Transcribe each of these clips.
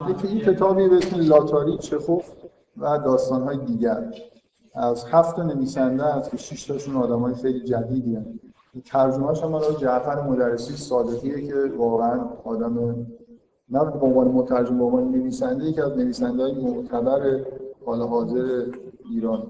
یکی این کتابی به اسم لاتاری چخوف و داستان‌های دیگر از 7 نویسنده است که 6 تاشون آدمای خیلی جدیدی هستند. ترجمه‌اش هم از جعفر مدرسی صادقیه که واقعا آدم نه به عنوان مترجم، به عنوان نویسنده یکی از نویسنده‌های معتبر حال حاضر ایران.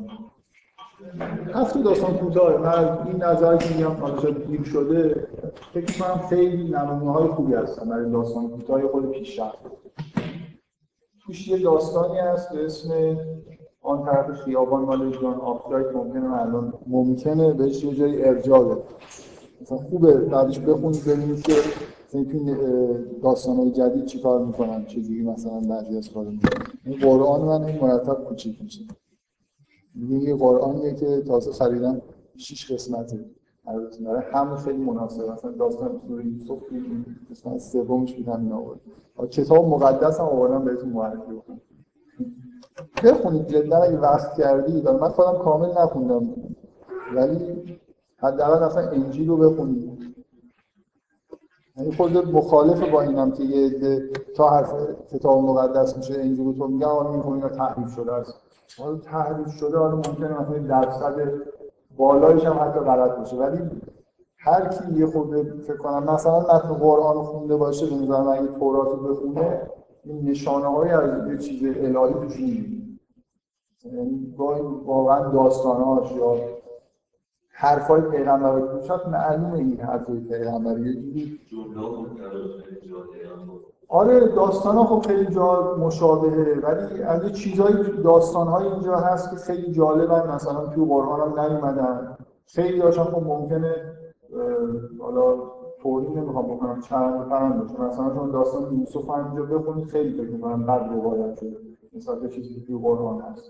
7 داستان کوتاه. من این نظر که میگم حالا دیر شده فکر می‌کنم خیلی نمونه‌های خوبی هستن برای داستان کوتاه خود پیشرفت. توش یه داستانی هست به اسم آن طرف خیابان مال جان آفراید. ممکنه بهش یه جایی ارجاع بده. مثلا خوبه بعدش بخونید ببینید که این داستان‌های جدید چیکار می‌کنن، چجوری مثلا بعضی از کارا می‌کنن. این قرآن من این مرتب کوچیک میشه. یه قرآنیه که تازه خریدم 6 قسمته. البته برای همون خیلی مناسبه. مثلا داستان سوره یوسف قسمت سومش بودم این آورد. کتاب مقدس هم آوردم بهتون معرفی کنم. بخونید جدا اگه وقت کردید. من خودم کامل نخوندم ولی حداقل اصلا انجیل رو بخونید. یعنی خود مخالف با اینم که یه عده تا حرف کتاب مقدس میشه انجیل رو تو میگن آن اینا تحریف شده است. حالا تحریف شده حالا ممکنه مثلا درصد بالایش هم حتی غلط باشه ولی هر کی یه خورده فکر کنم مثلا متن قرآن رو خونده باشه به نظر من اگه تورات رو بخونه این نشانه‌های از یه چیز الهی توش می‌بینه. یعنی واقعا داستاناش یا حرفای پیغمبر رو توش هست معلومه این حرفای پیغمبر یه جوری آره داستانا خب خیلی جا مشابهه ولی از یه چیزایی داستان‌های اینجا هست که خیلی جالبن مثلا توی قرآن هم نیومدن. خیلی هاشون خب ممکنه حالا توضیح نمیخوام بکنم چند پرند باشه. مثلا چون داستان یوسف هم اینجا بخونید خیلی فکر می‌کنم بد روایت شده مثلا به چیزی که توی قرآن هست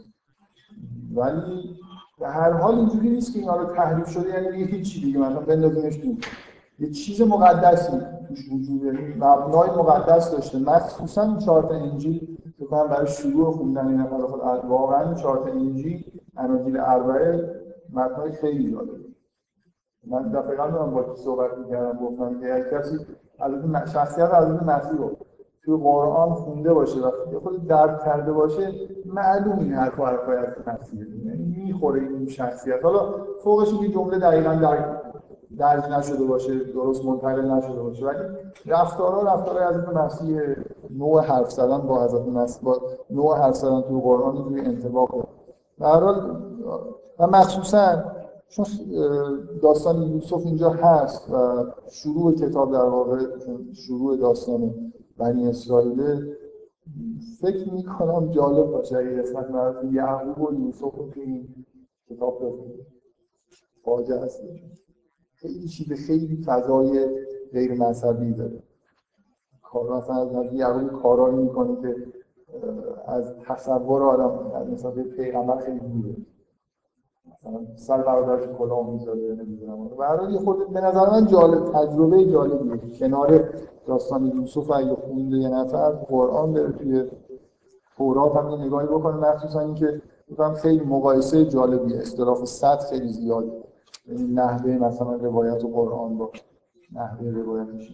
ولی به هر حال اینجوری نیست که اینا رو تحریف شده یعنی یه هیچ دیگه مثلا بندازیمش تو یه چیز مقدسی توش وجود داره مبنای مقدس داشته مخصوصا این 4 تا انجیل که من برای شروع خوندن این حالا خود واقعا این 4 تا انجیل اناجیل اربعه متنای خیلی جالبه. من دقیقاً دارم با کی صحبت می‌کردم گفتم که اگه کسی از شخصیت حضرت مسیح رو توی قرآن خونده باشه و خود درک کرده باشه معلوم این حرفای از مسیحه یعنی میخوره این شخصیت. حالا فوقش این جمله دقیقاً درج نشده باشه درست منتقل نشده باشه ولی رفتارهای حضرت مسیح نوع حرف زدن با حضرت مسیح با نوع حرف زدن توی قرآن اینجوری انطباق داره. به هر حال و مخصوصاً چون داستان یوسف اینجا هست و شروع کتاب در واقع شروع داستان بنی اسرائیل فکر میکنم جالب باشه اگه قسمت مربوط یعقوب و یوسف رو توی این کتاب بخونید. فاجعه است. خیلی چیز خیلی فضای غیر مذهبی داره. کار مثلا از یعقوب کارایی میکنه که از تصور آدم مثلا به پیغمبر خیلی دوره. مثلا سر برادرش کلاه میذاره نمیدونم. برای خود به نظر من جالب تجربه جالبیه. کنار داستان یوسف اگه خونده یه نفر قرآن بره توی تورات هم یه نگاهی بکنه مخصوصا اینکه میگم خیلی مقایسه جالبیه. اختلاف سطح خیلی زیاده. یعنی نحوه مثلا روایت قرآن با نحوه روایتش.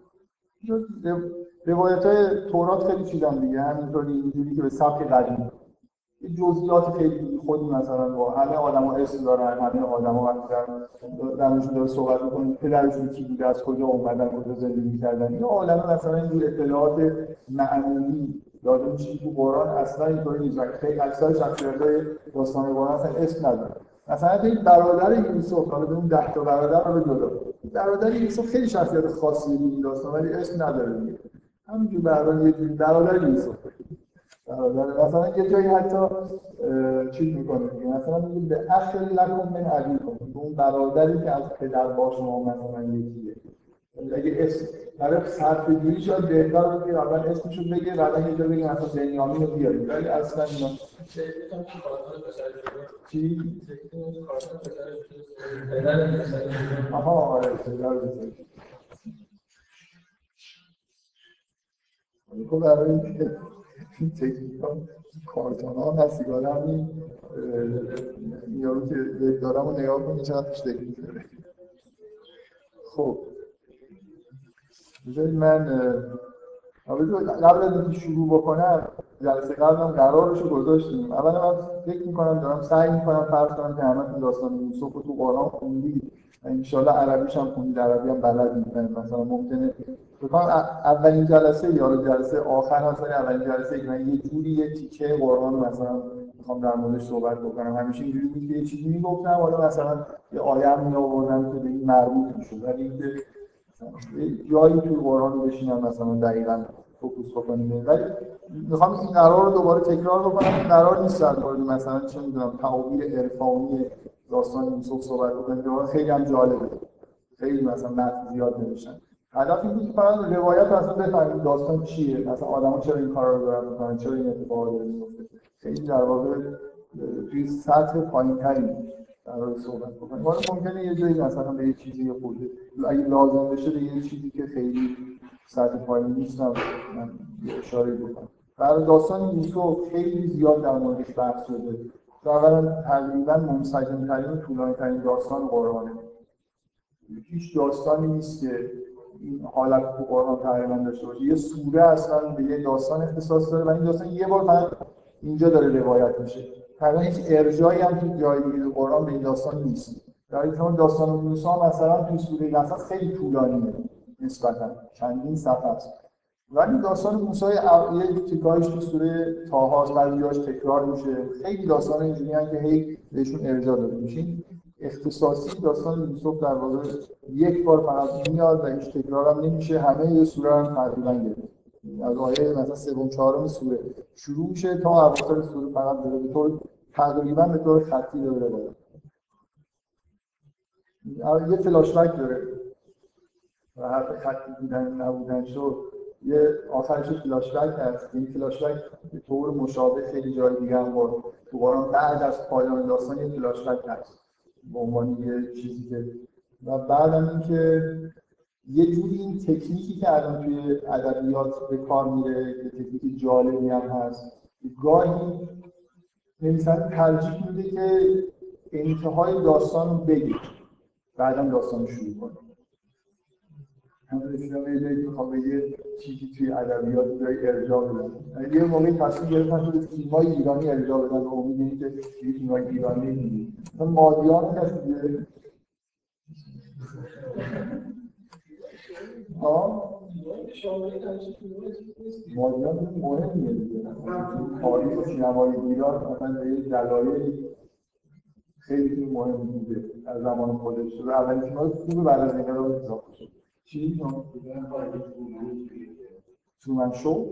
روایت‌های تورات خیلی چیزن دیگه همینطوری اینجوری که به سبک قدیم جزئیات خیلی خودی مثلا با همه آدم‌ها اسم دارن همه آدم‌ها وقتی درمون داره صحبت می‌کنن پدرشون کی بوده از کجا اومدن کجا زندگی می‌کردن یا عالمه مثلا این اطلاعات معمولی داده میشه تو قرآن اصلا اینطوری نیست. خیلی اکثر شخصیت‌های داستان قرآن اصلا اسم ندارن. مثلا این برادر یوسف حالا به اون 10 تا برادر رو جدا برادر یوسف خیلی شخصیت خاصیه این داستان ولی اسم نداره دیگه همینجور برادر یوسف مثلا یه جایی حتی چیز میکنه دیگه مثلا میگه به اخر لکم من ابیکم اون برادری که از پدر با شما مثلا یکیه اگه اسم برای صرف جویی شاید بهتر بود که اول اسمشو بگه بعدا یه جا بگه مثلا بنیامین رو بیارید ولی اصلا اینا چی؟ آها آره پدر بزرگ خب برای این تکنیک ها کارتون ها هست دیگه همین یارو که دارم رو نگاه کنید چقدر توش تکنیک داره. خب بذارید من قبل از اینکه شروع بکنم جلسه قبلم قرارش رو گذاشتیم. اولا من فکر می‌کنم دارم سعی می‌کنم فرض کنم که همه داستان یوسف رو تو قرآن خوندید، ان شاءالله عربیش هم خوندید، عربی هم بلدید. مثلا ممکنه بگم اولین جلسه یا جلسه آخر هست، ولی اولین جلسه که من یه جوری یه تیکه قرآن مثلا می‌خوام در موردش صحبت بکنم، همیشه اینجوری بود که یه چیزی میگفتم، حالا مثلا یه آیه هم میآوردم که به این مربوط می‌شد، ولی اینکه جایی توی قرآن رو بشینم مثلا دقیقاً فوکوس بکنیم. ولی میخوام این قرار رو دوباره تکرار بکنم. این قرار نیست در مورد مثلا چه میدونم تعابیر عرفانی داستان یوسف صحبت بکنیم، خیلی هم جالبه، خیلی مثلا متن زیاد نوشتن. هدف این بود که فقط روایت رو اصلا بفهمیم داستان چیه، مثلا آدما چرا این کارا رو دارن میکنن، چرا این اتفاقا داره میفته. خیلی در واقع توی سطح پایین‌تری قرار صحبت بکنیم. حالا ممکنه یه جایی مثلا به یه چیزی خود اگه لازم بشه به یه چیزی که خیلی سطح پایین نیست من اشاره بکنم. برای داستان یوسف خیلی زیاد در موردش بحث شده. اولا تقریبا منسجم‌ترین و طولانی‌ترین داستان قرآنه. هیچ داستانی نیست که این حالت تو قرآن تقریبا داشته باشه. یه سوره اصلا به یه داستان اختصاص داره و این داستان یه بار فقط اینجا داره روایت میشه. تقریبا هیچ ارجاعی هم تو جای دیگه قرآن به این داستان نیست. در حالی که داستان موسی مثلا تو سوره قصص خیلی طولانیه نسبتاً، چندین صفحه است. ولی داستان موسی یه تیکایش تو سوره طه است، بعضی‌هاش تکرار میشه. خیلی داستان اینجوریه که هی بهشون ارجاع داده میشه. اختصاصی داستان یوسف در واقع یک بار فقط میاد و هیچ تکرار هم نمیشه. همه یه سوره هم تقریبا گرفت. از آیه مثلا سوم چهارم سوره شروع میشه تا اواخر سوره فقط به طور تقریبا به طور خطی داره باید. یه فلاش بک داره و حرف خطی بودن نبودن شد. یه آخرش فلاش بک هست. این فلاش بک به طور مشابه خیلی جای دیگه هم تو قرآن بعد از پایان داستان یه فلاش بک هست به عنوان یه چیزی که و بعدم این که یه جوری این تکنیکی که الان توی ادبیات به کار میره که تکنیک جالبی هم هست، گاهی نویسنده ترجیح میده که انتهای داستان رو بگه بعدم داستان رو شروع کنه. همون رسیدم به جایی که میخوام به یه چیزی توی ادبیات جای ارجاع بدن. یه موقعی تصمیم گرفتن که فیلم‌های ایرانی ارجاع بدن به امید اینکه فیلم‌های ایرانی می‌بینید. مثلا مادیان کسی دیگه مادیان مهمیه دیگه. تاریخ سینمای ایران مثلا به یه دلایلی خیلی مهم بوده از زمان خودش. و اولین فیلم‌های خوب بعد از انقلاب اضافه شد. چی؟ ترومن شو؟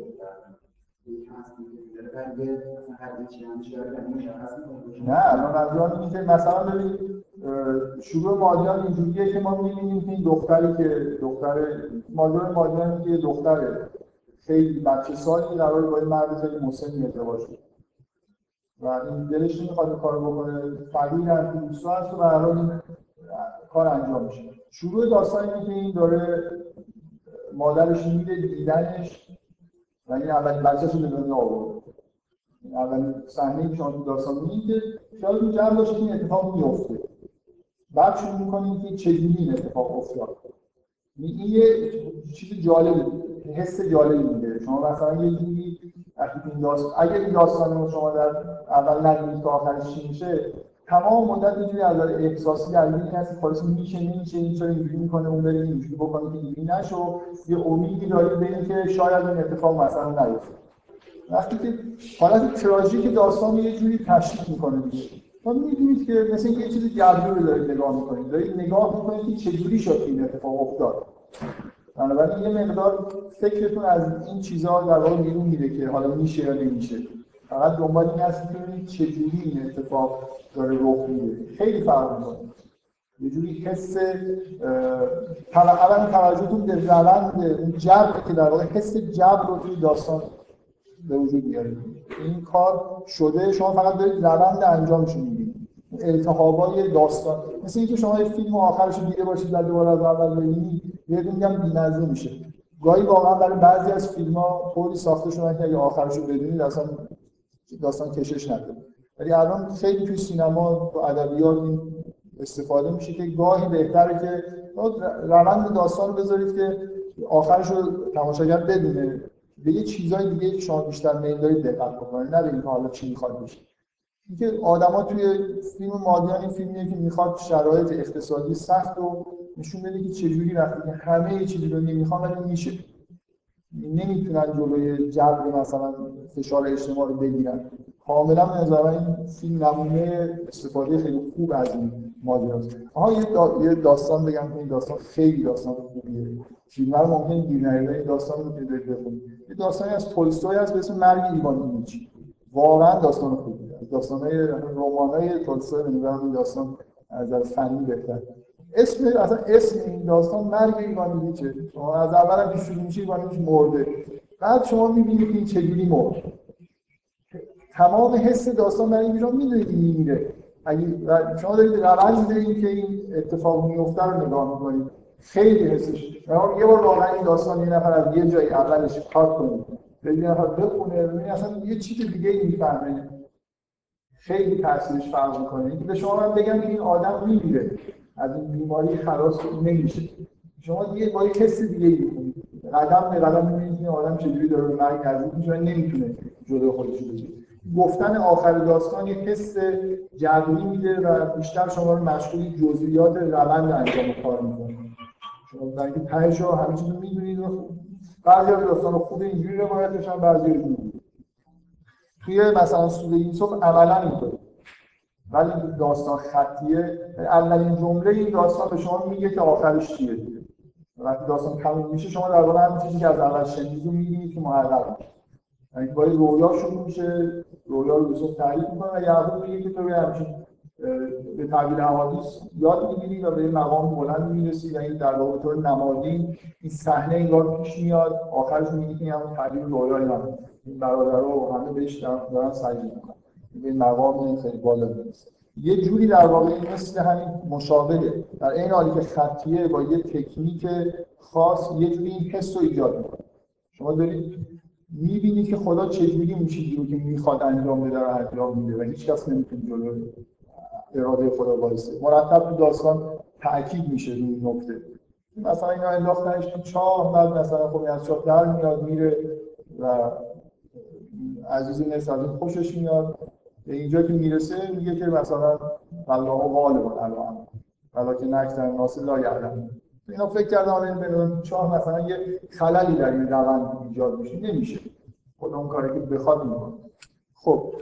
نه، من منظورم اینه که مثلا ببینید شروع مادیان اینجوریه که ما می‌بینیم که این دختری که مادیان که دختره خیلی بچه سالی قراره با این مرد خیلی مسنی ازدواج کنه و این دلش نمیخواد این کارو بکنه، فقیر هم که دوستا هست و به هر حال این کار انجام میشه. شروع داستان اینه که این داره مادرش میره دیدنش و این اولین بچه‌ش رو به دنیا آورده. اولین صحنه‌ای که شما تو داستان می‌بینید که شاید این جمع باشه که این اتفاق میفته. بعد شروع می‌کنید که چجوری این اتفاق افتاد. این یه چیز جالبه، حس جالبی میده. شما مثلا یه جوری اگر این داستان رو شما در اول نگید تا آخرش چی میشه، تمام مدت یه جوری از نظر احساسی درگیر این هست که خلاص میشه این چرا اینجوری میکنه، اون بره اینجوری بکنه که اینجوری نشه. یه امیدی دارید به اینکه شاید این اتفاق مثلا نیفته. وقتی که حالت تراژیک داستان یه جوری تشریح میکنه دیگه، ما می‌بینید که مثل اینکه یه چیز جذابی رو دارید نگاه می‌کنید. دارید نگاه می‌کنید که چجوری شد این اتفاق افتاد. بنابراین یه مقدار فکرتون از این چیزها در واقع بیرون میره که حالا میشه یا نمیشه. فقط دنبال این هست که ببینید چجوری این اتفاق داره رخ میده. خیلی فرق می‌کنه. یه جوری حس اولا توجهتون به روند اون جبر که در واقع حس جبر رو توی داستان به وجود میارید. این کار شده، شما فقط دارید روند انجامش رو می‌بینید. التهابای داستان مثل اینکه شما یه فیلم آخرش رو دیده باشید و دوباره از اول ببینید، بهتون میگم بی‌نظم میشه. گاهی واقعا برای بعضی از فیلم‌ها طوری ساخته شدن که اگه آخرش رو ببینید اصلا داستان کشش نداره. ولی الان خیلی توی سینما و ادبیات استفاده میشه که گاهی بهتره که روند داستان رو بذارید که آخرش رو تماشاگر بدونه به یه چیزای دیگه شما بیشتر میل دارید دقت بکنید، نه به اینکه حالا چی میخواد بشه. اینکه آدما توی فیلم مادیان، این فیلمیه که میخواد شرایط اقتصادی سخت رو نشون بده که چجوری وقتی که همه یه چیزی رو نمیخوان ولی میشه، نمیتونن جلوی جبر مثلا فشار اجتماع رو بگیرن. کاملا به نظر من این فیلم نمونه استفاده خیلی خوب از این ماجراست. یه داستان بگم که این داستان خیلی داستان خوبیه. فیلم رو ممکنه گیر نیاره، این داستان رو میتونید بخونید. یه داستانی از تولستوی هست به اسم مرگ ایوان ایلیچ. واقعا داستان خوبیه. داستانای رمانای تولستوی به نظر من داستان از فنی بهتر. اسم این داستان مرگ ایوان ایلیچه. شما از اول هم که شروع میشه ایوان ایلیچ مرده. بعد شما میبینید که این چجوری مرد. تمام حس داستان برای اینجا میدونید این میمیره. اگه شما دارید روند این که این اتفاق میفته رو نگاه میکنید خیلی حسش. یه بار واقعا این داستان یه نفر از یه جای اولش کات کنید. یه نفر بخونه ببینید اصلا یه چیز دیگه ای میفهمه. خیلی تاثیرش فرق میکنه. اینکه به شما من بگم که این آدم میمیره. از این بیماری خلاص نمیشه. شما دیگه با یه کسی دیگه می‌کنید. قدم به قدم می‌بینید این آدم چجوری داره به مرگ نزدیک میشه و نمیتونه جلوی خودش رو بگیره. گفتن آخر داستان یه حس جبری میده و بیشتر شما رو مشغول جزئیات روند انجام کار می‌کنه. شما در اینکه تهش رو همه چیز رو می‌دونید و بعضی از داستان خوب اینجوری روایت میشن، بعضی رو توی مثلا سوره یوسف عملاً اینطوره. ولی داستان خطیه اولین جمله این داستان به شما میگه که آخرش چیه دیگه. وقتی داستان تموم میشه شما در واقع همین چیزی که از اول شنیدید رو می‌بینید که محقق میشه. یعنی با رویا شروع میشه، رویا رو یوسف تعریف میکنه و یعقوب میگه که تو همچین به تعبیر حوادث یاد میگیری و به این مقام بلند میرسی و این در واقع طور نمادین این صحنه انگار پیش میاد. آخرش میگه که همون تعبیر رویای من این برادرها و همه بهش دارن سجده میکنن. این مقام خیلی بالا میرسه. یه جوری در واقع مثل همین مشابهه، در این حالی که خطیه با یه تکنیک خاص یه جوری این حس رو ایجاد میکنه. شما دارید می‌بینید که خدا چجوری اون چیزی رو که میخواد انجام بده رو انجام میده و هیچ کس نمیتونه جلوی اراده خدا وایسه. مرتب تو داستان تاکید میشه روی این نکته. مثلا اینا انداختنش تو چاه، بعد مثلا خب از چاه در میاد میره و عزیزی نیست از این خوشش میاد. به اینجا که میرسه میگه که مثلا الله غالب الان ولکن اکثر الناس لا یعلمون. اینا فکر کردن این بدون چاه مثلا یه خللی در این روند ایجاد میشه. نمیشه. خدا اون کاری که بخواد میکنه. خب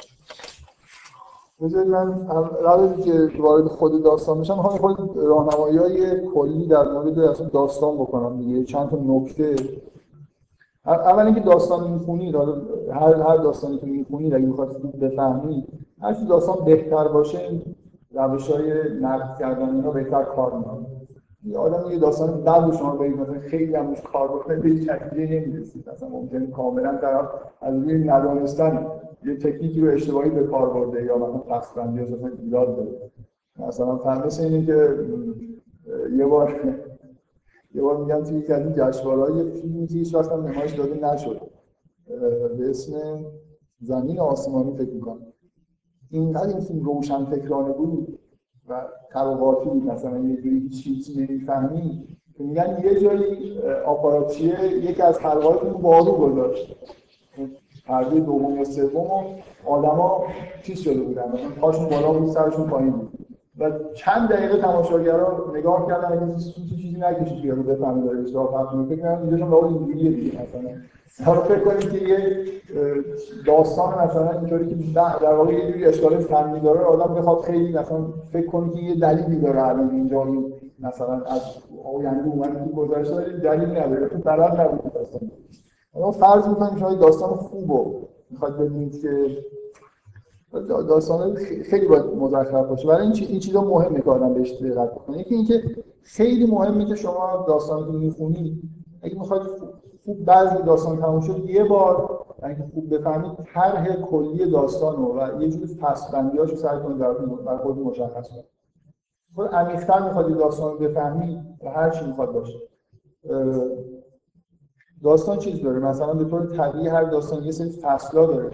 بذارید من قبل که وارد خود داستان بشم میخوام خود راهنمایی‌های کلی در مورد اصلا داستان بکنم دیگه. چند تا نکته. اول اینکه داستان میخونید، حالا هر داستانی که میخونید اگه میخواید خوب بفهمید، هر چی داستان بهتر باشه روش‌های نقد کردن اینا بهتر کار میکنه. یه آدم یه داستان بعد شما بگید مثلا خیلی هم روش کار بکنه به هیچ نتیجه نمیرسید. مثلا ممکنه کاملا طرف از روی ندانستن یه تکنیکی رو اشتباهی به کار برده یا مثلا قصداً یا مثلا ایراد داره. مثلا مثل اینه که یه بار میگم توی یکی از این جشنواره‌های یه فیلمی که هیچ وقت هم نمایش داده نشد به اسم زمین آسمانی فکر می‌کنم. اینقدر این فیلم روشنفکرانه بود و تراواتی بود، مثلا یه جوری چیزی نمی‌فهمی که میگن یه جایی آپاراتچیه یکی از حلقه‌های رو بارو گذاشت. پرده دوم یا سوم آدما چیز شده بودن، مثلا پاشون بالا بود سرشون پایین بود و چند دقیقه تماشاگرها نگاه کردن اگه چیزی نکشید که رو بفهمید داره اشتباه فهمی فکر کنم اینجاشون واقعا اینجوریه دیگه. مثلا فکر کنید که یه داستان مثلا اینطوری که در واقع یه جوری اشکال فنی داره، آدم بخواد خیلی مثلا فکر کنه که یه دلیلی داره الان اینجا مثلا از آینده اومد تو گذشته دلیل نداره، تو بلد نبود داستان. اما فرض می‌کنیم شما داستان خوبو میخواد ببینید که داستان خیلی باید مزخرف باشه. برای این چیزا مهمه که آدم بهش دقت کنه. یکی اینکه خیلی مهمه که شما داستانی که میخونید اگه میخواید خوب بعضی داستان تموم شد یه بار اگه خوب بفهمید طرح کلی داستان رو و یه جوری فصل‌بندی‌هاشو سعی کنید برای خودتون مشخص کنید. خود عمیق‌تر میخواید داستان رو بفهمید و هر چی میخواد باشه. داستان چیز داره، مثلا به طور طبیعی هر داستان یه سری فصل‌ها داره.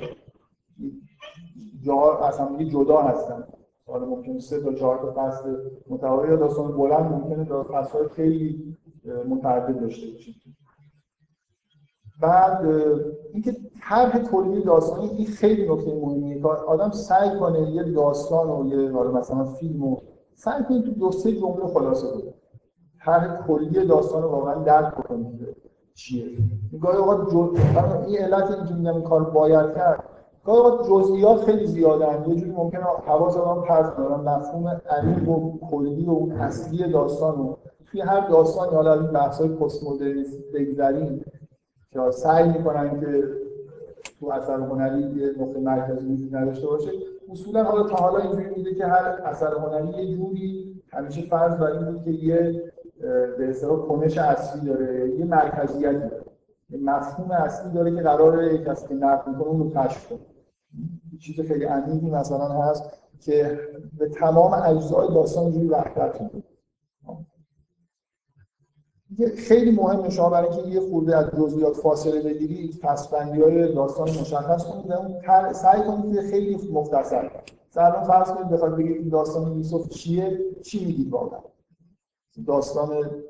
جاها اصلا جدا هستن. حالا ممکنه 3 تا 4 تا فصل متوالی یا داستان بلند ممکنه فصل‌های خیلی متعدد داشته باشه. بعد اینکه طرح کلی داستانی این خیلی نکته مهمیه که آدم سعی کنه یه داستان و یه مثلا فیلم رو سعی کنه تو دو سه جمله خلاصه کنه. طرح کلی داستان رو واقعا درک بکنید که چیه. گاهی اوقات این علت اینکه میگم این کار باید کرد، گاهی اوقات جزئیات خیلی زیادن، یه جوری ممکنه حواس آدم پرت کنه، مفهوم عمیق و کلی و اون اصلی داستان رو توی هر داستانی، حالا این بحث‌های پست مدرنیسم بگذریم که سعی می‌کنن که تو اثر هنری یه نقطه مرکزی وجود نداشته باشه، اصولا حالا تا حالا اینجوری میده که هر اثر هنری یه جوری همیشه فرض بر این بود که یه به اصطلاح کنش اصلی داره، یه مرکزیتی داره، یه مفهوم اصلی داره که قراره کسی که نقد میکنه اون رو کشف کنه. چیز خیلی عمیقی مثلا هست که به تمام اجزای داستان اینجوری وحدت میده. خیلی مهمه شما برای اینکه یه خورده از جزئیات فاصله بگیرید، پس‌بندی‌های داستان مشخص کنید و اون سعی کنید که خیلی مختصر. مثلا فرض کنید بخواید بگید این داستان یوسف چیه، چی میگید واقعا؟ داستان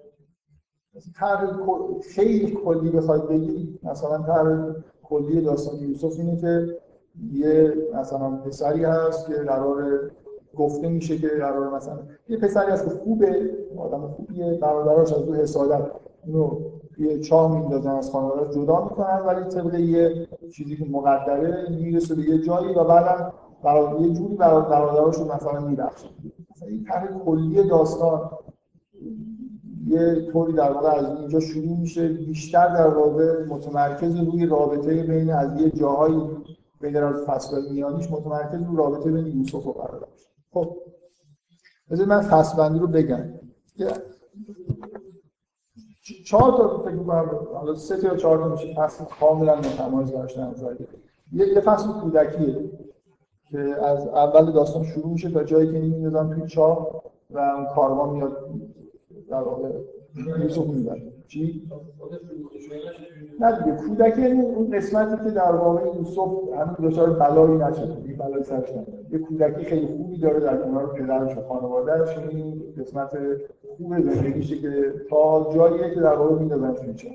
خیلی کلی بخواید بگید، مثلا طرح کلی داستان یوسف اینه که یه مثلا پسری هست که قراره گفته میشه که قراره مثلا یه پسری هست که خوبه، آدم خوبیه، برادراش از او حسادت اینو یه چاه میندازن، از خانواده‌اش جدا میکنن، ولی طبق یه چیزی که مقدره میرسه به یه جایی و بعدم یه جوری برادراش رو مثلا میبخشه. مثلا این طرح کلی داستان یه طوری در واقع از اینجا شروع میشه، بیشتر در واقع متمرکز روی رابطه بین از یه جاهایی بین از فصل‌های میانیش متمرکز روی رابطه بین یوسف و برادرش. خب بذارید من فصل‌بندی رو بگم. 4 تا فکر می‌کنم، حالا 3 تا یا 4 تا میشه فصل کاملا متمایز داشتن. یه فصل کودکیه که از اول داستان شروع میشه تا جایی که می‌ندازن توی چاه و اون کاروان میاد در واقع یوسف میبره. چی؟ نه دیگه کودکی اون قسمتی که در واقع یوسف همین دچار بلایی نشده، این بلایی سرش نمیاد. یه کودکی خیلی خوبی داره در کنار پدرش و خانواده‌اش، این قسمت خوب زندگیشه که تا جاییه که در واقع میندازن توی چاه.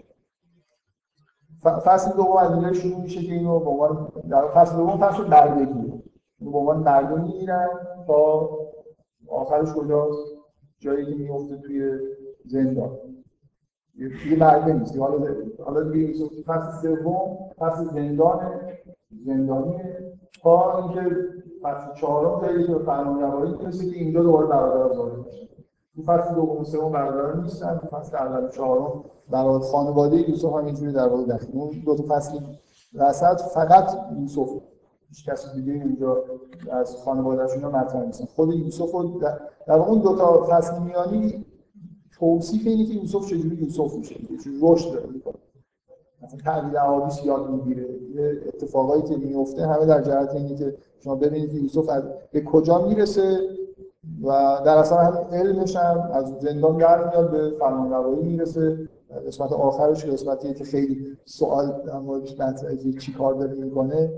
فصل دوم از اینجا شروع میشه که اینو به عنوان در فصل دوم فصل بردگیه. به عنوان مردم میگیرن تا آخرش کجاست؟ جایی که میفته توی زندان. یه برده نیست. حالا دیگه فصل سوم فصل زندانیه تا اینکه فصل چهارم جایی که به فرمانروایی میرسه که اینجا دوباره برادرها ظاهر میشن. تو فصل دوم و سوم برادرها نیستن، تو فصل اول و چهارم برادر خانواده یوسف هم اینجوری در واقع داخل. اون دو تا فصل وسط فقط یوسف، هیچ کسی دیگه اینجا از خانواده‌شون مطرح نیستن. خود یوسف رو در اون دو تا فصل میانی توصیف اینه که یوسف چجوری یوسف میشه، چجوری رشد داره میکنه. مثلا تعبیر احادیث یاد میگیره، یه اتفاقایی که میفته همه در جهت اینه که شما ببینید که یوسف به کجا میرسه و در اصل هم علمش هم از زندان در میاد به فرمانروایی میرسه. قسمت آخرش قسمتیه که خیلی سوال در موردش مطرحه که چی کار داره میکنه.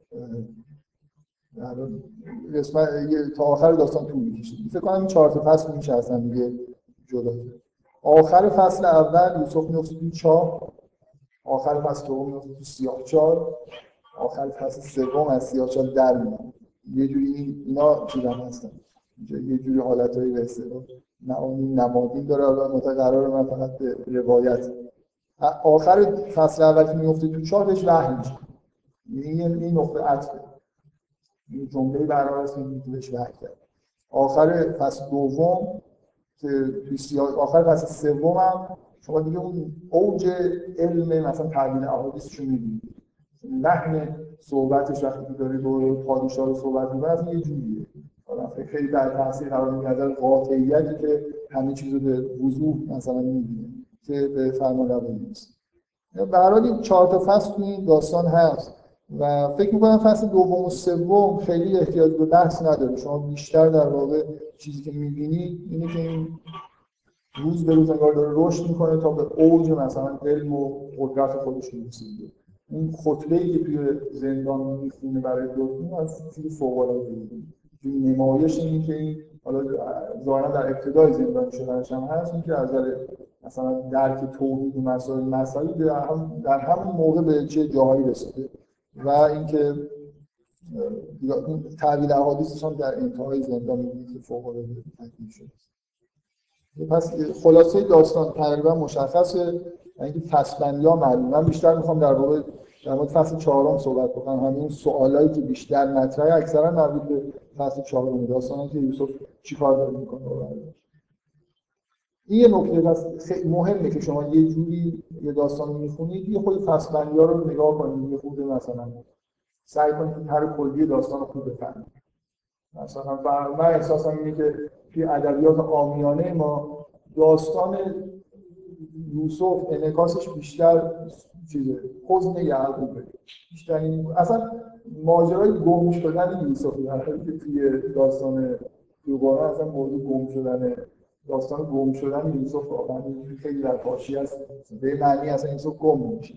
قسمت تا آخر داستان طول میکشه. فکر کنم این 4 تا فصل میشه اصلا دیگه جدا. آخر فصل اول یوسف میفته توی چاه، آخر فصل دوم میفته تو سیاهچال، آخر فصل سوم از سیاهچال در میاد. یه جوری اینا چیزا هستن. یه جوری حالتایی به اصطلاح معانی نمادین داره. الان قراره من فقط به روایت آخر فصل اول که میفته تو چاه بهش وحی میشه. این نقطه عطفه. این جمله برای است که بهش وحی کرد. آخر فصل دوم که توی آخر فصل سوم هم شما دیگه اون اوج علم مثلا تعبیر احادیثشو می‌بینید. لحن صحبتش وقتی که داره با پادشاه رو صحبت می‌کنه اصلا یه جوریه. حالا خیلی در تاثیر قرار می‌گیره قاطعیتی که همه چیزو به وضوح مثلا می‌بینه که به فرمانروایی نیست. به هر حال این 4 تا فصل تو این داستان هست و فکر می‌کنم فصل دوم و سوم خیلی احتیاج به بحث نداره. شما بیشتر در واقع چیزی که می‌بینید اینه که این روز به روز انگار داره رشد میکنه تا به اوج مثلا علم و قدرت خودش میرسه. این خطبه‌ای که توی زندان میخونه برای دکتر از چیزی فوق‌العاده‌ایه. این نمایش اینه که این حالا ظاهرا در ابتدای زندان شدنش هم هست، این که از نظر مثلا درک توحید و مسائل در همون موقع به چه جاهایی رسیده و اینکه این تعبیر احادیثش هم در انتهای زندان می‌بینید که فوق‌العاده تکمیل شده. پس خلاصه داستان تقریبا مشخصه، اینکه فصل‌بندی‌ها معلومه. من بیشتر می‌خوام در مورد فصل 4 صحبت بکنم. همین سوالایی که بیشتر مطرحه اکثرا مربوط به فصل 4 داستانه که یوسف چیکار داره می‌کنه. این یه نکته پس مهمه که شما یه جوری یه داستان می‌خونید، یه خود فصل‌بندی‌ها رو نگاه کنید، یه خود مثلا سعی کنید که هر کلی داستان رو خوب بفهمید. مثلا من احساسم اینه که توی ادبیات عامیانه ما داستان یوسف انعکاسش بیشتر چیزه حزن یعقوبه، بیشتر این اصلا ماجرای گم شدن یوسف در حالی که توی داستان قرآن اصلا موضوع گم شدن داستان گم شدن یوسف واقعا خیلی در حاشیه است، به معنی اصلا یوسف گم میشه.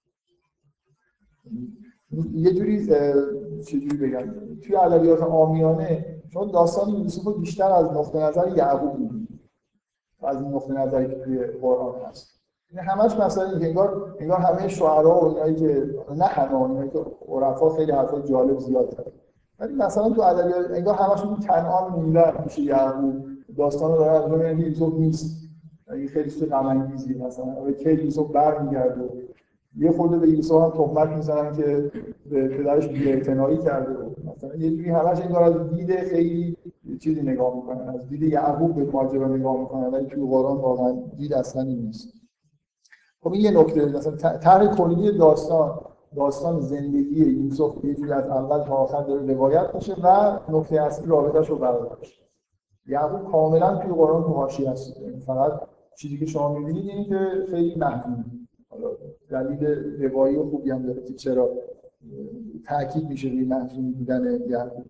یه جوری چجوری بگم توی ادبیات عامیانه چون داستان یوسف رو بیشتر از نقطه نظر یعقوب می‌بینید از این نقطه نظری که توی قرآن هست. این همش مثلا اینکه انگار همه شعرا و اینایی که نه همه اونایی که عرفا خیلی حرفای جالب زیاد دارن، ولی مثلا تو ادبیات انگار همشون کنعان موندن میشه یعقوب داستان رو دارن از اینکه یوسف نیست. این خیلی چیز غم انگیزی مثلا که یوسف برمیگرده یه خورده به یوسف هم تهمت میزنن که به پدرش بی‌اعتنایی کرده مثلا یه جوری همش انگار از دید خیلی چیزی نگاه میکنن، از دید یعقوب به ماجرا نگاه میکنن، ولی توی قرآن واقعا دید اصلا این نیست. خب این یه نکته مثلا طرح کلی داستان زندگی یوسف یه جوری از اول تا آخر داره روایت میشه و نکته اصلی رابطه‌اش رو برقرار میشه. یعقوب کاملا توی قرآن تو حاشیه است، فقط چیزی که شما می‌بینید اینه که خیلی محدود. حالا دلیل روایی خوبی هم داره که چرا تاکید میشه روی محزون بودن یعقوب.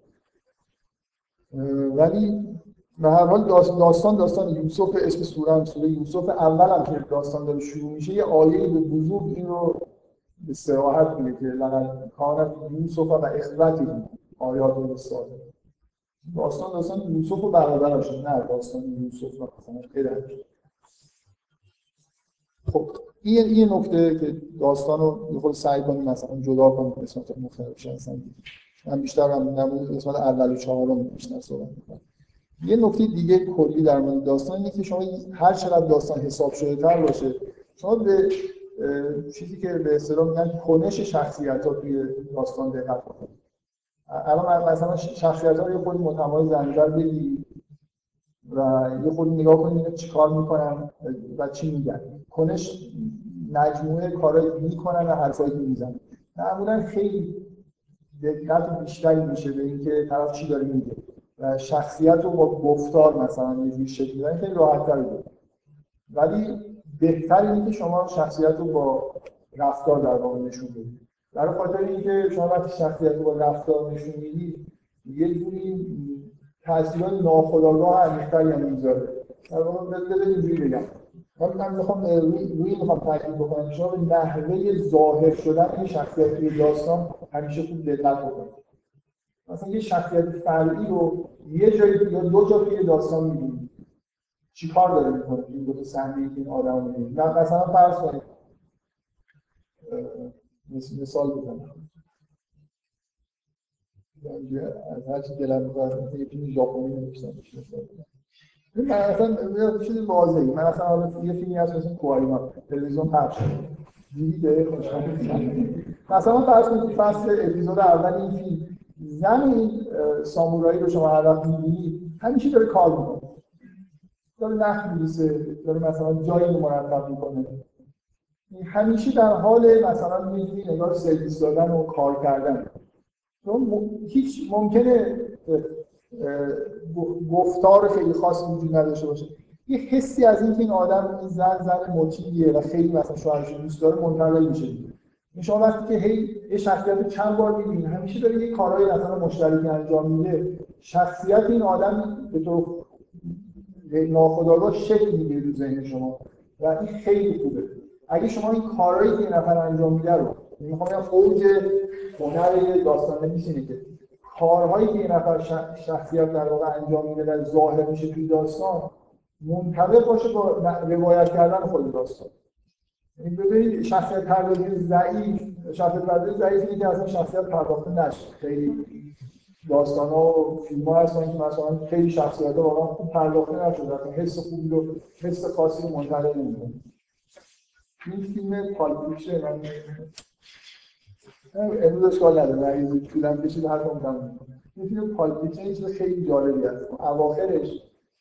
ولی به هر حال داستان یوسف اسم سوره یوسف اول هم که داستان داره شروع میشه یه آیه به وضوح این رو به صراحت میگه که لقد کان یوسف و اخوته آیات الصالح. داستان یوسف و برادرش نه داستان یوسف و مثلا پدرش. خب این نکته که داستان رو یه خورده سعی کنیم مثلا جدا کنیم قسمت مختلفش هستن. من بیشتر نمود قسمت اول و چهارم بیشتر صحبت می‌کنم. یه نکته دیگه کلی در مورد داستان اینه که شما هر چقدر داستان حساب شده تر باشه شما به چیزی که به اصطلاح میگن کنش شخصیت‌ها توی داستان دقت کنید. الان مثلا شخصیت‌ها رو یه خورده متمایز در نظر بگیرید و یه خورده نگاه کنید اینا چیکار میکنن و چی میگن. کنش مجموعه کارایی میکنن و حرفایی که میزنن. معمولا خیلی دقت بیشتری میشه به اینکه طرف چی داره میگه و شخصیت رو با گفتار مثلا یه جوری شکل میدن خیلی راحت‌تر بود. ولی بهتر اینه که شما شخصیت رو با رفتار در واقع نشون بدید. برای خاطر اینکه شما وقتی شخصیت رو با رفتار نشون میدید یه جوری تاثیرات ناخودآگاه عمیق‌تری هم میذاره. در واقع اینجوری بگم من میخوام روی تاکید بکنم شما به نحوه ظاهر شدن این شخصیت توی داستان همیشه خوب دقت بکنید. مثلا یه شخصیت فرعی رو یه جایی یا دو جا توی داستان می‌بینید. چیکار داره می‌کنه این دو تا صحنه‌ای که این آدمو می‌بینید. مثلا فرض کنید مثال بزنم. از هر چی دلم می‌خواد یه فیلم ژاپنی نوشتم من اصلا چیز واضحی من اصلا یه فیلمی هست اسمش کوآریما تلویزیون پخش شده دیدید مثلا فرض کنید فصل اپیزود اول این فیلم زن این سامورایی رو شما هر وقت می‌بینید همیشه داره کار می‌کنه داره نخ می‌ریزه داره مثلا جایی رو مرتب می‌کنه همیشه در حال مثلا می‌بینید نگاه سرویس دادن و کار کردن هیچ ممکنه گفتار خیلی خاصی وجود نداشته باشه یه حسی از اینکه این آدم این زن مطیعه و خیلی مثلا شوهرش دوست داره منتقل میشه شما وقتی که هی یه شخصیت چند بار می‌بینید همیشه داره یه کارهای مثلا مشترکی انجام میده شخصیت این آدم به طور ناخودآگاه شکل میگیره تو ذهن شما و این خیلی خوبه اگه شما این کارهایی که این نفر انجام میده رو میخوام بگم اوج هنر داستان‌نویسی اینه که کارهایی که این نفر شخصیت در واقع انجام میده و ظاهر میشه توی داستان منطبق باشه با روایت کردن خود داستان. یعنی ببینید شخصیت پردازی ضعیف اینه که اصلا شخصیت پرداخته نشه. خیلی داستان‌ها و فیلم‌ها هستن که مثلا خیلی شخصیت‌ها واقعا خوب پرداخته نشده، اصلا حس خوبی رو حس خاصی رو منتقل نمی‌کنه. این فیلم پالپیکشن من امروز اشکال نداره، اگه طولم کشید هر کدوم تموم می‌کنم. این فیلم پالپیکشن یه چیز خیلی جالبی هست. اواخرش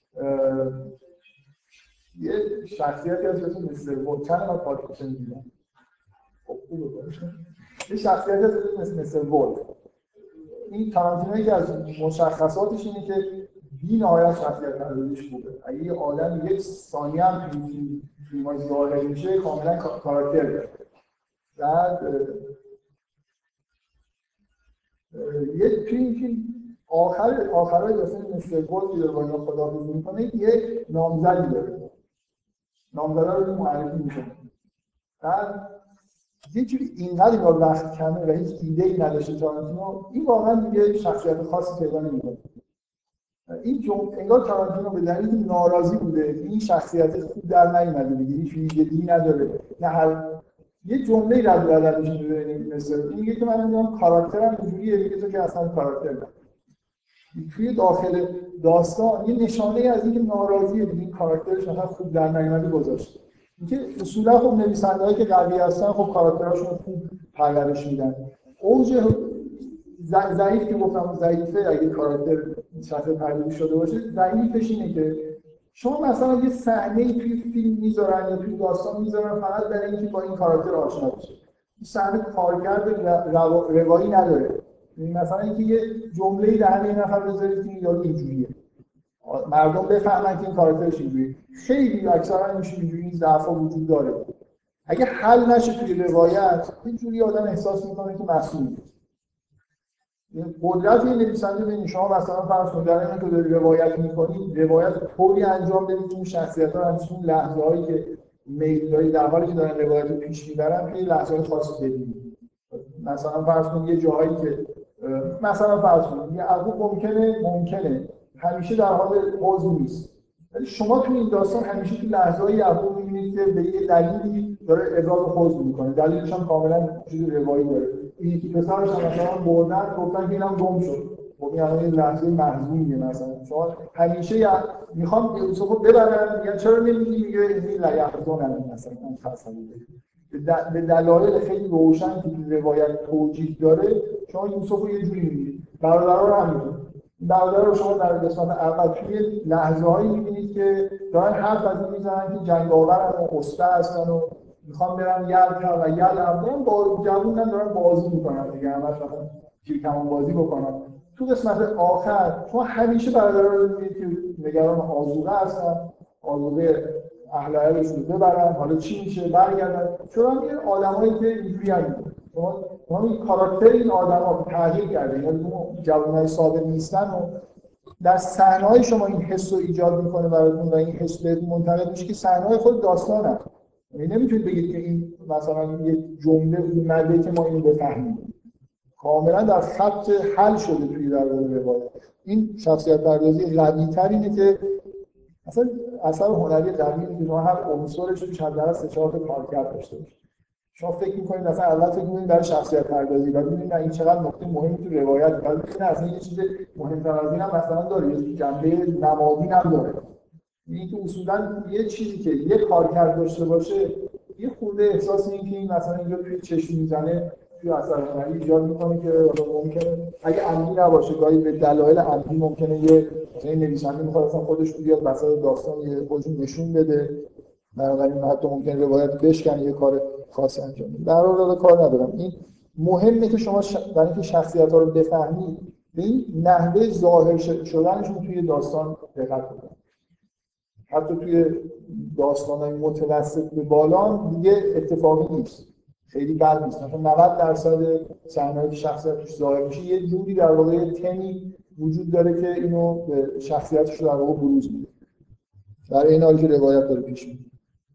یه شخصیتی هست که مثل چند ما پالپیکشن دیدم. خب خوبه باشه. یه شخصیتی هست مثل ولف. این تارانتینو که از مشخصاتش اینه که بی‌نهایت شخصیت پردازیش خوبه. اگه یه آدم یک ثانیه هم تو فیلم‌های ظاهر میشه کاملا کاراکتر داره. بعد یه فیلم آخرای داستان مثل گل که با اینا خداحافظی میکنه یه نامزدی داره. نامزده رو معرفی میشه. بعد یه جوری اینقدر اینا وقت کمه و هیچ ایده‌ای نداشته تارانتینو، این واقعا دیگه شخصیت خاصی پیدا نمی‌کنه. این انگار تارانتینو به دلیل ناراضی بوده این شخصیت خوب در نیومده دیگه، هیچ ویژگی نداره. نه هر یه جمله‌ای رد و بدل میشه ببینید مثلا این میگه که من میگم کاراکترم اینجوریه، میگه تو که اصلا کاراکتر نداری. توی داخل داستان یه نشانه از اینکه ناراضیه دیگه، این کاراکترش مثلا خوب در نیومده گذاشته. اینکه اصولا خب نویسنده‌هایی که قوی هستن خب کاراکتراشون خوب پرورش میدن. اوج ضعیف که گفتم ضعیفه اگه کاراکتر شخصیت پردازی شده باشه، ضعیفش اینه که شما مثلا یه صحنه‌ای توی فیلم میذارن یا توی داستان میذارن فقط برای اینکه با این کاراکتر آشنا بشه. این صحنه کارکرد روایی نداره. مثلا اینکه یه جمله‌ای دهن یه نفر بذارید که یارو اینجوریه، مردم بفهمن که این کاراکترش اینجوریه. خیلی اکثرا میشه اینجوری ضعف‌ها وجود داره. اگه حل نشه توی روایت اینجوری آدم احساس میکنه که مسئوله. قدرت این نویسنده ببینید شما مثلا فرض کنید در اینکه داری روایت می‌کنید، روایت طوری انجام بدید که اون شخصیت‌ها همچین لحظه‌هایی که میل دارید در حالی که دارن روایت رو پیش می‌برن خیلی لحظه‌های خاصی ببینید. مثلا فرض کنید یه جاهایی که مثلا فرض کنید یعقوب ممکنه همیشه در حال حزن نیست، ولی شما تو این داستان همیشه تو لحظه‌های یعقوب می‌بینید که به یه دلیلی داره ابراز حزن می‌کنه، دلیلش هم کاملا چیز روایی داره. این یکی پسرش هم مثلا بردن گفتن که اینم گم شد، خب این الان یه لحظه محزونیه. مثلا شما همیشه میخوام یوسف رو ببرن، میگن چرا نمیگی، میگه این لیحزن مثلا اون تصویر به دلایل خیلی روشن که تو روایت توجیه داره شما یوسف رو یه جوری می‌بینید. برادرها رو همینطور. برادرها رو شما در قسمت اول توی لحظه‌هایی می‌بینید که دارن حرف از این می‌زنن که جنگاورن و استه هستن و میخوام برم یلدا و یلدا با جوونن دارن بازی میکنن دیگه، همش مثلا تیرکمان بازی بکنن. تو قسمت آخر شما همیشه برادرها رو میبینید که نگران آذوقه هستن، آذوقه اهل عیالشون رو ببرن، حالا چی میشه برگردن. شما یه آدمایی که اینجوری هستن، شما این کاراکتر این آدما تغییر کرده، یعنی اون جوانای ساده نیستن و در صحنه‌های شما این حس رو ایجاد میکنه براتون و این حس بهتون منتقل میشه که صحنه‌های خود داستانه. یعنی نمیتونید بگید که این مثلا یه جمله اومده که ما اینو بفهمیم. کاملا در خط حل شده توی در روایت. این شخصیت پردازی قوی‌تر اینه که اصلا اثر هنری قوی که شما هر عنصرش توش حداقل 3-4 تا کارکرد داشته باشه. شما فکر می‌کنید مثلا اول فکر می‌کنید برای شخصیت پردازی بعد می‌بینید این چقدر نکته مهمی تو روایت، بعد می‌بینید اصلا یه چیز مهم‌تر از این هم مثلا داره، یه جنبه نمادین هم داره. این که اصولاً یه چیزی که یه کارکرد داشته باشه یه خورده احساس این که این مثلا اینجا توی چشم میزنه توی اثر هنری ایجاد میکنه که ممکنه اگه عمدی نباشه گاهی به دلایل عمدی ممکنه یه مثلا نویسنده میخواد اصلا خودش بیاد وسط داستان یه خودش نشون بده، بنابراین حتی ممکنه روایت بشکنه یه کار خاصی انجام بده. در حال کار ندارم، این مهمه که شما برای اینکه شخصیت‌ها رو بفهمید به این نحوه ظاهر شدنشون توی داستان دقت کنید. حتی توی داستان‌های متوسط به بالا دیگه اتفاقی نیست، خیلی بد نیست. مثلا 90% صحنه‌ای که شخصیت توش ظاهر میشه یه جوری در واقع تمی وجود داره که اینو به شخصیتش رو در واقع بروز میده، در این حالی که روایت داره پیش میره.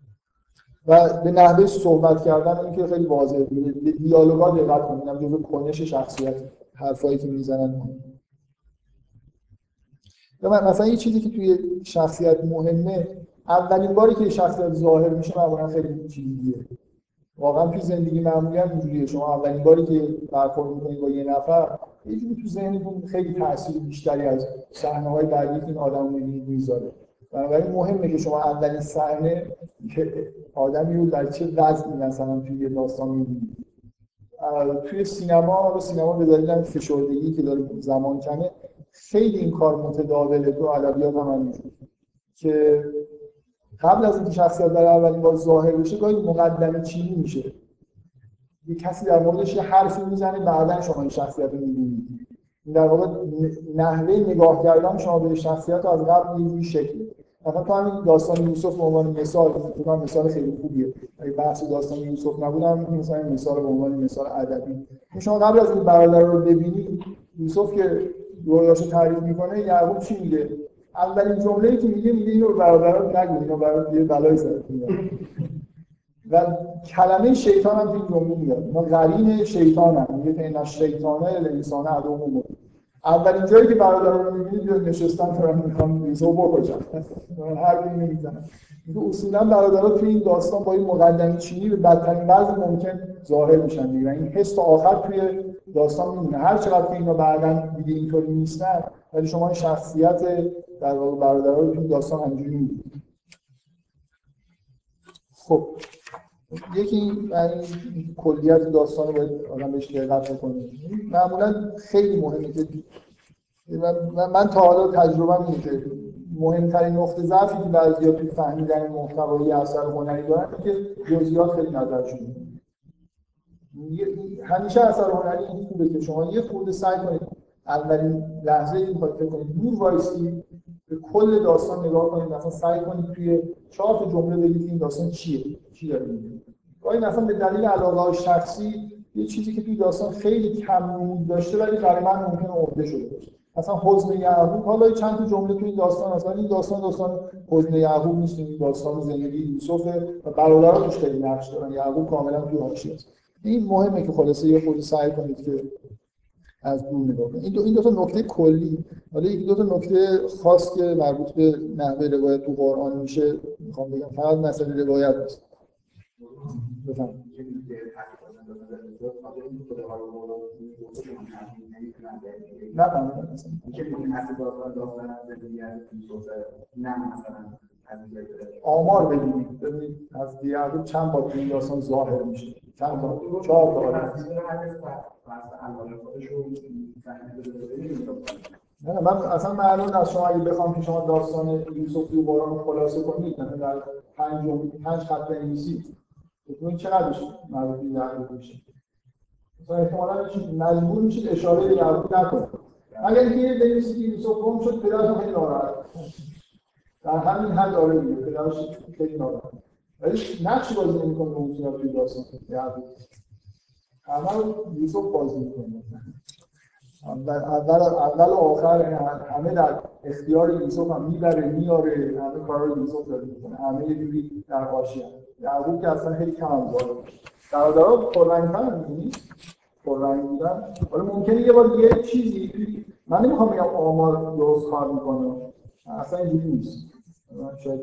و به نحوه صحبت کردن این که خیلی واضحه، دیالوگا دقت کنید، اینم جزء کنش شخصیت، حرفایی که میزنن. یا مثلا یه چیزی که توی شخصیت مهمه، اولین باری که شخصیت ظاهر میشه معمولا خیلی چیزیه. واقعا توی زندگی معمولی هم اینجوریه. شما اولین باری که برخورد می‌کنید با یه نفر، یه جوری تو ذهنتون خیلی تاثیر بیشتری از صحنه‌های بعدی که این آدمو می‌بینید میذاره. بنابراین مهمه که شما اولین صحنه که آدمی رو در چه وضعی مثلا توی یه داستان می‌بینید. توی سینما به دلیل فشردگی که داره زمان کمه، خیلی این کار متداوله. تو ادبیات هم همینجوریه که قبل از اینکه شخصیت در اولین بار ظاهر بشه گاهی مقدمه چینی میشه. یه کسی در موردش یه حرفی میزنه، بعداً شما این شخصیت رو می‌بینید. در واقع نحوه نگاه کردن شما به شخصیت رو از قبل یه جوری شکل. مثلا تو همین داستان یوسف به عنوان مثال خیلی خوبیه. اگه بحث داستان یوسف نبودم مثلا مثال به عنوان مثال ادبی. شما قبل از این برادر رو ببینید، یوسف که رویاشو تعریف میکنه، یعقوب چی میگه؟ اولین جمله‌ای که میگه اینو برادرات نگو، اینو برات یه بلایی سرت میاد. و کلمه شیطان هم توی جمله میاد. ما قرین شیطانم، میگه که این شیطانه الانسان عدو مبین. اولین جایی که برادران رو می‌بینید نشستن تا میخوان یوسف بکشن. حرفی نمیزنن. میگه اصولا برادرها توی این داستان با این مقدمه چینی به بدترین وضع ممکن ظاهر میشن دیگه. این حس تا آخر توی داستان میمونه. هر چقدر که اینا بعداً دیگه اینطوری نیستن، ولی شما این شخصیت در واقع برادرها رو توی داستان همینجوری می‌بینید. خب یکی این کلیت داستان رو باید آدم بهش دقت بکنه. معمولا خیلی مهمه که من تا حالا تجربه اینه که مهمترین نقطه ضعفی که بعضی‌ها توی فهمیدن محتوای اثر هنری دارن که جزئیات خیلی نظرشون همیشه اثر هنری این خوبه که شما یه خورده سعی کنید اولین لحظه‌ای که می‌خواید فکر کنید دور وایسید، به کل داستان نگاه کنید، مثلا سعی کنید توی 4 تا جمله بگید این داستان چیه، چی داره میگه. گاهی مثلا به دلیل علاقه‌های شخصی یه چیزی که توی داستان خیلی کم نمود داشته ولی برای من ممکنه عمده شده باشه. مثلا حزن یعقوب، حالا چند تا جمله توی این داستان هست ولی این داستان حزن یعقوب نیست، این داستان زندگی یوسف و برادرها توش خیلی نقش دارن. یعقوب کاملا توی حاشیه است. این مهمه که خلاصه یه خورده سعی کنید که از دور نگاه کنید. این دو تا نکته کلی. حالا یک دو تا نکته خاص که مربوط به نحوه روایت تو قرآن میشه میخوام بگم. فقط مسئله روایت نیست. بفهم. آمار بگیرید ببینید از یعقوب چند بار این داستان ظاهر میشه، چند تا 4 تا نه من اصلا معلوم از شما اگه بخوام که شما داستان یوسف تو قرآن خلاصه کنید مثلا در 5 خط بنویسید ببینید چقدرش مربوط به یعقوب میشه. مثلا احتمالاً مجبور میشید اشاره به یعقوب نکنید. اگر اینکه بنویسید که یوسف گم شد پدرش خیلی ناراحت. در همین حد داره میگه پدرش خیلی ناراحت. ولی نقش بازی نمی‌کنه اون صورت توی داستان یعقوب. همه یوسف بازی می‌کنه. اول و آخر همه در اختیار یوسف هم میبره میاره، همه کارا رو یوسف داره میکنه، همه یه جوری در حاشیه. یعقوب که اصلا خیلی کم انگاره. برادرها پررنگ‌تر نیست، پررنگ بودن. حالا ممکنه یه بار یه چیزی من نمیخوام بگم آمار درست کار میکنه، اصلا اینجوری نیست. من شاید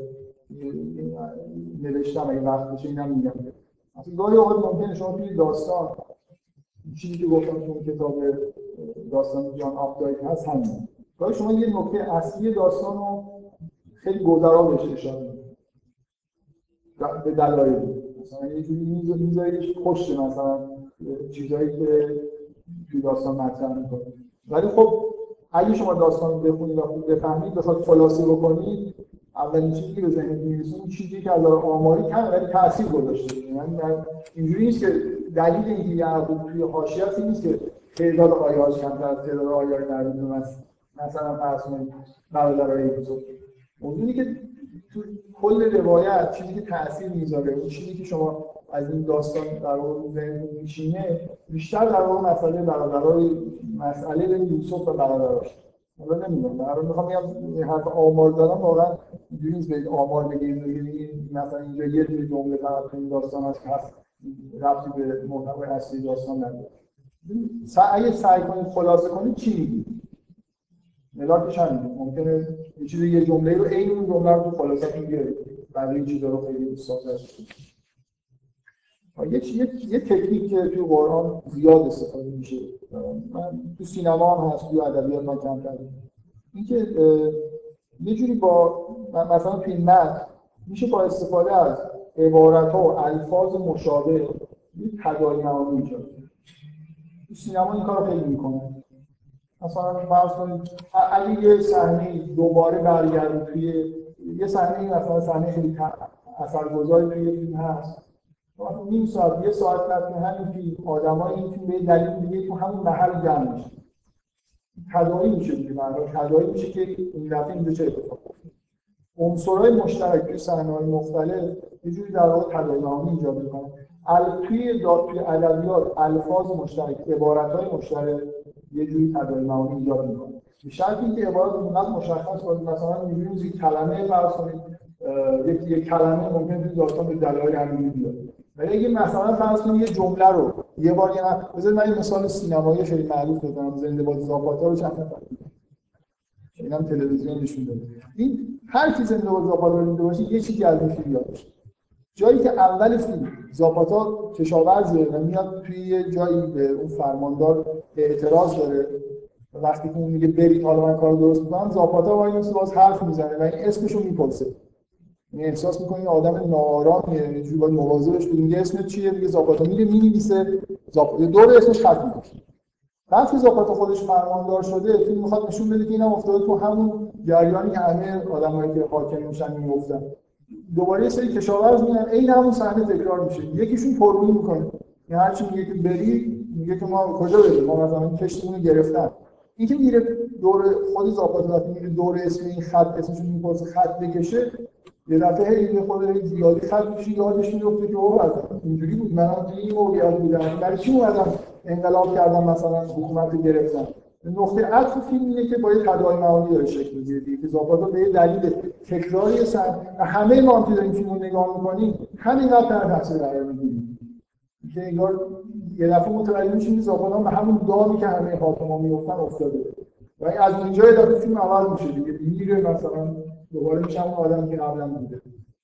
نوشتم این وقت بشه اینم میگم. اصلا گاهی اوقات ممکنه شما توی داستان چیزی که گفتم تو کتاب داستان جان آپدایت هست همین. گاهی شما یه نکته اصلی داستان رو خیلی گذرا بهش اشاره می‌کنید. به دلایل مثلا یه جوری میذاریش پشت مثلا چیزایی که توی داستان مطرح می‌کنه. ولی خب اگه شما داستان رو بخونید و خوب بفهمید بخواید خلاصه بکنید، اولین چیزی که به ذهنتون میرسه اون چیزی که از نظر آماری کمه ولی تاثیر گذاشته. یعنی اینجوری نیست که دلیل اینکه یعقوب توی حاشیه است نیست که تعداد آیه‌هاش کمتر از تعداد آیه‌های مربوط به مثلا فرض کنید برادرای یوسف. موضوعی که تو کل روایت چیزی که تاثیر میذاره، اون چیزی که شما از این داستان در واقع ذهنتون میشینه، بیشتر در واقع مسئله برادرای مسئله بین یوسف و برادراش. حالا نمیدونم، من میخوام بگم حرف آمار دادم واقعا اینجوری نیست به آمار بگیم مثلا اینجا یه جمله فقط این داستان هست ربطی به محتوای اصلی داستان نداره. اگه سعی کنید خلاصه کنید چی میگید؟ ملاکش همینه، ممکنه یه چیزی یه جمله رو عین اون جمله رو تو خلاصه‌تون بیارید، بقیه چیزا رو خیلی ساده یه تکنیک که توی قرآن زیاد استفاده میشه، من تو سینما هم هست، توی ادبیات من کمتر، اینکه یه جوری با مثلا توی متن میشه با استفاده از عبارت‌ها و الفاظ مشابه یه تداعی معانی ایجاد کنه. تو سینما این کارو خیلی میکنه. مثلا فرض کنید اگه یه صحنه دوباره برگرده توی یه صحنه، مثلا صحنه خیلی اثرگذاری توی فیلم هست، نیم ساعت یه ساعت بعد همین فیلم آدمای این فیلم به دلیل دیگه تو همون محل جمع میشه، تداعی میشه دیگه، معناش تداعی میشه که این دفعه اینجا چه اتفاقی افتاد. عنصرهای مشترک توی صحنه‌های مختلف یه جوری در واقع تداعی معانی ایجاد می‌کنه. توی ادبیات الفاظ مشترک، عبارت‌های مشترک یه جوری تداعی معانی ایجاد می‌کنه. به شرط اینکه عبارت اونقدر مشخص باشه، مثلا می‌بینید یک کلمه فرض کنید یک کلمه ممکنه توی داستان به دلایل همینجوری بیاد. ولی اگه مثلا فرض کنید یه جمله رو یه بار بذارید من یه مثال سینمایی خیلی معروف بزنم، زنده باد زاپاتا رو چند نفر اینم تلویزیون نشون داده. این هر کی زنده باد زاپاتا رو دیده باشه یه چیزی از این فیلم یادش. جایی که اول فیلم زاپاتا کشاورزه و میاد توی یه جایی به اون فرماندار اعتراض داره، وقتی که اون میگه برید حالا من کارو درست می‌کنم، زاپاتا وای میسه باز حرف میزنه و این اسمشو میپرسه. این احساس می‌کنه این آدم ناآرامیه، اینجوری باید مواظبش بود. میگه اسمت چیه؟ میگه زاپاتا. میره مینویسه زاپاتا، دور اسمش خط می‌کشه. وقتی زاپاتا خودش فرماندار شده، فیلم می‌خواد نشون بده که اینم افتاده تو همون جریانی که همه آدمایی که حاکم میشن میگفتن. دوباره یه سری کشاورز میان، عین همون صحنه تکرار میشه. یکیشون پررویی می‌کنه، یعنی هر چی میگه که بری، میگه که ما کجا بریم؟ ما مثلا کشتمون رو گرفتن. این که میره دور خود زاپاتا وقتی میره دور اسم این خط اسمش رو میپرسه خط بکشه، یه دفعه هی خود زیادی خط میشه، یادش میفته که اوه اینجوری بود، منم توی این موقعیت بودم، برای چی اومدم انقلاب کردم مثلا حکومت رو گرفتم. نقطه عطف فیلم اینه که با یه تداعی معانی داره شکل میگیره که زاپاتا به یه دلیل تکراری و همه ما که داریم فیلمو نگاه می‌کنیم همینقدر تحت تاثیر قرار می‌گیریم که انگار یه دفعه متوجه میشیم که زاپاتا به همون دامی که همه حاکما میگفتن افتاده و از اینجا یه دفعه فیلم عوض میشه دیگه، میره مثلا دوباره میشه اون آدمی که قبلا بوده.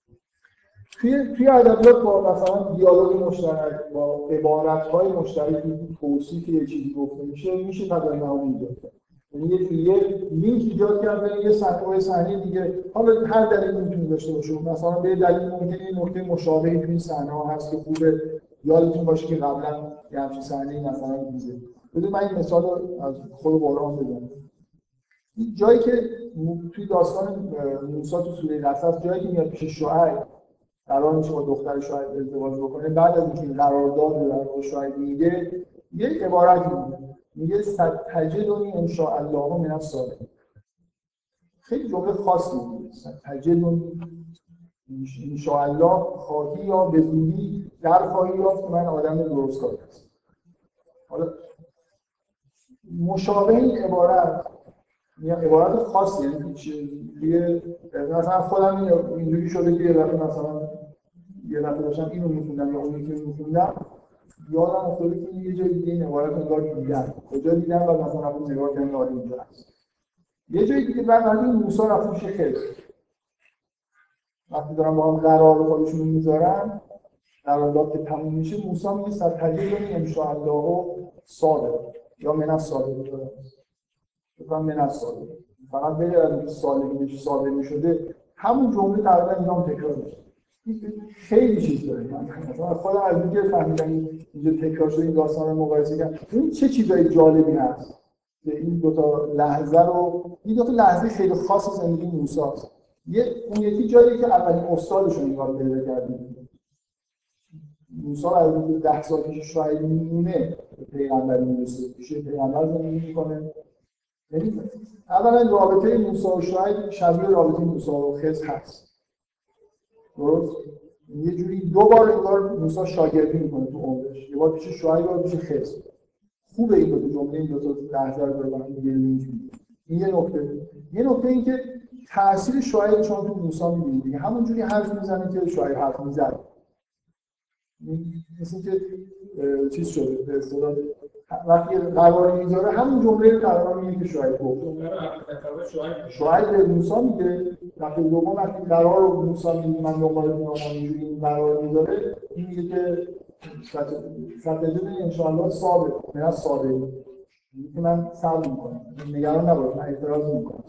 توی ادبیات با مثلا دیالوگ مشترک، با عبارت‌های مشترکی توصیف یه چیزی گفته میشه تداعی معانی ایجاد کرد. یعنی یه لینک ایجاد کردن یه صحنه دیگه، حالا هر دلیلی میتونه داشته باشه، مثلا به دلیل ممکنه یه نکته مشابهی توی این صحنه‌ها هست که خوبه یادتون باشه که قبلا یه همچین صحنه‌ای مثلا دیده. ببینید من این مثال رو از خود قرآن بزنم. جایی که توی داستان موسی تو سوره قصص جایی که میاد پیش شعیب قرار میشه با دختر شعیب ازدواج بکنه، بعد از اینکه قرارداد رو در شعیب میگه یه عبارتی میگه ستجدنی ان شاء الله من الصالحین. خیلی جمله خاصی میگه، ستجدنی ان شاء الله، خواهی یا به زودی در خواهی یافت من آدم درستکار هستم. حالا مشابه این عبارت یا عبارت خاصی، یعنی چیه مثلا خودم اینجوری شده که یه دفعه داشتم اینو می‌خوندم یا اون یکی رو می‌خوندم، یادم افتاده که یه جای دیگه این عبارت انگار دیدم، کجا دیدم و مثلا اون نگاه کردم آره اینجا هست. یه جای دیگه بعد این موسی رفت میشه خیلی وقتی دارم با هم قرار خودشون میذارن، قرارداد که تموم میشه، موسی میگه ستجدنی ان شاء الله صابر یا من الصابرین. فقط من الصابرین، فقط بگه از صابر میشده همون جمله تقریبا اینجا تکرار میشه. خیلی چیز داره. مثلا خودم از اینکه فهمیدم اینجا تکرار شده این داستان رو مقایسه کردم، این چه چیزای جالبی هست که این دو تا لحظه خیلی خاص زندگی موسی است. اون یکی جایی که اولین استادش رو نگاه پیدا کردیم. موسی از اینکه 10 سال پیش شاید میمونه پیغمبر میرسه، میشه پیغمبر زندگی میکنه. یعنی اولا رابطه موسی و شاید شبیه رابطه موسی و خضر هست. درست؟ یه جوری دو بار انگار موسی شاگردی میکنه تو عمرش، یه بار پیش شعیب و یه بار پیش خضر. خوبه این دو جمله، این دو تا لحظه رو با هم دیگه می‌بینید. این یه نکته این که تأثیر شعیب چون تو موسی می‌بینید دیگه، همون جوری حرف میزنه که شعیب حرف میزنه. مثل که چیز شده به اصطلاح وقتی قرار میذاره همون جمله قرار میگه که شاید گفت. شاید به موسی میگه وقتی دوم وقتی قرار رو موسی میگه من دنبال اینجوری این قرار میذاره این میگه که ستجد انشاءالله ثابت نه ساده که من صبر میکنم نگران نباش من اعتراض میکنم.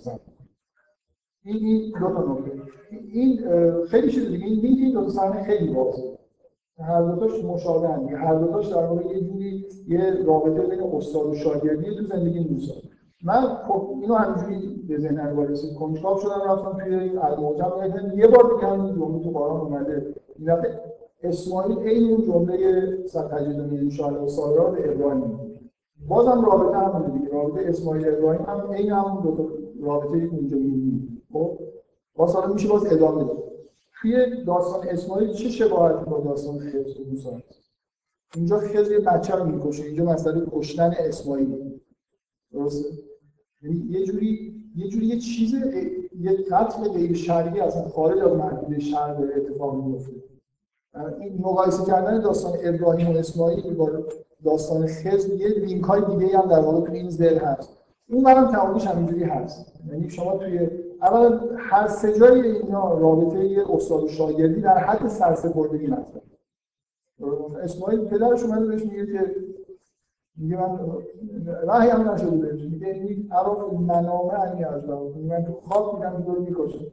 این دو تا نکته این خیلی چیز دیگه این دو تا صحنه خیلی واضحه هر دو تاش مشابه هم هر دو تاش در واقع یه جوری یه رابطه بین استاد و شاگردی تو زندگی موسی. من خب اینو همینجوری به ذهنم وارد کنجکاو شدم رفتم توی المعجم دیدم یه بار دیگه همین جمله تو قرآن اومده این دفعه اسماعیل عین اون جمله ستجدنی انشاءالله صابرا به ابراهیم بازم رابطه همونه دیگه رابطه اسماعیل ابراهیم هم عین همون دو تا رابطه‌ای که اونجا می‌بینیم. خب باز حالا میشه باز ادامه داد. توی داستان اسماعیل چه شباهتی با داستان خضر و موسی هست؟ اینجا خضر یه بچه رو می‌کشه، اینجا مسئله کشتن اسماعیل. درسته؟ یعنی یه جوری یه چیز یه قتل غیر شرعی اصلا خارج از محدوده شرع داره اتفاق میفته. این مقایسه کردن داستان ابراهیم و اسماعیل با داستان خضر یه لینک‌های دیگه‌ای هم در واقع تو این ذهن هست. اون منم تمامیش همینجوری هست. یعنی شما توی اول هر سه جای اینا رابطه یه استاد و شاگردی در حد سرسپردگی هست. اسماعیل پدرش اومده بهش میگه من راهی هم نشده بهش میگه این عرف منامه انی از من تو خواب میدم دور میکشه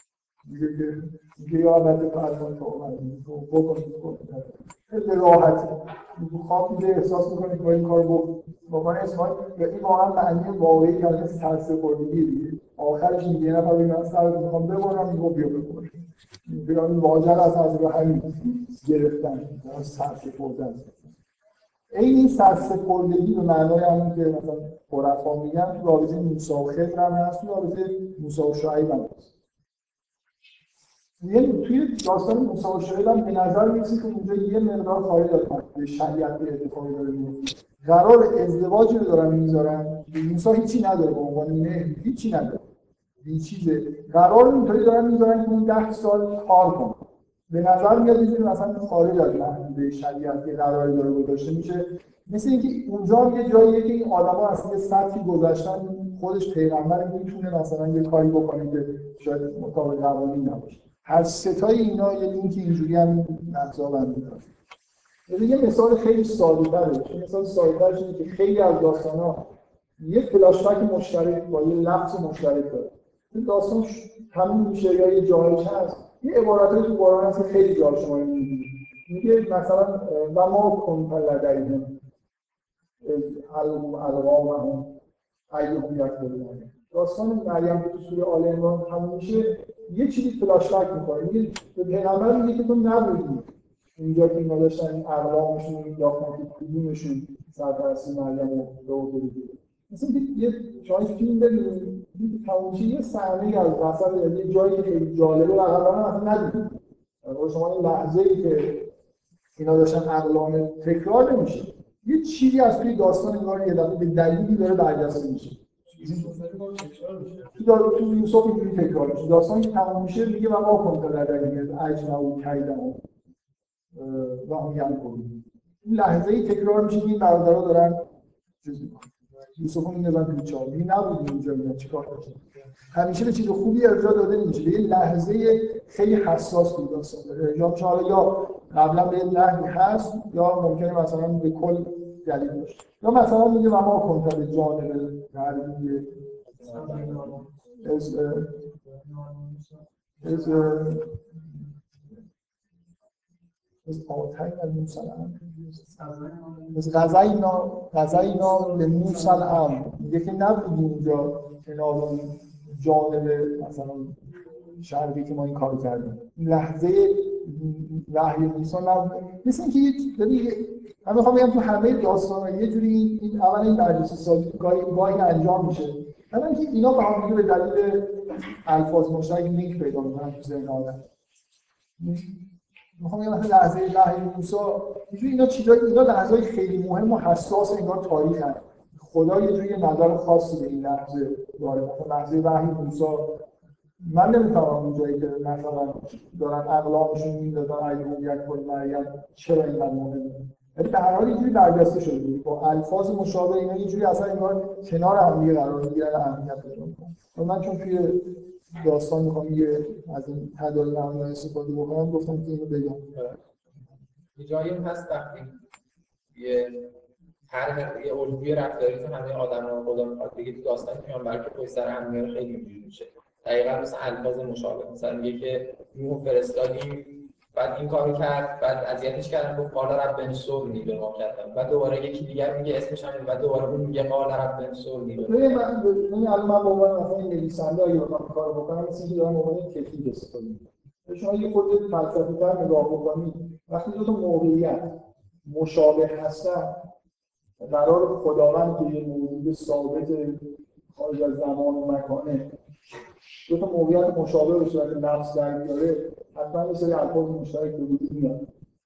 میگه یا عبد فرمان تو بکن خیلی راحت تو خواب میگه احساس میکنه که با این کار با من اسماعیل این واقعا معنی واقعی از سرسپردگی دیگه آخرش میگه یه نفر من سر میخوام ببرم میگه بیا بکن میگه این واژه از رو همین گرفتن سرسپردن این سرسپردگی به معنای همون که مثلا عرفا میگن تو رابطه موسی و خضر هم هست تو رابطه موسی و شعیب هم هست. یعنی توی داستان موسی و شعیب هم به نظر میرسه که اونجا یه مقدار خارج از محدوده شریعت به اتفاقی داره میفته. قرار ازدواجی رو دارن میذارن موسی هیچی نداره به عنوان مهر هیچی نداره این چیزه قرار اینطوری دارن میذارن که اون 10 سال کار کنه. به نظر میاد که مثلا خارج از محدوده شریعت که قراری داره گذاشته میشه مثل اینکه اونجا یه جاییه که این آدما اصلا یه سطحی گذاشتن خودش پیغمبر میتونه مثلا یه کاری بکنه که شاید مطابق قوانین نباشه. هر ستای اینا یه لینک اینجوری هم نقضا بندی داره. یه مثال خیلی ساده‌تره. مثال ساده‌ترش اینه که خیلی از داستانا یه فلاش بک مشترک با یه لفظ مشترک داره. این داستان همین میشه یا یه جایش هست. یه عبارتی تو قرآن هست که خیلی جا شما می‌بینید. میگه مثلا و ما کنت لدیهم القاهم ایهم یکفرون. داستان مریم که تو سوره آل عمران تموم میشه یه چیزی فلاش بک می‌کنه. میگه به پیغمبر میگه که تو نبودی. اینجا که اینا داشتن اقوامشون رو می‌داختن که کدومشون سرپرستی مریم رو بگیره. مثلا یه شما فیلم ببینید تماشی یه صحنه از مثلا یه جایی که جالبه و اقلام ندید. شما این لحظه‌ای که اینا داشتن اقلام تکرار نمیشه. یه چیزی از توی داستان انگار یه دفعه به دلیلی داره برجسته میشه. تو یوسف اینجوری تکرار میشه. داستانی که تمام میشه میگه و ما کنت لدیهم اجمعوا کیدهم و هم یمکرون. این لحظه‌ای تکرار میشه که این برادرها دارن چیز میکنن. یوسف هم میگه من بیچاره نبود اینجا اینا چیکار کنم. همیشه به چیز خوبی ارجاع داده نمیشه. به یه لحظه خیلی حساس بود داستان داره. یا قبلا به نهی هست یا ممکنه مثلا به کل دلیل باشه. یا مثلا میگه و ما کنت به جانب غربی از آتای از موسی الان از غزاینا به موسی الان میگه که نبودیم اونجا کنار جانب مثلا شرقی که ما این کارو کردیم لحظه وحی موسی نبود مثل اینکه من میخوام بگم تو همه داستانا یه جوری این اولا این بررسی سازی گاهی انجام میشه حالا اینکه اینا با هم به دلیل الفاظ مشترک لینک پیدا میکنن تو ذهن آدم. میخوام بگم مثلا لحظه وحی موسی اینا لحظه‌های خیلی مهم و حساس انگار تاریخ هست. خدا یه جوری نظر خاصی به این لحظه داره. مثلا لحظه وحی موسی من نمی‌فهمم اون جایی که مثلا دارن اقلامشون میندازن ایوب یک کل مریم چرا اینقدر مهمه. ولی به هر حال اینجوری برجسته شده بود با الفاظ مشابه اینا اینجوری اصلا انگار کنار هم دیگه قرار میگیرن اهمیت پیدا میکنن. من چون توی داستان میخوام یه از این تداعی معنا استفاده بکنم گفتم که اینو بگم. جایی هم هست وقتی یه هر یه الگوی رفتاری تو همه آدم‌ها خدا می‌خواد دیگه تو داستان پیامبر که پشت سر هم میاره خیلی اینجوری میشه. دقیقاً مثل الفاظ مشابه مثلا میگه که نوح فرستادیم بعد این کارو کرد بعد اذیتش کردن گفت قال رب انصرنی به ما کردن بعد دوباره یکی دیگر میگه اسمش هم بعد دوباره اون میگه قال رب انصرنی. من الان من به عنوان مثلا نویسنده اگه بخوام کارو بکنم مثلا اینکه دارم به عنوان تکنیک استفاده می‌کنم. شما یه خورده فلسفی‌تر نگاه بکنید وقتی دو تا موقعیت مشابه هستن قرار خداوند که یه موجود ثابت خارج از زمان و مکانه دو تا موقعیت مشابه به صورت نفس در بیاره حتما یه سری الفاظ مشترک به وجود میاد.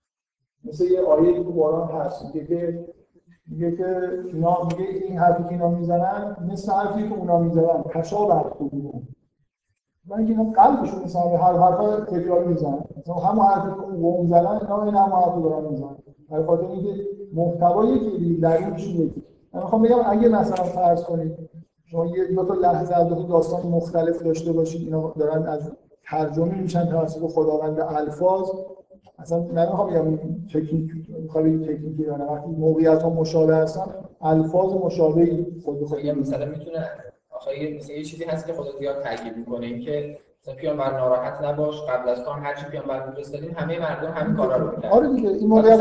مثل یه آیه تو قرآن هست میگه که اینا میگه این حرفی که اینا میزنن مثل حرفی که اونا میزنن تشابه قلوبهم. من اینکه اینا قلبشون مثلا هر حرفا تکرار میزنن مثلا همون حرفی که اون میزنن اینا این همون حرفی دارن میزنن در خاطر اینکه محتوای یکی درونشون یکی. من میخوام بگم اگه مثلا فرض کنید شما یه دو تا لحظه از دو تا داستان مختلف داشته باشید اینا دارن از ترجمه میشن توسط خداوند الفاظ اصلا من میخوام بگم تکنیک میخوام تکنیکی یا نه وقتی موقعیت‌ها مشابه هستن الفاظ مشابهی خود به خود مثلا میتونه آخه مثلا یه چیزی هست که خدا زیاد تاکید میکنه اینکه مثلا پیامبر ناراحت نباش قبل از تو هم هر چی پیامبر می‌فرستادیم همه مردم همین کارا رو می‌کردن. آره دیگه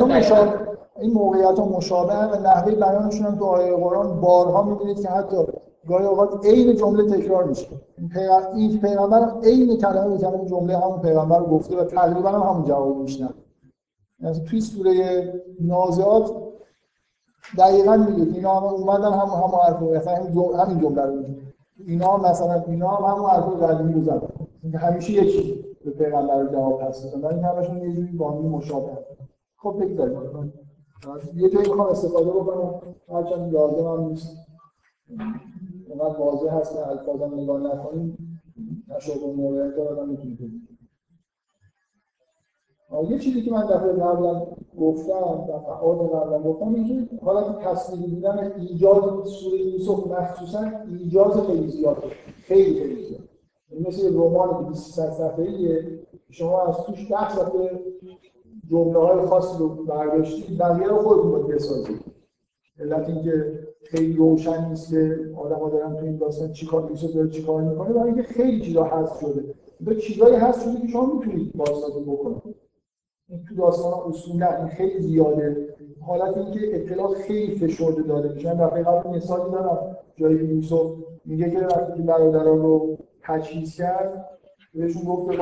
این موقعیت‌ها مشابه و نحوه بیانشون هم تو آیه قرآن بارها می‌بینید که حتی گاهی اوقات عین جمله تکرار میشه. این پیغمبر عین کلمه به کلمه جمله همون پیغمبر رو گفته و تقریبا هم همون جواب میشنن. یعنی توی سوره نازعات دقیقاً میگه اینا هم اومدن همون حرفو مثلا همین جمله رو میگن. اینا هم همون حرفو قدیمی رو زدن. همیشه یکی به پیغمبر رو جواب هست و این همشون یه جوری با هم مشابه هست. خب بگذاریم یه جایی میخوام استفاده بکنم هرچند لازم هم نیست اونقدر واضح هست که الفاظم نگاه نکنیم تشابه موقعیت رو آدم میتونید بگید. یه چیزی که من دفعه قبلا گفتم اینکه حالت تصویری دیدن ایجاز سوره یوسف مخصوصا ایجاز خیلی زیاده خیلی زیاد مثل رمان 200 صفحه‌ایه شما از توش 10 صفحه جمله‌های خاصی رو برداشتید بقیه رو خودتون باید بسازید. علت اینکه خیلی روشن نیست که آدم‌ها دارن تو این داستان چیکار یوسف داره چیکار می‌کنه برای اینکه خیلی چیزا حذف شده. دو چیزایی هست شده که شما می‌تونید بازسازی بکنید. این تو داستان اصولا این خیلی زیاده. حالت اینکه اطلاعات خیلی فشرده داده میشن. دفعه قبل مثالی دارم جایی که یوسف میگه که وقتی که برادران رو تجهیز کرد بهشون گفت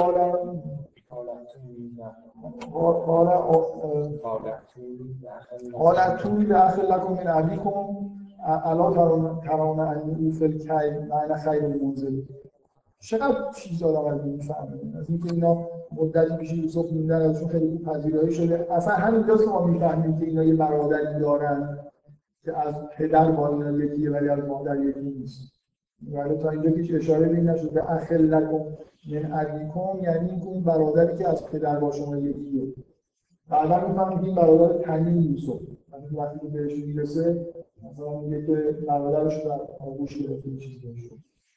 حالت توی داخل لکم من ابیکم الا ترون انی اوفل کی من خیر المنزل. چقدر چیز آدم از میفهمه از اینکه اینا مدتی پیش یوسف موندن ازشون خیلی پذیرایی شده اصلا همینجاست که ما میفهمیم که اینا یه برادری دارن که از پدر با اینا یکیه ولی از مادر یکی نیست. ولی تا اینجا که اشاره به این نشده اخل لکم من ابیکم یعنی این برادری که از پدر با شما یکیه. بعدا میفهمیم که این برادر تنی یوسف وقتی که بهش میرسه مثلا میگه که برادرش رو در آغوش گرفته این چیز داشته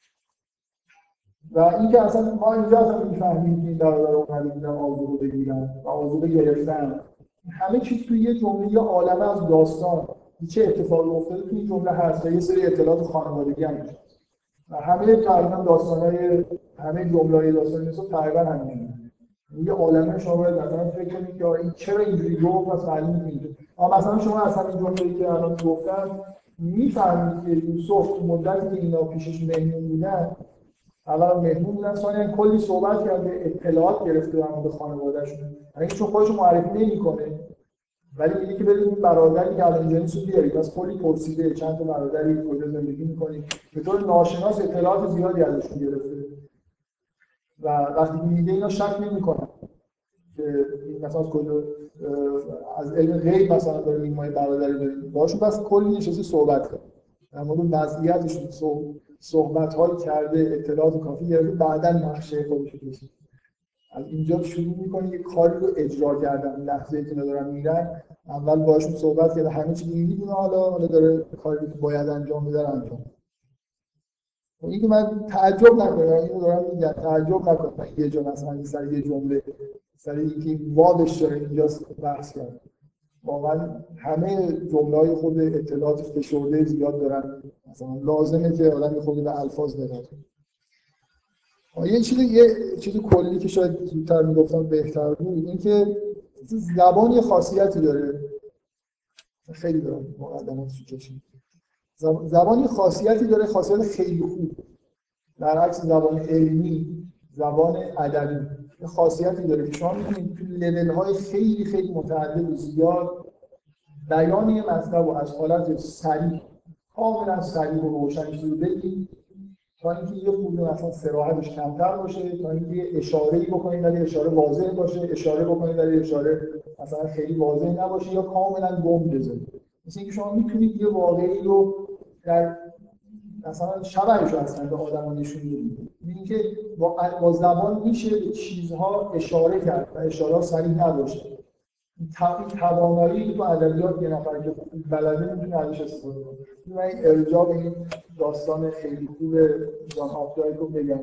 و اینکه اصلا ما اینجا اصلا میفهمیم که این برادر رو اومده بودن آذوقه بگیرن و آذوقه گرفتن همه چیز توی یه جمله یه عالمه از داستان چه اتفاقی افتاده توی این جمله هست و یه سری اطلاعات خانوادگی هم هست و همه تقریبا داستان‌های همه جمله‌های داستانی مثلا تقریبا همینه. یه عالمه شما باید مثلا فکر کنید که این چرا اینجوری گفت و معلوم نیست. اما مثلا شما از همین جمله‌ای که الان گفتم میفهمید که یوسف مدتی که اینا پیشش مهمون بودن اولا مهمون بودن ثانیاً کلی صحبت کرده اطلاعات گرفته در مورد خانواده‌شون. یعنی چون خودش معرفی نمی‌کنه ولی میگه که برید این برادری که الان اینجا نیست بیارید از کلی پرسیده چند تا برادری کجا زندگی می‌کنید به طور ناشناس اطلاعات زیادی ازشون گرفته و وقتی میگه اینا شک نمی‌کنن که مثلا از کجا از علم غیب مثلا داره این ما برادری داریم باشون بس کلی نشسته صحبت کرد در مورد وضعیتشون صحبت‌هایی کرده اطلاعات کافی گرفته بعداً نقشه خودش رو کشید. از اینجا شروع می‌کنی یه کاری رو اجرا کردن. لحظه‌ای که دارن میرن اول باهاشون صحبت کرده، همه چی می‌دونه، حالا داره کاری که باید انجام بده انجام. این که من تعجب نکنم، اینو دارم میگم تعجب نکنم یه جا مثلا سر یه جمله سر اینکه وادش داره اینجا بحث کرد. واقعا همه جمله‌های خود اطلاعات فشرده زیاد دارن، مثلا لازمه که آدم خود به الفاظ دقت کنه. یه چیز کلی که شاید زودتر میگفتم بهتر بود، این که زبان یه خاصیتی داره. خیلی دارم مقدماتش کشید. زبان یه خاصیتی داره، خاصیت خیلی خوب. در عکس زبان علمی، زبان ادبی یه خاصیتی داره که شما می‌تونید تو لول‌های خیلی خیلی متعدد و زیاد بیان یه مطلب رو از حالت سریع، کاملا سریع و روشنش رو بگید تا اینکه یه خورده مثلا صراحتش کمتر باشه، تا اینکه یه اشاره‌ای بکنید ولی اشاره واضح باشه، اشاره بکنید ولی اشاره مثلا خیلی واضح نباشه یا کاملا گم بذارید. مثل اینکه شما میتونید یه واقعی رو در مثلا شبهش رو اصلا به آدم نشون بدید. اینکه با زبان میشه به چیزها اشاره کرد و اشاره سریع نباشه. این توانایی که تو ادبیات یه نفر که بلده میتونه ازش استفاده کنه. من ارجاع به این داستان خیلی خوب جان آپدایک رو بگم.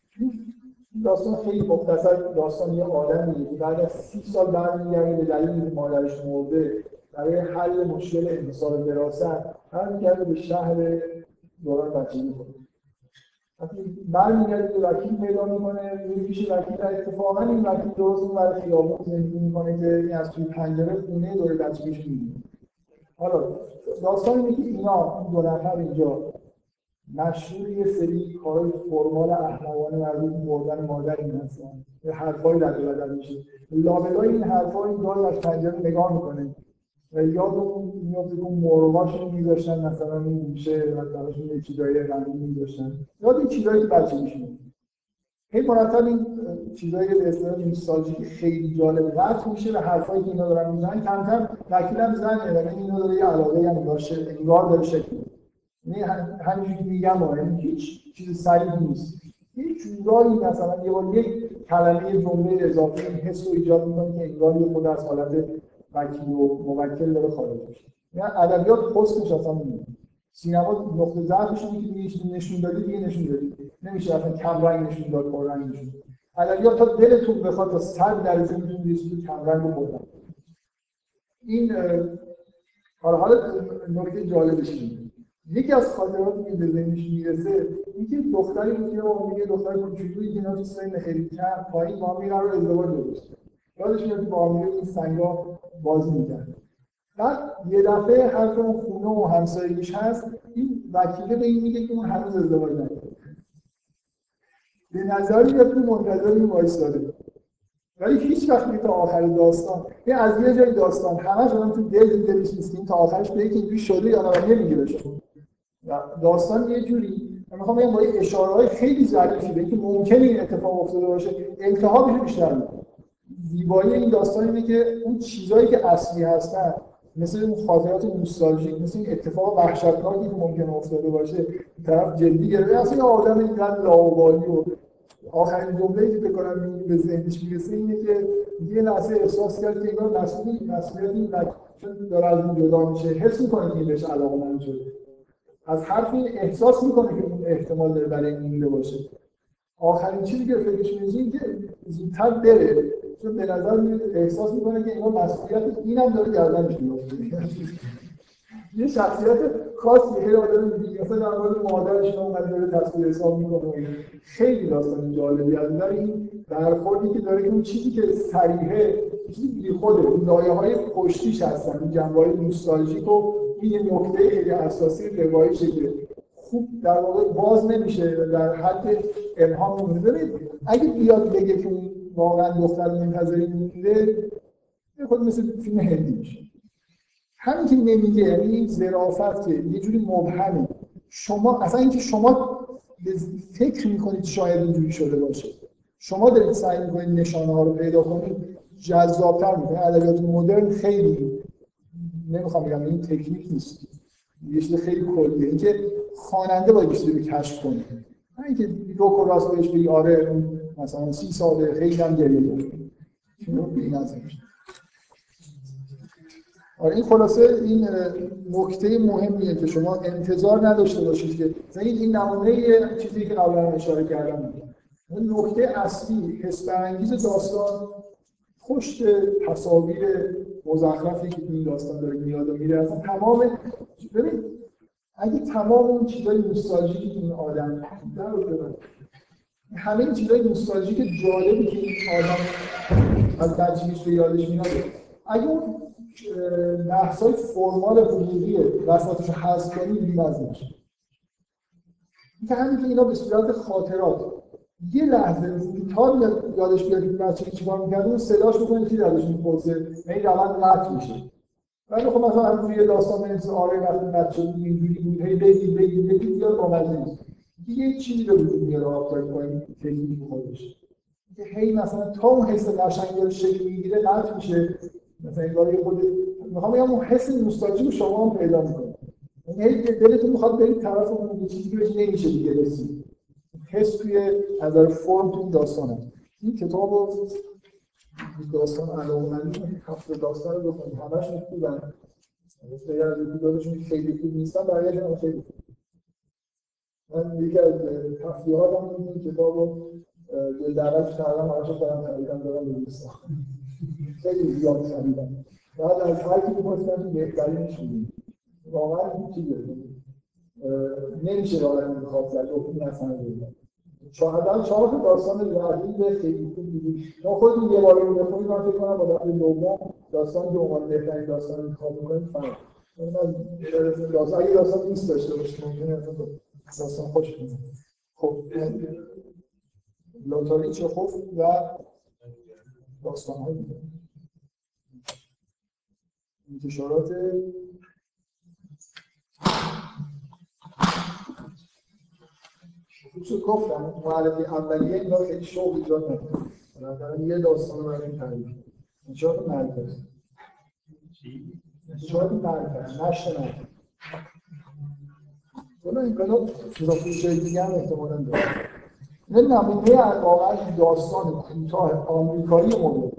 داستان خیلی مختصر، داستان یه آدمیه که بعد از 30 سال برمیگرده به دلیل اینکه مادرش مرده، برای حل مشکل انحصار وراثت برمیگرده به شهر دوران بچگی خودش. وقتی برمیگرده به وکیل پیدا میکنه، میره پیش وکیل و اتفاقا این وکیل درست اون برای خیابون زندگی میکنه که این از توی پنجره خونه دور بچگیش میبینه. حالا داستان اینه که اینا این دو نفر اینجا مشهور یه سری کارهای فرمال احمقانه مربوط به مردن مادر این هستن. یه حرفایی رد و بدل میشه. لابلای این حرفا این گاهی از پنجره نگاه میکنه و یادمون میاد که اون مرغاشون میذاشتن مثلا این میشه و درشون یه چیزایی رنگی میذاشتن. یاد این چیزایی که بچگیشون. هی مرتب این چیزایی به اصطلاح نوستالژیک خیلی جالب قطع میشه و حرفایی که اینا دارن میزنن کم کم وکیلم زنه و اینا داره یه علاقه‌ای هم داشته، انگار داره شکل میده. یعنی همینجوری میگم یعنی هیچ چیز صریحی نیست. هیچ جورایی مثلا یه بار یک کلمه جمله اضافه این حس رو ایجاد می‌کنه که انگار یه خود از حالت وکیل و موکل داره خارج میشه. یعنی ادبیات حسنش اصلا نمی‌مونه. سینما نقطه ضعفش اینه که نشون دادی دیگه نشون دادی. نمیشه اصلا کم رنگ نشون داد، پر رنگ نشون داد. ادبیات تا دلتون بخواد تا 100% میتونید یه چیزی کم رنگ و پر رنگ. این حالا نکته جالبش اینه. یکی از خاطراتی که به ذهنش میرسه اینکه دختری بود که با میگه دختر کوچولویی که اینا سن خیلی کم پایین با میگه رو ازدواج گذاشت. یادش میاد با میگه این سنگا بازی می‌کرد. بعد یه دفعه حرف اون خونه و همسایگیش هست، این وکیل به این میگه که اون هنوز ازدواج نکرده. به نظر میاد که منتظر این وایساده. ولی هیچ وقت تا آخر داستان، از یه جای داستان همش اون تو دلش نیست که این تا آخرش بگه که اینجوری شده یا نه نمیگه بشه. داستان یه جوری من میخوام بگم با اشاره‌های خیلی ظریفی به اینکه ممکنه این اتفاق افتاده باشه التهابش بیشتر می‌کنه. زیبایی این داستان اینه که اون چیزایی که اصلی هستن مثل اون خاطرات نوستالژیک، مثل این اتفاق وحشتناکی که ممکنه افتاده باشه طرف جدی گرفته. اصلا یه آدم اینقدر لاابالی و آخرین جمله‌ای که بکنم به ذهنش میرسه اینه که یه لحظه احساس کرد که انگار مسئولیت این چون داره از این جدا میشه حس می‌کنه که بهش علاقه‌مند شده. از حرف این احساس میکنه که اون احتمال داره برای این مونده باشه. آخرین چیزی که فکرش می‌کنه این که زودتر بره، چون به نظر احساس میکنه که اینا مسئولیت اینم داره گردنش میفته. یه شخصیت خاصی خیلی آدم دیگه مثلا در مورد مادرش اونقدر داره تصویر حساب میکنه. خیلی داستان جالبی از نظر این برخوردی که داره که اون چیزی که صریحه چیزی بیخوده، اون لایه‌های پشتیش هستن، این جنبه‌های نوستالژیک و این یه نکته خیلی اساسی روایشه که خوب در واقع باز نمیشه در حد ابهام میمونه. ببینید اگه بیاد بگه که اون واقعا دختر منتظری مونده یه خود مثل فیلم هندی میشه. همین که نمیگه یعنی این ظرافت که یه جوری مبهمه. شما اصلا اینکه شما فکر میکنید شاید اینجوری شده باشه، شما دارید سعی میکنید نشانه ها رو پیدا کنید، جذاب‌تر میکنه. ادبیات مدرن خیلی نمیخوام بگم این تکنیک نیست، یه چیز خیلی کلیه، اینکه خواننده باید بیشتر کشف کنه، نه اینکه رو راست بهش بگی آره مثلا 30 ساله خیلی هم گریه داره اینو بی‌نظم میشه. آره این خلاصه این نکته مهمیه که شما انتظار نداشته باشید که مثلا این نمونه چیزی که قبلا اشاره کردم اون نکته اصلی حس برانگیز داستان پشت تصاویر مزخرفی که این داستان داره میاد و میره اصلا تمام ببین اگه تمام اون چیزای نوستالژیکی که این آدم داره همه این چیزای نوستالژیک جالبی که این آدم از بچگیش به یادش میاد اگه اون بحث‌های فرمال حقوقی وفاتش رو حذف کنی بی‌مزه میشه. اینکه همین که اینا به صورت خاطرات یه لحظه تا یادش بیاد که بچه‌ها چیکار می‌کردن صداش بکنه که یادش میپرسه این روند قطع میشه. ولی خب مثلا همون یه داستان مثل آره وقتی بچه بود اینجوری بود هی بگید بیاد باور نیست. یه چیزی به وجود میاد آفتاب پایین تکنیک خودش. که هی مثلا تا اون حس قشنگی رو شکل میگیره قطع میشه. مثلا انگار خود میخوام بگم اون حس نوستالژی رو شما هم پیدا می‌کنید. یعنی دلتون میخواد برید طرف اون چیزی که بهش نمیشه دیگه رسید. حس توی نظر فرم تو داستانه. این کتابو داستان علاقه‌مندی هفته داستان رو بخونید همش می‌خونن. غیر از اینکه داداشون خیلی خوب نیستن برایشون خیلی خوب. من یکی از تفریحاتم این کتابو دعوت کردم هرچه خودم خریدم دارم می‌نویسم. خیلی زیاد خریدم. بعد از هر کی می‌پرسیدم بهترینش می‌گیم. واقعا این چیزه. نمیشه واقعا انتخاب کرد اون اصلا دیگه. شاهدان 4 تا داستان رقیب خیلی خوب دیدیم. ما خودمون یه بار رو بخونیم من فکر کنم با دفعه دوم داستان که عنوان بهترین داستان انتخاب می‌کنیم فرق. من داستان اگه داستان دوست داشته باشم ممکنه داستان خوش بیاد. خب لاتاری چخوف و داستان‌های دیگه. انتشارات چون گفتم معرفی اولیه اینا خیلی شوق ایجاد نکنه. مثلا یه داستان رو براتون تعریف کنم. انتشارات مرکز. انتشارات مرکز، نشر مرکز. حالا این کلا چیزای دیگه هم احتمالاً داره. این نمونه واقعا داستان کوتاه آمریکایی مورد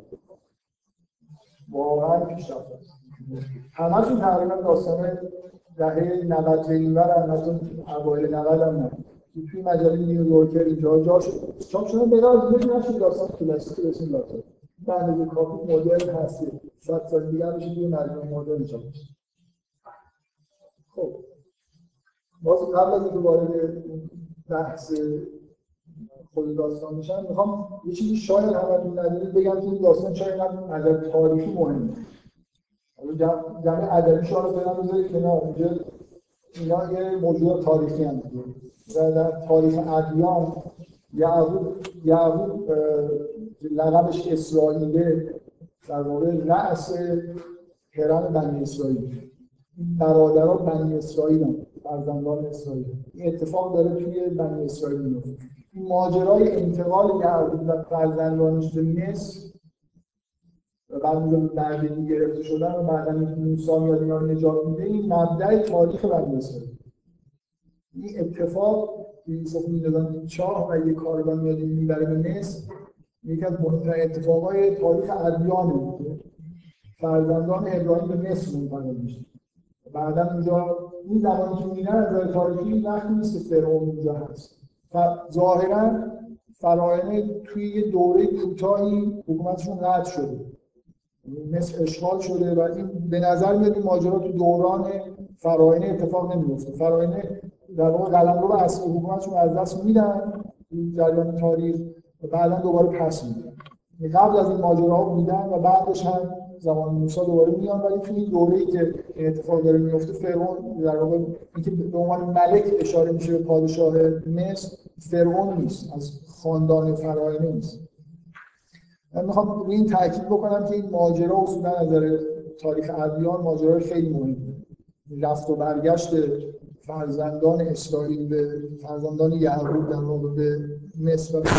واقعا پیشرفته است. همه‌شون تقریبا داستان دهه 90 تا اینور مثلا اوایل 90 هم نه. توی مجله نیویورکر اینجا جاشو چاپ شده بلا دیگه نشه داستان کلاسیک اسم لاتاری. بعد کافی مدرن هست. 100 سال دیگه میشه توی مجله مدرن چاپ بشه. خب باز قبل از اینکه وارد بحث خود داستان میشم میخوام یه چیزی شاید همتون ندونید بگم که این داستان شاید نظر تاریخی مهمه. حالا جمع ادبی شما رو فعلا بذارید کنار اینجا اینا یه موضوع تاریخی هم دیگه. در تاریخ ادیان یعقوب لقبش اسرائیله در واقع رأس هرم بنی اسرائیل. برادران بنی اسرائیل هم فرزندان اسرائیل. این اتفاق داره توی بنی اسرائیل میفته. این ماجرای انتقال یعقوب و فرزندانش به مصر و بعد بردگی گرفته شدن و بعدا موسی میاد اینا رو نجات میده این مبدأ تاریخ بنی اسرائیل. این اتفاق یوسف می‌دادن چاه و یک کاروان میاد میبره به مصر یکی از مهمترین اتفاقای تاریخ ادیانه که فرزندان ابراهیم به مصر منتقل میشه. بعدا اونجا این زمانی که میرن از نظر تاریخی وقتی نیست که فرعون اونجا هست. ظاهراً فراعنه توی یه دوره کوتاهی حکومتشون قطع شده. مصر اشغال شده و این به نظر میاد این ماجرا تو دوران فراعنه اتفاق نمیفته. فراعنه در واقع قلمرو اصلی حکومتشون از دست میدن این جریان تاریخ و بعدا دوباره پس میدن. قبل از این ماجراها بودن و بعدش هم زمان موسی دوباره میان ولی تو این دوره‌ای که این اتفاق داره میفته فرعون در واقع اینکه به عنوان ملک اشاره میشه به پادشاه مصر فرعون نیست از خاندان فراعنه نیست. من میخوام روی این تاکید بکنم که این ماجرا اصولا از نظر تاریخ ادیان ماجرای خیلی مهمه. رفت و برگشت فرزندان اسرائیل به فرزندان یعقوب در واقع به مصر و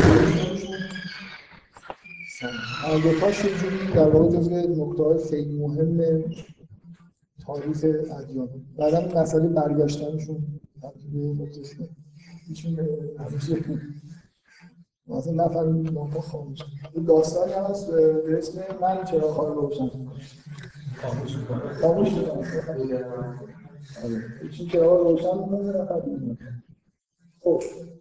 هر دوتاش یه جوری در واقع جزو نکته‌های خیلی مهم تاریخ ادیان. بعدم مسئله برگشتنشون ایشون همیشه مثلا نفهمیدیم ما خاموش. داستانی هست به اسم من چراغ‌ها رو روشن می‌کنم. خاموش می‌کنم. چی چراغ رو روشن می‌کنم نفهمیدیم. خب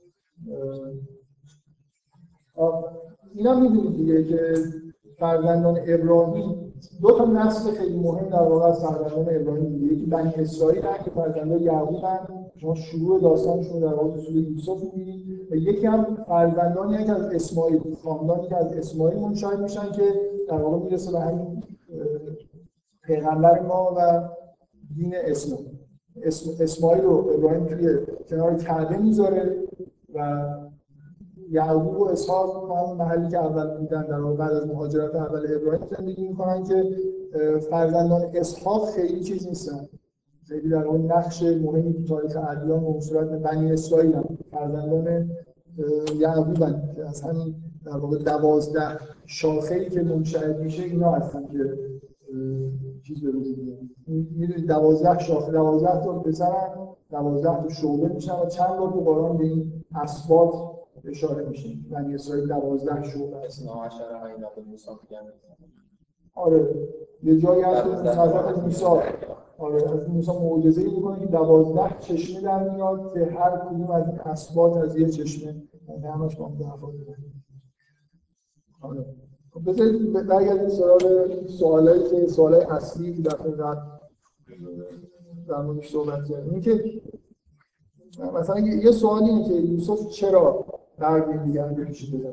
اینا می‌دونید دیگه که فرزندان ابراهیم دو تا نسل خیلی مهم در واقع از فرزندان ابراهیم دیگه، یکی بنی اسرائیل هست که فرزندان یعقوب هستند، شما شروع داستانشون رو در واقع سوره یوسف می‌بینید، و یکی هم فرزندانی هست که از اسماعیل، خاندانی که از اسماعیل منشأ میشن که در واقع میرسه به همین پیغمبر ما و دین اسلام. اسماعیل رو ابراهیم توی کنار کعبه میذاره و یعقوب و اسحاق تو همون محلی که اول بودن در واقع بعد از مهاجرت اول ابراهیم زندگی میکنن که فرزندان اسحاق خیلی چیز نیستن، خیلی در واقع نقش مهمی تو تاریخ ادیان و صورت بنی اسرائیل هم فرزندان یعقوب که از همین در واقع 12 شاخه‌ای که منشأ میشه اینا هستن که چیز به وجود میاد. میدونید 12 شاخه 12 تا پسرن، 12 تا شعبه میشن و چند بار تو قرآن به این اسباط اشاره میشه. بنی اسرائیل 12 شعبه هستن. ناعشر اینا به موسی میگن. آره یه جایی هست که حضرت موسی از موسی معجزه‌ای میکنه که 12 چشمه در میاد که هر کدوم از این اسباط از یه چشمه همش با هم دفاع داره. آره بذارید برگردیم سراغ سوالایی که سوالای اصلی که دفعه قبل در موردش صحبت کردیم. این که مثلا یه سوال اینه که یوسف چرا درگیر دیگران بکشید بزنید.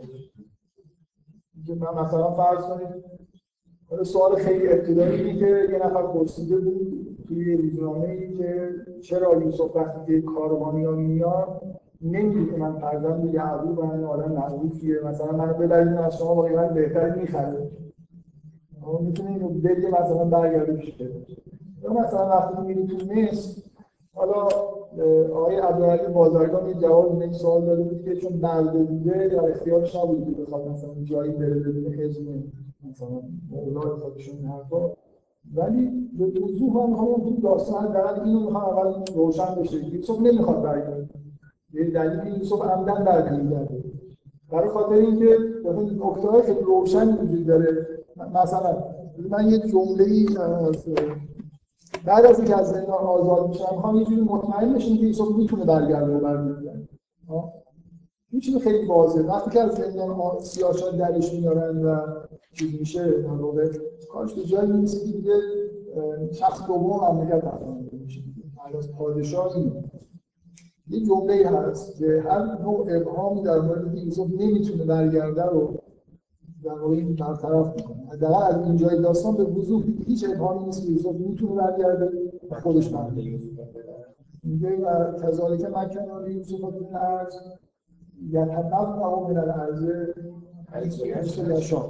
من مثلا فرض کنید سوال خیلی ابتدایی اینه که یه نفر پرسیده بود توی روزنامه‌ای که چرا یوسف وقتی کاروانی‌ها میاد نمیگه که من فرزند یعقوب و من آدم معروفیه، مثلا منو ببرید از شما با قیمت بهتری میخره. میتونه اینو بگه مثلا برگرده پیش بده. یا مثلا وقتی میری تو مصر، حالا آقای عبدالعلی بازرگان یه جواب این سوال داده بود که چون برده بوده در اختیارش نبود که بخواد مثلا جایی بره بدون اذن مثلا اولاد خودشون این حرفا، ولی به وضوح من میخوام تو داستان درد اینو میخوام اول روشن بشه. یوسف نمیخواد برگرده. یه دلیل یوسف عمدن برمیگرده برای خاطر اینکه نکته‌های خیلی روشنی وجود داره. مثلا من یه جمله‌ای بعد از اینکه از زندان آزاد میشم میخوام یه جوری مطمئن بشیم که یوسف میتونه برگرده و برمیگرده. این چیز خیلی واضحه. وقتی که از زندان سیاست درش میارن و چیز میشه در واقع کارش به جایی میرسه که دیگه شخص دوم مملکت تقسیم میشه. از پادشاهی یه جمله‌ای هست که هر نوع ابهامی در مورد اینکه یوسف نمیتونه برگرده رو در واقع این برطرف میکنه. حداقل از اینجای داستان به وضوح هیچ ابهامی نیست که یوسف میتونه برگرده و خودش برگرده. میگه کذالک مکننا لیوسف فی الارض یتبوأ من الارض حیث یشاء.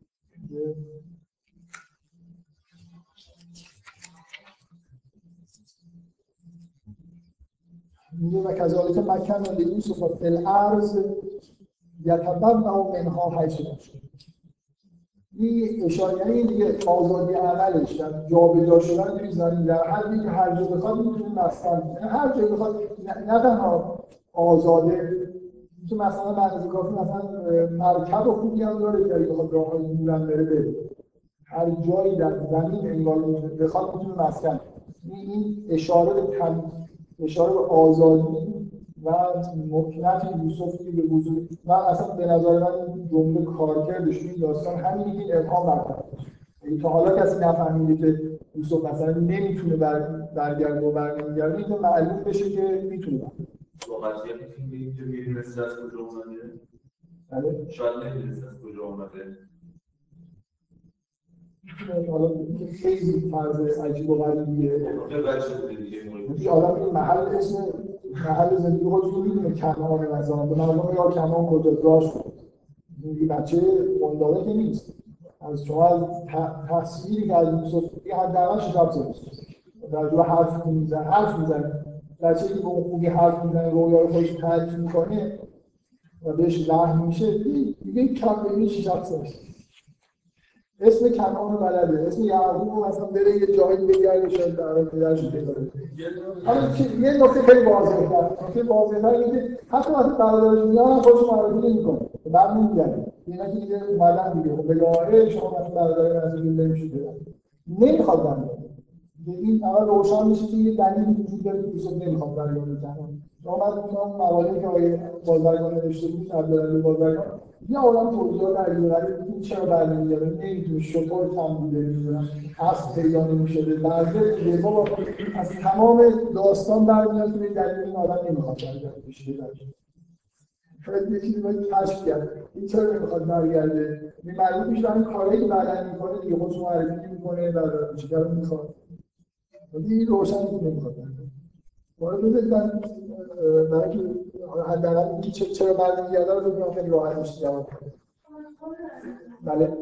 میگه و کذالک مکننا لیوسف فی الارض یتبوأ منها حیث یشاء. این اشاره یعنی دیگه آزادی عملش در جابجا شدن توی زمین در حدی که هر جا بخواد میتونه مسکن هر جا بخواد نه تنها آزاده میتونه مثلا معنی کافی مثلا مرکب خوبی هم داره که اگه بخواد راههای دورم بره هر جایی در زمین انگار بخواد میتونه مسکن. این اشاره به آزادی و مکنت یوسف که به وجود من اصلا به نظر من جمله کارکردش این داستان همینه که این ابهام برطرف بشه. تا حالا کسی نفهمیده که یوسف مثلا نمیتونه برگرده و برنمیگرده، این که معلوم بشه که میتونه. واقعا میتونیم که میدونست از کجا اومده؟ بله؟ شاید نمیدونست از کجا اومده. حالا خیلی فرض عجیب و غریبیه. خیلی بچه بوده دیگه. آدم این محل زندگی خودش رو میدونه کنعان مثلا به مردم یا کنعان کجاست راش این بچه قنداقه که نیست. از شما از تصویری که از یوسف یه حداقل شجاعت نیست. در جور حرف میزنه بچه‌ای که به اون خوبی حرف میزنه رویا رو خودش تعریف میکنه و بهش وحی میشه دیگه کم به این شجاعت نیست. اسم کنعان بلده، اسم یعقوب مثلا بره یه جایی بگرده شاید برای پدرش پیدا کنه. حالا یه نکته خیلی واضح‌تر اینه که حتی وقتی برادرش میان خودشون معرفی نمی‌کنه. بعد میگن اینا که دیگه اومدن دیگه خب بگه شما مثلا برادر از این نمیشید. نمیخواد برگرده. این اول روشن میشه که یه دلیلی وجود داره که یوسف نمیخواد برگرده کنه. شما بعد اون مقاله که آقای بازرگان نوشته بود، عبدالعلی بازرگان یه عالم توضیحات عجیبه این چرا برمیگرده نمیدونه شطور کم بوده میدونم اصل پیدا نمیشده برده دیگه بابا از تمام داستان برمیاد که دلیل این آدم نمیخواد برگرده بشه شاید یه چیزی باید کشف کرد این چرا نمیخواد برگرده این معلوم میشه این کارهایی که بعدا میکنه دیگه خودش معرفی نمیکنه و چیکار میخواد این روشن نمیخواد وارد بزنید برای که حداقل اینکه چرا برمیگرده رو بگم خیلی راحت میشه جواب بده. بله.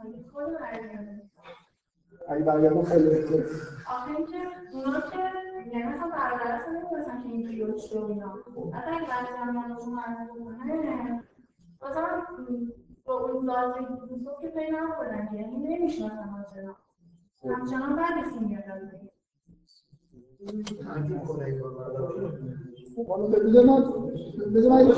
اگه برگردم خیلی بهتره. آخه اینکه اونا که یعنی مثلا برادرش نمی‌دونستن که اینجوری باشه و اینا. حتی اگه برادرشون معرفی کنه مثلا با اون ذاتی یوسف که پیدا نکنن که یعنی نمیشناسن همچنان. همچنان بعدشون میاد از دیگه. حالا بذار من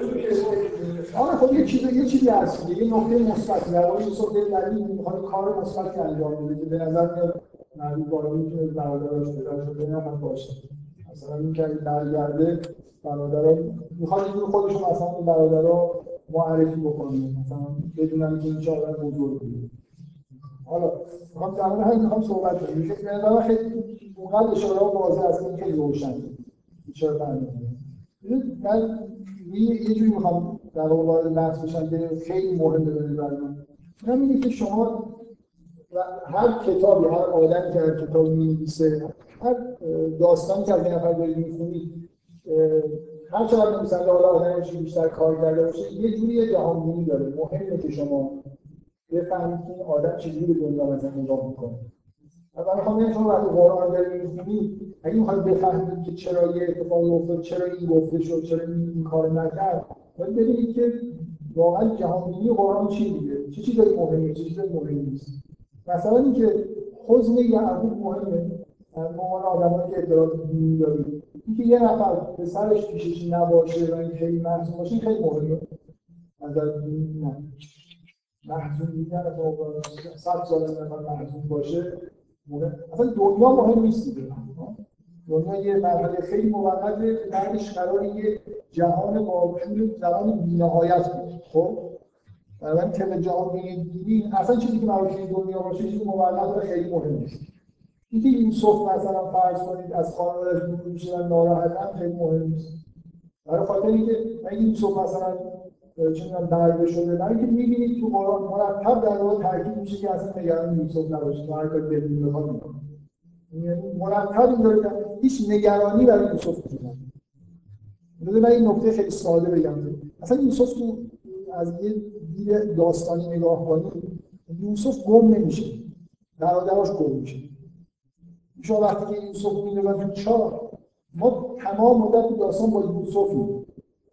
خود یه چیزی هست یه نکته مثبت در واقع یوسف دلیلی میخواد کار مثبتی انجام بده که به نظر میاد مردم واقعی که برادرش پیدا شده نه باشه مثلا این که برگرده برادرها میخواد اینجور خودشون مثلا این برادرها معرفی بکنه مثلا بدونن که این چه آدم بزرگیه حالا میخوام در مورد همین میخوام صحبت کنم که به نظر خیلی اونقدر اشاره واضح است که خیلی روشنه اشاره فرمودید من یه جوری میخوام در واقع وارد بحث بشم که خیلی مهمه به نظر من اینه که شما هر کتابی هر آدمی که هر کتابی می‌نویسه هر داستانی که از یه نفر دارید می‌خونید هر چقدر مثلا حالا آدمش بیشتر کار کرده باشه یه جوری جهانبینی داره مهمه که شما بفهمید که این آدم چجوری به دنیا مثلا نگاه می‌کنه من میخوام بگم شما وقتی قرآن دارید می‌خونید اگه می‌خواید بفهمید که چرا یه اتفاقی افتاد چرا این گفته شد چرا این کار نکرد باید ببینید که واقعا جهانبینی قرآن چی میگه چه چیزایی مهمه چه چیزایی مهم نیست مثلا اینکه حزن یعقوب مهمه ما آدمایی که اطلاعات دینی داریم اینکه یه نفر پسرش پیشش نباشه و این خیلی محزون باشه خیلی مهمه نظر دینی نه محزون دیدن تا 100 سال نفر محزون باشه اصلا دنیا مهم نیست دیگه دنیا یه مرحله خیلی موقته بعدش قراره یه جهان با طول زمان بی‌نهایت باشه خب بنابراین طبق جهانبینی دینی اصلا چیزی که مربوط به دنیا باشه چیزی موقت خیلی مهم نیست اینکه یوسف مثلا فرض کنید از خانواده‌اش دور میشه و ناراحتن خیلی مهم نیست برای خاطر اینکه اگه یوسف مثلا چه می‌دونم برده شده برای اینکه می‌بینید تو قرآن مرتب در واقع تاکید میشه که اصلا نگران یوسف نباشید هر کاری دلتون بخواد می‌کنه یعنی مرتب این داره هیچ نگرانی برای یوسف وجود نداره من این نکته خیلی ساده بگم اصلا یوسف تو از یه دید داستانی نگاه کنید یوسف گم نمیشه برادرش گم میشه شما وقتی که یوسف می‌بینید تو چاه ما تمام مدت داستان با یوسفیم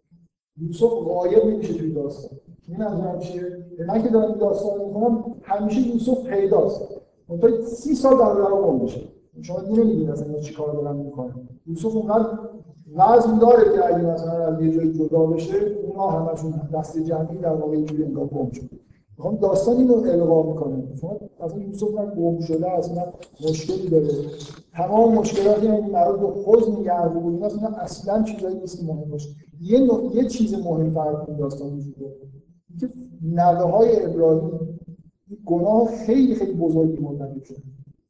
یوسف غایب نمیشه توی داستان این منظورم چیه؟ من که دارم داستان می‌کنم همیشه یوسف پیداست منتها 30 سال برادرها گم میشه شما نمی‌دونید اصلا چی کار دارن می‌کنن یوسف اونقدر وزن داره که اگه مثلا از یه جایی جدا بشه اونا همشون دست جمعی در واقع اینجوری انگار گم شد میخوام داستان اینو القا میکنه شما اصلا یوسف من گم شده اصلا مشکلی داره تمام مشکلاتی که مربوط به حزن یعقوب بود اصلا چیزایی نیست که مهم باشه یه چیز مهم فرق این داستان وجود داره که نوه‌های ابراهیم گناه خیلی خیلی بزرگی مرتکب شد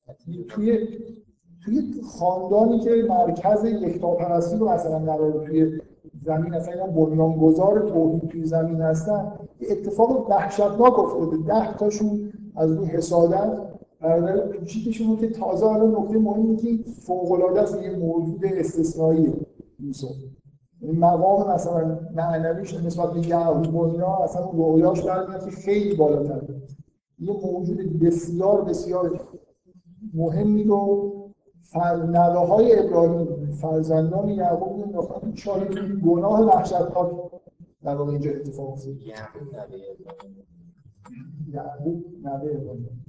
توی خاندانی که مرکز یکتاپرستی رو مثلا قراره توی زمین اصلا بنیانگذار توحید توی زمین هستن یه اتفاق وحشتناک افتاده 10 تاشون از روی حسادت برادر کوچیکشون که تازه الان نکته مهمی که فوق‌العاده است یه موجود استثنایی یوسف این مقام مثلا معنویش نسبت به یعقوب و اینا اصلا رویاش برمیاد که خیلی بالاتره یه موجود بسیار بسیار مهمی رو نوه‌های ابراهیم فرزندان یعقوب انداختن چاله گناه وحشتناک در واقع اینجا اتفاق افتاد یعقوب نوه ابراهیم.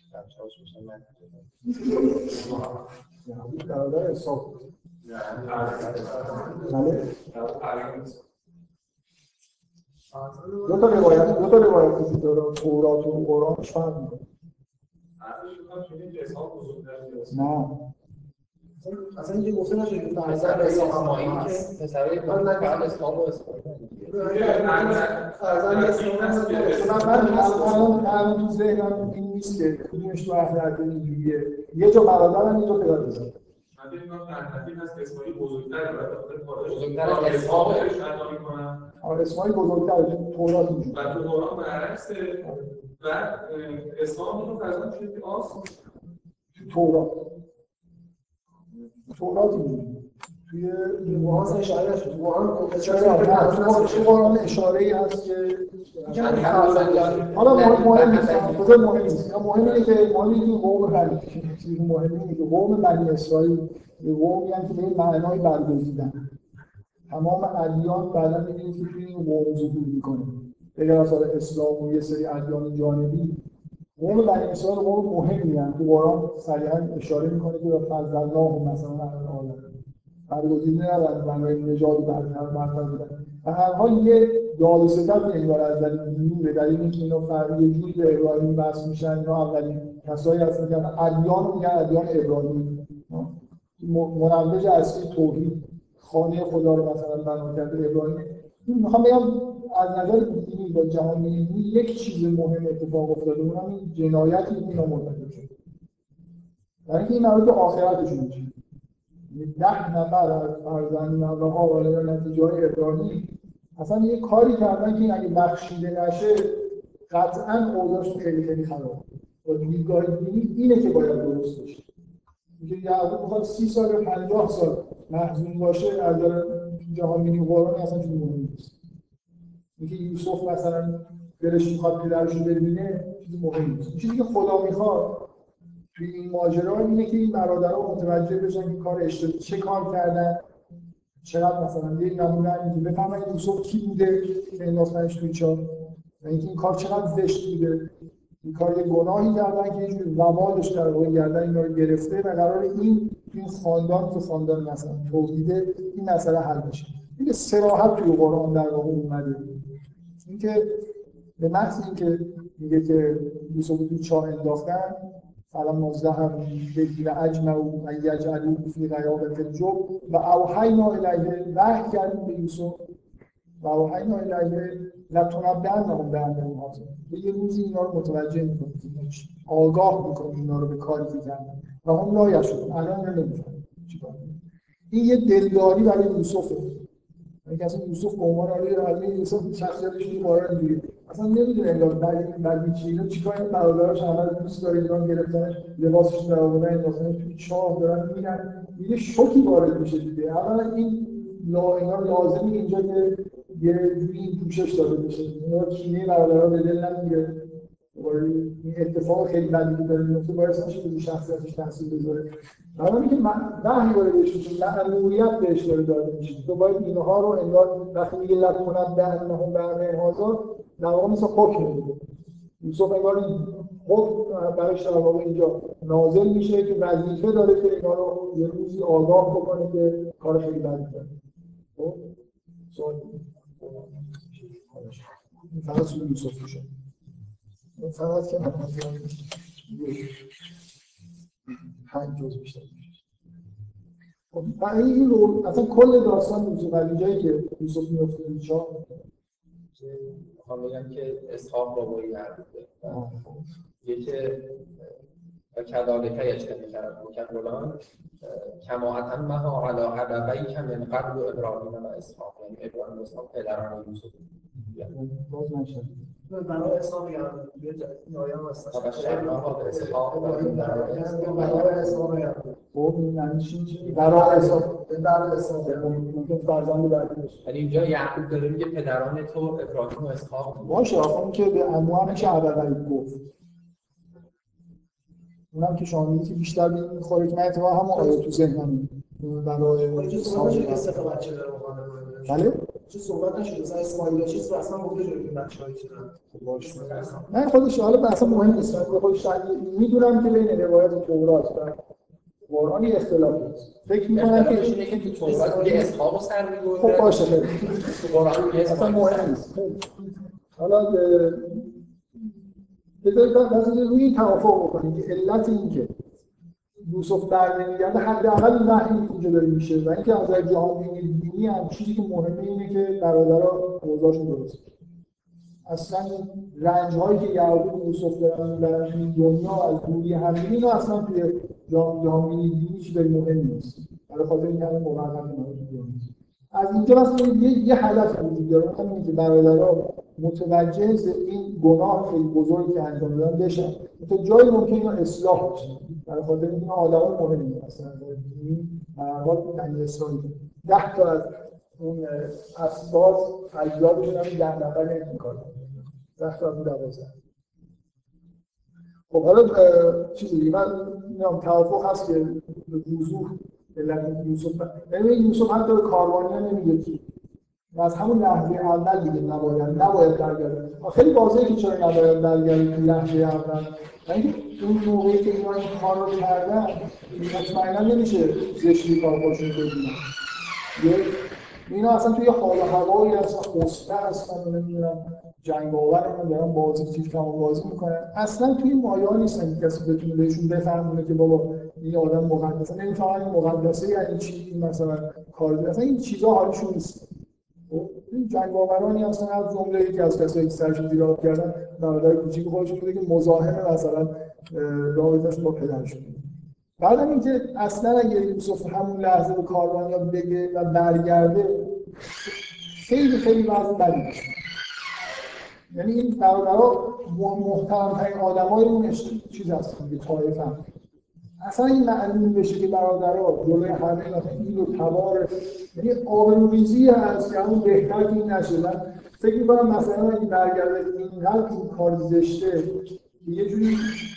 یعقوب برادر اسحاق بود. بله. دو تا روایت وجود داره، تورات و قرآنش فرق می‌کنه. نه اصلا اینجا گفته نشده که فرزند اسماعیل که پسرای فقط اسحاق و اسماعیل فرزند من تو ذهنم این نیست که کدومش تو اهل عدل اینجوریه. یه جا برادرم یه جا پدر بزن. من فکر می‌کنم تنظیم هست که اسماعیل بزرگتره بزرگتر اسحاق اسماعیل بزرگتره تو تورات اینجوریه. و تو قرآن برعکسه و اسحاق رو فرزند شده که آس تو تورات اینجوریه. توی قرآن اشاره نشده. تو قرآن اشاره‌ای هست که حالا مهم نیست. مهم اینه که قوم بنی اسرائیل یه قومی هستند که به معنای برگزیدن. تمام ادیان بعدا می‌بینید که توی این قوم ظهور می‌کنه. بغیر از اسلام و یه سری ادیان جانبی، قوم بنی اسرائیل قوم مهمی هستند. تو قرآن صریحاً اشاره می‌کنه که فضلناهم مثلا علی برگزیده نبود برای نژاد برتر بودن. و هر حال یه داد و ستد انگار از دلیل به دلیل اینکه اینا فرقی یه جوری به ابراهیم وصل میشن. اینا اولین کسایی هستن که ادیان رو میگن ادیان ابراهیمی. منبج اصلی توحید خانه خدا رو مثلا بنا کرده ابراهیم. میخوام بگم از نظر دینی و جهانی یک چیز مهم اتفاق افتاده، اونم این جنایتی که اینا مرتکب شد. برای اینکه این مربوط به آخرتشون میشه. 10 نفر از فرزندان حواله نتیجه ابراهیم اصلا یه کاری کردن که اگه بخشیده نشه قطعاً اوضاعشون خیلی خیلی خرابه. و دیدگاه دینی اینه که باید درست بشه. اینکه یعقوب میخواد 30 سال یا 50 سال محزون باشه از جهان بینی قرآن اصلا چیزی مهم نیست. اینکه یوسف مثلا دلش میخواد پدرش رو ببینه چیزی مهم نیست. چیزی که خدا میخواد توی این ماجرا اینه که این برادرها متوجه بشن که کار اشتباهی چه کار کردن، چقدر مثلا یه نمونه اینکه بفهمن یوسف کی بوده که انداختنش توی چاه و اینکه این کار چقدر زشت بوده. این کار یه گناهی کردن که یه جوری وبالش در واقع گردن اینا رو گرفته و قرار این خاندان که خاندان مثلا توحیده این مسئله حل بشه. این صراحت توی قرآن در واقع اومده. اینکه به محض اینکه میگه که یوسف رو توی چاه انداختن فلما ذهب به اجمعوا ان یجعلوه فی غیابة الجب و اوحینا الیه وحی کردیم به یوسف و اوحینا الیه لتنبئنهم بامرهم هذا. یه روزی اینا رو متوجه می‌کنیم، آگاه می‌کنیم اینا رو به کاری که کردن و هم لا یشعرون. الان نمی‌فهمن چیکار. این یه دلداری برای یوسفه. اینکه اصلا یوسف به عنوان علی یوسف شخصیتش رو قرار می‌گیره. اصلا نمیدونه انگار بعد چیزا چیکار این برادرش اول دوست داره ایران گرفتن لباسش در آوردن انداختن توی چاه دارن میرن یه شوکی وارد میشه دیگه. اولا این اینا لازمه اینجا که یه جوری پوشش داده بشه. اینا کینه برادرها به دل نمیگیره. این اتفاق خیلی بدی که داره میفته باعث میشه که شخصیتش تاثیر بذاره. اولا که وحی داره بهش میشه، مأموریت بهش داده میشه. تو باید اینها رو انگار وقتی میگه لتنبئنهم بامرهم هذا در واقع مثل حکم میده. یوسف انگار این حکم برایش در واقع اینجا نازل میشه که وظیفه داره که اینا رو یه روزی آگاه بکنه که کار خیلی بدی کرده. خب سوال این فقط سوال یوسف میشه. این فقط که من پنج جز بیشتر میشه. خب این رو اصلا کل داستان یوسف از اینجایی که یوسف میفته این چاه میخوام بگم که اسحاق بابایی بوده. یکی و کذالک یجتنی‌کرد فلان کما اتمها علی ابویک من قبل ابراهیم و اسحاق. یعنی ابراهیم و اسحاق پدران یوسف. باز نشد. برای اسحاق یه آیه هست. بشرناه باسحاق و برای اسحاق خب این معنی چیه؟ برای اسحاق ممکن فرزند بعدی بشه. یعنی اینجا یعقوب داره میگه پدران تو ابراهیم و اسحاق باشه. آخه که به عمو میشه ابویک گفت. اونم که شاملی که بیشتر به این میخوره که من اتفاقا همون آیه تو ذهنم برای اسحاق که سه تا بچه داره. بله چه صحبت نشده مثلا اسماعیل چیز اصلا گفته شده که بچه‌ها چیزا من خودش حالا اصلا مهم نیست من خودش میدونم که بین روایت تورات و قرآن یه اختلافی هست فکر می‌کنم که اینه که تو تورات یه اسحاقو سر می‌بره خب باشه تو قرآن یه اصلا اسحاق مهم نیست حالا بذارید مثلا روی این توافق بکنیم که علت این که یوسف برنمیگرده حداقل نحوی اینجا داره میشه و اینکه از نظر جهانی دینی هم چیزی که مهمه اینه که برادرها اوضاعشون درست اصلا رنج‌هایی که یعقوب و یوسف دارن در این دنیا از دوری همدیگه اینو اصلا توی جهانی دینی چیزی مهم نیست برای خاطر اینکه همین مقررات نیست از اینجا مثلا یه هدف وجود داره همین که برادرها متوجه این گناه خیلی بزرگی که انجام دادن بشن تا جایی ممکنه اینا اصلاح بشه برای خاطر اینکه اینا آدمای مهمی هستن این حال بنی اسرائیل 10 تا از اون اسباط اجدادشون هم 10 نفر این کار 10 تا از 12 خب حالا چیزی من میگم توافق هست که به وضوح علت یوسف ببینید یوسف حتی به کاروانی‌ها نمیگه که از همون لحظه اول دیگه نباید برگرده خیلی واضحه که چرا نباید برگرده تو لحظه اول یعنی اون موقعی که اینا این کار رو کردن مطمئنا نمیشه زشتی کار خودشون ببینن اینا اصلا توی حال و هوایی اصلا خسته هستن و نمیدونم جنگاور دارن بازی تیر کمان بازی میکنن اصلا توی مایا نیستن که کسی بتونه بهشون بفهمونه که بابا این آدم مقدسه نمیفهمن این مقدسه یعنی چی مثلا کار اصلا این چیزا حالشون نیست این جنگاورانی هستن از جمله که از کسایی که سرشون زیراب کردن برادر کوچیک خودشون بوده که مزاحم مثلا رابطه‌شون با پدرشون بعدم اینکه اصلا اگه یوسف همون لحظه به کاروانیا بگه و برگرده خیلی خیلی وضع بدی میشه یعنی این برادرها محترم‌ترین آدمای اون چیز هستن که طایفه اصلا این معلوم بشه که برادرها جلوی همه این رو تبار یعنی آبروریزی هست که همون بهتر که این نشه من فکر می‌کنم مثلا اگه برگرده اینقدر این کار زشته یه جوری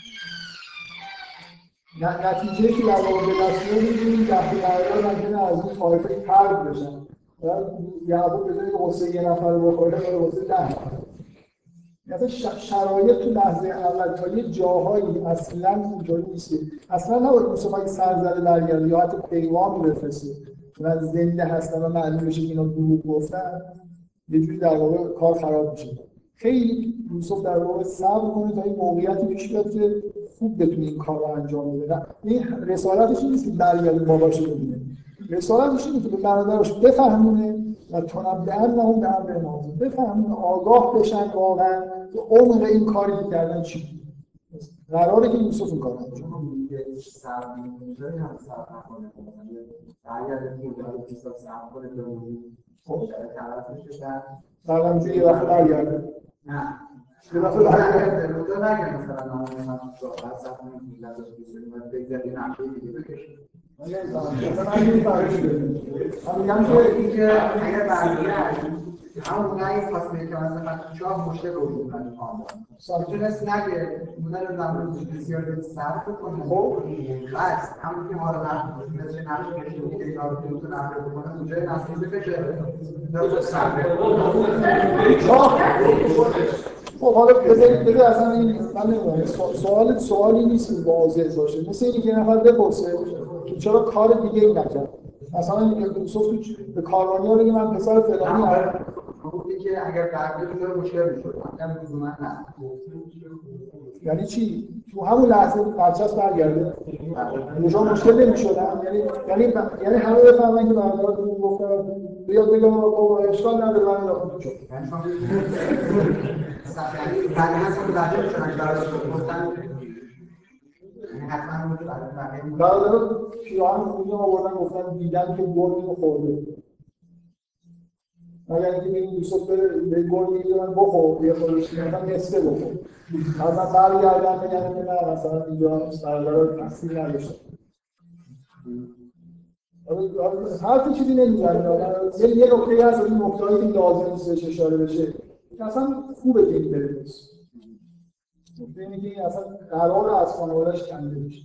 نتیجه که در واقع به دست میاد می‌بینیم دفعه برادر ممکنه از این طایفه طرد بشن یعقوب بزنید که غصه یه نفر رو بخوره برای غصه 10 نفر مثلا شرایط تو لحظه اول تا یه جاهایی اصلا اینطوری نیست اصلا نباید یوسف اگه سرزده برگرده یا حتی پیغامی بفرسته من زنده هستم و معلوم بشه که اینا دروغ گفتن یه جوری در واقع کار خراب میشه خیلی یوسف در واقع صبر کنه تا این موقعیتی پیش بیاد که خوب بتونه این کار رو انجام بده این رسالتش نیست که برگرده باباش رو ببینه رسالتش اینه که به برادرش بفهمونه و تنبئنهم بأمر ماضی بفهمونه آگاه بشن واقعا که عمق این کاری که کردن چی قراره که یوسف این کار انجام بده صبر می‌کنه هم صبر نکنه برگرده که داره بیشتر صبر کنه به وجود خب طرفش شد بعدم یه دفعه برگرده نه یه دفعه برگرده رو نگه مثلا من تو صبر می‌کنم من بگذارم یه نقشه دیگه بکشم من میگم که اگر برگرد همون نگه فاصله که مثلا شاه مشکل وجود نداره میتونست نگه مدل زمان بسیار صرف کنه خب بس همون که ما رو مثل نقش کشیدی که اینا رو تو نقل بکنه اونجای نسلی بکشه خب حالا بذارید اصلا این من نمیدونم سوالی نیست که واضح باشه مثل اینکه یه نفر بپرسه که چرا کار دیگه ای نکرد مثلا یوسف تو به کاروانی‌ها بگه من پسر فلانی هستم گفتی که اگر برگرد داره مشکل میشد من لزوما نه یعنی چی تو همون لحظه برچسب برگرده اونجا مشکل نمی‌شد یعنی همه بفهمن که برادراتون گفتن بیاد بگم بابا اشکال نداره من داخل شد یعنی شما هست که برای چنان برای گفتن حتما برادرات پیراهن خونی آوردن گفتن دیدن که گرگی خورده اگر اینکه این یوسف به گرگی من بخور یه خودش مثلا نصفه بخور مثلا برگردن بگن که نه مثلا اینجا برادرات تقصیر نداشتن حرفی چیزی نمیزنه یه نکته‌ای هست این نکته‌هایی که لازم نیست بهش اشاره بشه اصلا خوبه که این بره نیست اینه که این اصلا قرار از خانواده‌اش کنده بشه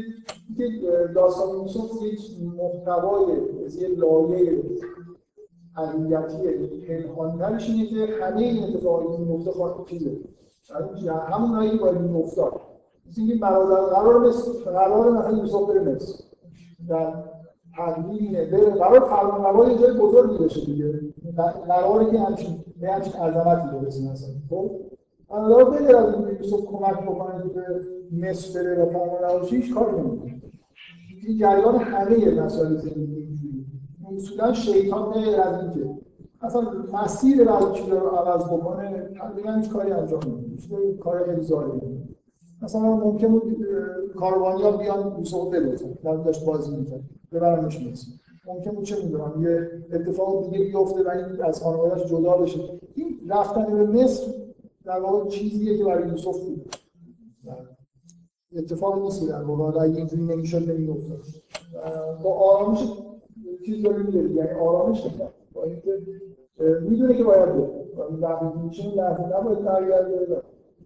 که داستان یوسف یک محتوای یه لایه حقیقتی پنهان‌ترش اینه که همه این اتفاقاتی که میفته خواهد چیزه همون هایی که باید میفتاد. مثل اینکه برادر قرار مثلا یوسف بره مصر در تقدیر اینه قرار فرمانروای یه جای بزرگی بشه دیگه قراره که همچین عظمتی برسه مثلا. خب حالا بغیر از اینکه یوسف کمک بکنه که به مصر بره و فرمانرواش هیچ کاری نمی‌کنه. این جریان همه مسائل زندگی اینجوریه. اصولا شیطان غیر از اینکه اصلا مسیر بعضی چیزا رو عوض بکنه تقریبا هیچ کاری انجام نمیده. کار خیلی ظاهریه. مثلا ممکنه کاروانیا بیان یوسف ببرن، داشت بازی می‌کرد. ببرنش مصر. ممکنه چه می‌دونم یه اتفاق دیگه بیفته و این از خانواده‌اش جدا بشه. این رفتن به مصر در واقع چیزیه که برای یوسف بود. اتفاقی نیست در واقع اگه اینجوری نمی‌شد نمی‌افتاد. با آرامش چیزی داره میگه یعنی آرامش داره. با اینکه میدونه که باید بره. وقتی میشه لحظه نباید برگرده.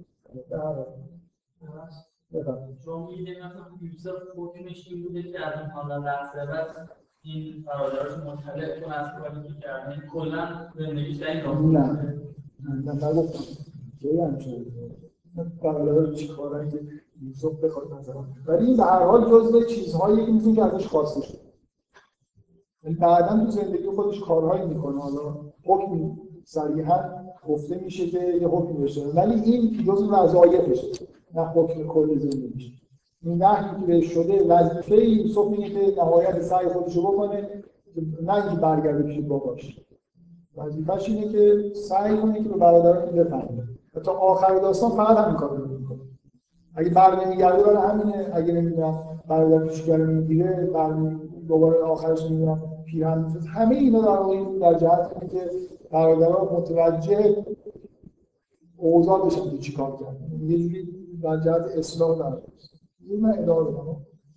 شما میگید مثلا یوسف حکمش این بوده که از این حالا لحظه بعد این برادرش مطلع کنه از کاری که کرده یعنی کلا زندگیش در این راه نه نگفتم چه همچنین برادرش چی کارن که یوسف بخواد مثلا ولی این به هر حال جزء چیزهایی که میتونه که ازش خواسته شد یعنی بعداً تو زندگی خودش کارهایی میکنه حالا حکم صریحاً گفته میشه که یه حکم بشه ولی این جزء وظایفشه نه حکم کل زندگیش این نهی که بهش شده وظیفه یوسف اینه که نهایت سعی خودش رو بکنه نه اینکه برگرده پیش باباش وظیفه‌ش اینه که سعی کنه که به برادران بفهمه تا آخر داستان فقط همین کارو میکنه اگه برنمیگرده برای همینه اگه نمیدونم برادر پیشگاه میگیره دوباره آخرش نمیدونم پیرهن میفرسته همه اینا در واقع در جهت اینه که برادران متوجه اوضاع بشن که چیکار کردن یه جوری در جهت اصلاح داره این من ادامه بدم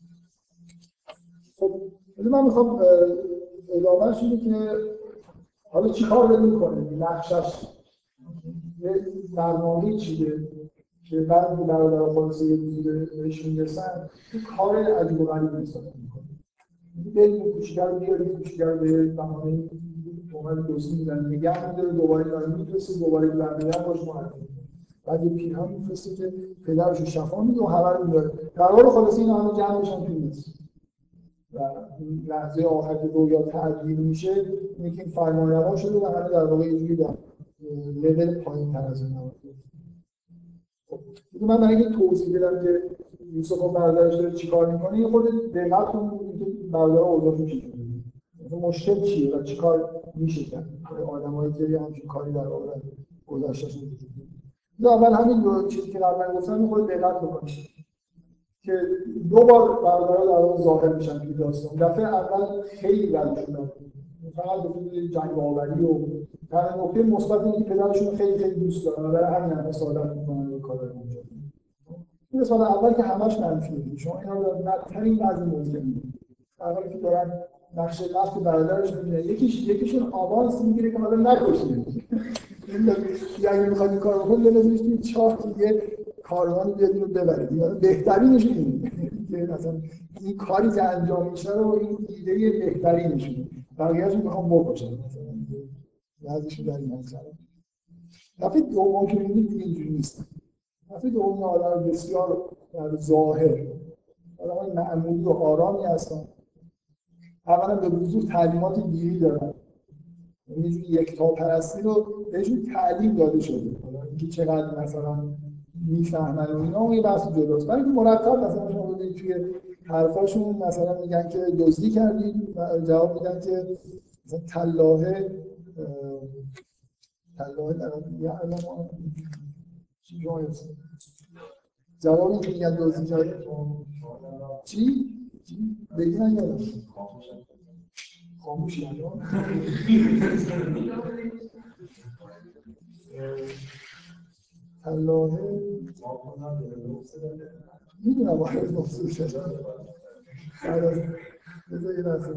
خب من میخوام ادامهش اینه که حالا چیکار داره میکنه نقشش یه برنامه‌ای چیه که بعد به برادر خالصه یه روزی بهش میرسن کار عجیب و غریب حساب میکنه بریم کوچیک‌تر رو بیاریم کوچیک‌تر رو به بهانه اومد دوستی میدن نگه می‌داره دوباره داره میفرسته دوباره برمی‌گرده باش معرفی بعد یه پیرهن میفرسته که پدرش رو شفا میده و همه رو میاره در واقع خلاصه این همه جمع بشن توی نیست و لحظه آخر که رویا تعبیر میشه اینه که این فرمانروا شده و همه در واقع یه جوری در لول پایین‌تر از این من برای اینکه توضیح بدم که یوسف و برادرش داره چیکار میکنه یه خورده دقت کنید که برادر اوضاعشون چجوریه مشکل چیه و چیکار میشه کرد آدمایی که همچین کاری در واقع گذشتهشون وجود داره اول همین چیزی که قبلا گفتم یه خورده دقت بکنید که دو بار برادرها در واقع ظاهر میشن توی داستان دفعه اول خیلی بدشون فقط به جنگ آوری و در نکته مثبت اینه که پدرشون خیلی دوست دارن و برای همین هم حسادت میکنن و کار رو انجام میدن. این قسمت اول که همش منفیه. شما اینا رو در بدترین وضع ممکن می‌بینید. در حالی که دارن نقش نفت برادرش می‌بینن یکیشون آوانس میگیره که حالا نکشید. یعنی می‌خواد این کارو بکنه لازمش توی چارت دیگه کاروان بیاد اینو ببره. بهترینش اینه. مثلا این کاری که انجام میشه رو این ایده بهترینشه. بقیه‌اش میخوام بکشن مثلا بعضیشون در این مسئله دفعه دوم که می‌بینید دیگه اینجوری نیست دفعه دوم آدم بسیار در ظاهر آدمای معمولی و آرامی هستن اولا به وضوح تعلیمات دینی دارن یه جوری یکتاپرستی رو بهشون تعلیم داده شده اینکه چقدر مثلا میفهمن و اینا و یه بحث جداست ولی مرتب مثلا شما ببینید توی حرفاشون مثلا میگن که دزدی کردید جواب میدن که مثلا تلاهه یعنی چی جایست جواب این که میگن دزدی کردید چی؟ بگیرن یادم خاموش یعنی تلاهه میدونم باید مفصول شد بذار یه دسته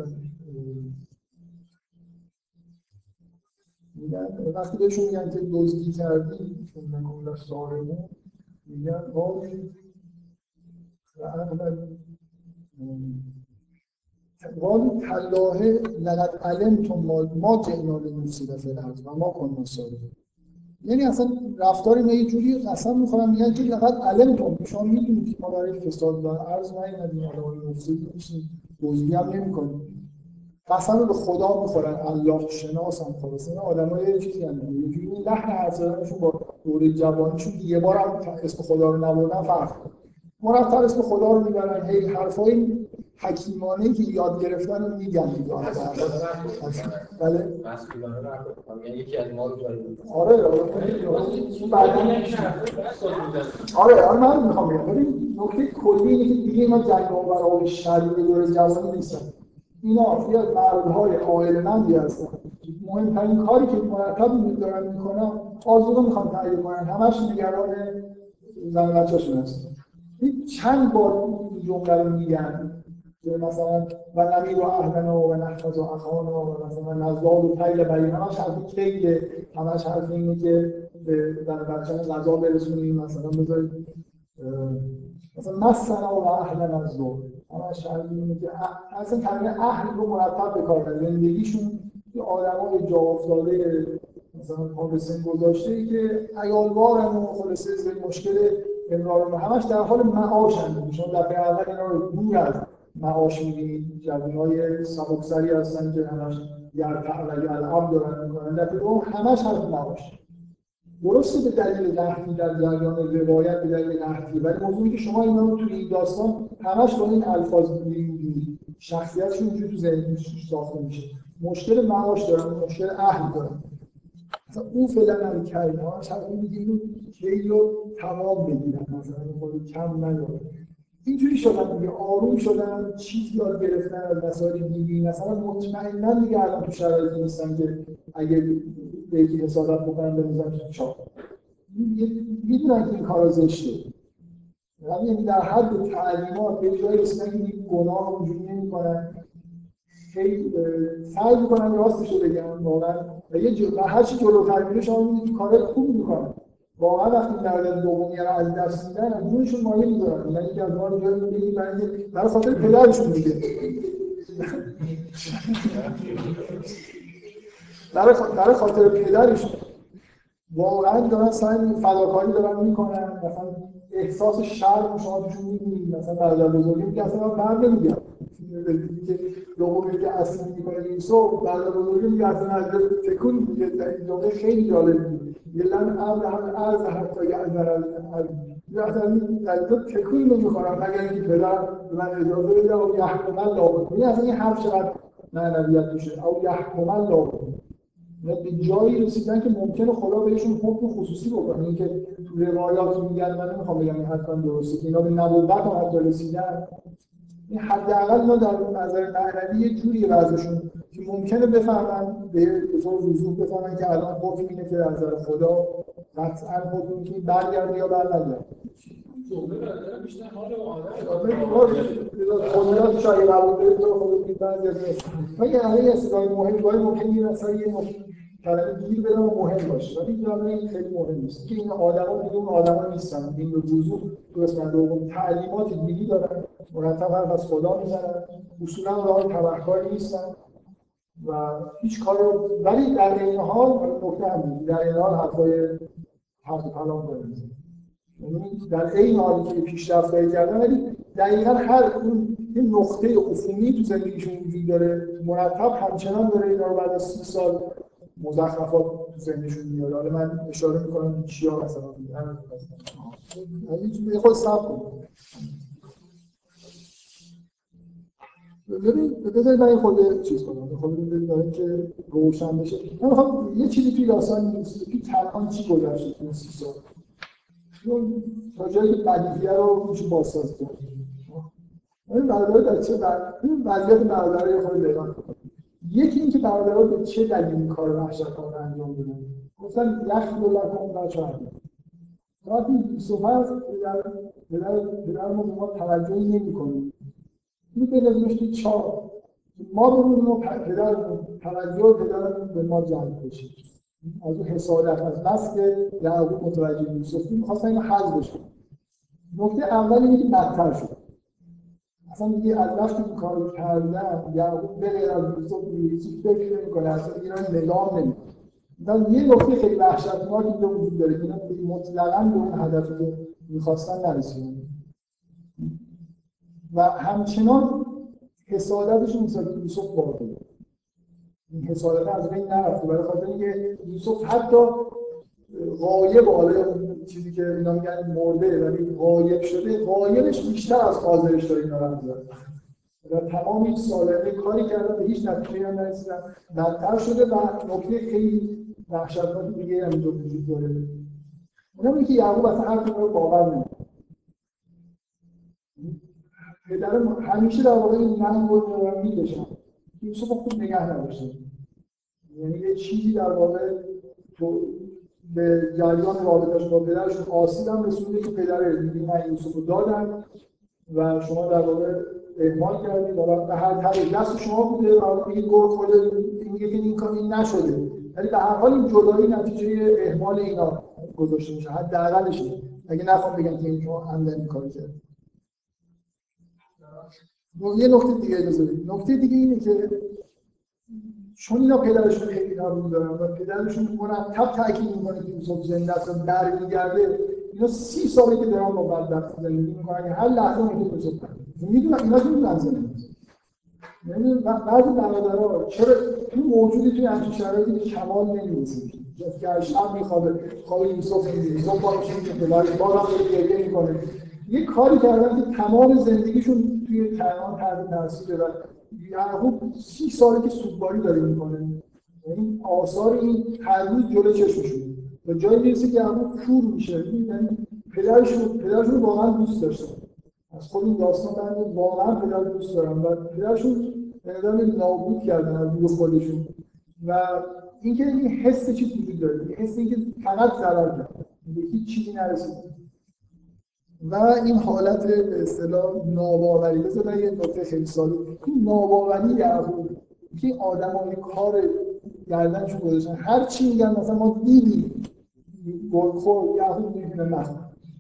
میگن وقتی بهشون میگن که دزدی کردی چون نکولش سارمون میگن آقای و اغلب قالوا تالله لقد علمتم ما جئنا لنفسد فی الارض و ما کنا سارقین. یعنی اصلا رفتار اینا یه جوری قسم می‌خورن میگن که لقد علمتم، شما می‌دونید که ما برای فساد در ارض نیومدیم، حالا مفسد نیستیم، دزدی هم نمی‌کنیم. قسم به خدا می‌خورن الله شناس هم خلاص. این آدم‌ها یه چیزی هستن، یه جوری لحن حرف زدنشون با دوره جوانیشون یه بار هم اسم خدا رو نبردن فرق کنه. مرتب اسم خدا رو میبرن، هی حرفای حکیمانه‌ای که یاد گرفتن رو میگن دیگه. بله مسئولانه رفت یعنی یکی از ما رو جایی. آره من میخوام بگم ببین نکته کلی اینه که دیگه اینا جنگاورای شدید دور جوانی نیستن. اینا یا مردهای عاقلمندی هستن. مهمترین کاری که مرتب دارن میکنن آرزو رو میخوان تعیین کنن، همش نگران زن بچه‌شون هستن. چند بار این جمله رو میگن که مثلا و نمیر و اهلنا و نحفظ و اخانا و مثلا نزداد و تیل بریم، همش حرف کیه، همش حرف اینه که به زن بچه‌ها غذا برسونیم، مثلا بذارید مثلا مثلا و اهلنا از دور، همش حرف اینه که اصلا کلمه اهل رو مرتب به کار بردن. زندگیشون که آدمای جا افتاده مثلا پا به سن گذاشته که عیالوارن و خلاصه مشکل امرار رو همش در حال معاشن. شما دفعه اول اینا رو دور از معاش می‌بینید، جوانای سبکسری هستن که همش یرتع و یلعب دارن می‌کنن، دفعه دوم همش حرف معاش. درسته به دلیل قحطی در جریان روایت به دلیل قحطی، ولی موضوعی که شما اینا رو توی این داستان همش با این الفاظ می‌بینید، شخصیتشون اینجوری تو ذهنشون ساخته میشه. مشکل معاش دارن، مشکل اهل دارن. مثلا اون فعلا نمی‌کنه، همش حرف می‌گیرن که رو تمام بگیرن، مثلا خود کم نیاره. اینجوری شدن دیگه، آروم شدن، چیز یاد گرفتن از مسائل دینی، مثلا مطمئنا دیگه الان تو شرایطی نیستن که اگه به یکی حسادت بکنن بنویسن تو چاپ. میدونن که این کارا زشته. یعنی در حد تعلیمات به جای رسیدن که این گناه رو اونجوری نمی‌کنن، خیلی سعی می‌کنن راستش رو بگن واقعا و هر چی جلوتر میره شما می‌بینید کارهای خوب می‌کنن. واقعا وقتی درجه دومی رو از دست میدن از جونشون مایه میذارن. یعنی که از ما رو جایی میگه برای خاطر پدرشون میگه، برای خاطر پدرشون واقعا دارن سعی فداکاری دارن میکنن. مثلا احساس شرم شما توشون میبینید، مثلا برادر بزرگی میگه اصلا من بر نمیگم که دومی که اصلی میکنه یوسف، برادر بزرگی میگه اصلا از تکون میگه. این جمله خیلی جالبه، یلن امر هم از حتی یعذر اصلا این تکون نمیخورم مگر اینکه پدر به من اجازه بده و یحکم الله. این اصلا این حرف چقدر معنویت میشه، او یحکم الله. به جایی رسیدن که ممکنه خدا بهشون حکم خصوصی بکنه. اینکه تو روایات میگن، من نمیخوام بگم این حتما درسته، اینا به نبوت هم حتی رسیدن. این حداقل اینا در نظر معنوی یه جوری وضعشون که ممکنه بفهمن، به طور وضوح بفهمن که الان حکم اینه که در نظر خدا قطعاً حکم که برگرده یا برنگرده. جمله برادر بیشتر حال خودیات شاید قبول دارید تو خودت می‌فهمید. من یه علی اصطلاح مهم باید ممکنه مثلا یه کلمه گیر بدم و مهم باشه، ولی این خیلی مهم نیست که این آدما دیگه اون آدما نیستن. این به وضوح تو قسمت دوم تعلیمات دینی دارن، مرتب حرف از خدا میزنن، اصولا راه تبهکاری نیستن و هیچ کارو، ولی در این حال نکته هم در این حال حرفای حرف کلام دارن. یعنی در این حالی که پیشرفت‌هایی کردن، ولی دقیقاً هر اون نقطه عفونی تو زندگیشون وجود داره، مرتب همچنان داره اینا رو بعد از 30 سال مزخرفات تو ذهنشون میاد. حالا من اشاره می‌کنم چیا مثلا میگن، یه خود صبر کنید. بذارید من خود چیز کنم، خود ببینید که روشن بشه. من می‌خوام یه چیزی توی داستان نیست که تنها چی گذشته تو 30 سال. تا جایی که بدیهیه رو میشه بازسازی کنید. این برادرها در چه وضعیت برادرای خود بیان کنید. یکی این که برادرها به چه دلیل این کار وحشتناک انجام دادن. گفتن یخ لکم بچه‌ها. وقتی یوسف هست پدر ما توجهی نمی‌کنیم. این بلدیمش توی چاه. ما بمونیم و پدرمون توجه پدرمون به ما جلب بشه. از اون حسادت از بس که یعقوب متوجه یوسف می‌خواستن اینو حذف بشه. نکته اول اینه که بدتر شد. اصلا دیگه از وقتی این کارو کردن یعقوب به غیر از یوسف هیچ فکر نمی‌کنه، اصلا اینا نگاه نمی‌کنه. مثلا یه نکته خیلی وحشتناکی اینجا وجود داره، اینا مطلقاً به اون هدفی که می‌خواستن نرسیدن و همچنان حسادتشون نسبت به یوسف باقیه. این حسادت از بین نرفته، برای خاطر اینکه یوسف حتی غایب، حالا چیزی که اینا میگن مرده ولی غایب شده، غایبش بیشتر از حاضرش داره اینا رو میذاره و تمام این سالانه کاری کردن به هیچ نتیجه‌ای هم نرسیدن، بدتر شده. و نکته خیلی وحشتناک دیگه هم اینجا وجود داره، اونم اینه که یعقوب اصلا حرف اینا رو باور نمی‌کنه. پدرم همیشه در واقع این ننگ رو می‌کشن یوسف خوب نگه نداشته، یعنی یه چیزی در واقع تو به جریان رابطه‌اش با پدرشون آسیب هم رسونده که پدر میگه من یوسف رو دادم و شما در واقع اهمال کردید و به هر طریق دست شما بوده و میگه گفت خود میگه که این کاری نشده، ولی به هر حال این جدایی نتیجه اهمال اینا گذاشته میشه، حداقلش اگه نخوام بگم که اینجا عمدن کار کرد. یه نکته دیگه اجازه بدید. نکته دیگه اینه که چون اینا پدرشون خیلی نابود دارن و پدرشون مرتب تاکید میکنه که یوسف زنده است و برمیگرده، اینا 30 ساله که دارن با بدبختی زندگی میکنن که هر لحظه ممکنه یوسف برگرده. میدونن اینا که میدونن زنده است. یعنی بعضی برادرها چرا این موجودی توی همچین شرایطی کمال نمیرسه که شب میخوابه خواب یوسف یوسف باشه که پدرش بازم داره گریه میکنه. یه کاری کردن که تمام زندگیشون توی کنعان تحت تاثیره و یعقوب 30 ساله که سوگواری داره میکنه، یعنی آثار این هر روز جلوی چشمشون و جایی میرسه که یعقوب کور میشه. یعنی پدرشون واقعا دوست داشتن، از خود این داستان من واقعا پدر دوست دارم و پدرشون به نظر نابود کردن از روی خودشون و اینکه این حس چیز وجود داره، حس اینکه فقط ضرر کرد، به هیچ چیزی نرسید و این حالت به اصطلاح ناباوری. بذار یه نکته خیلی ساده، این ناباوری یعقوب که آدم‌ها کار گردنشون گذاشتن، هر چی میگن مثلا ما دیدیم گلخور یعقوب میبینه نخور،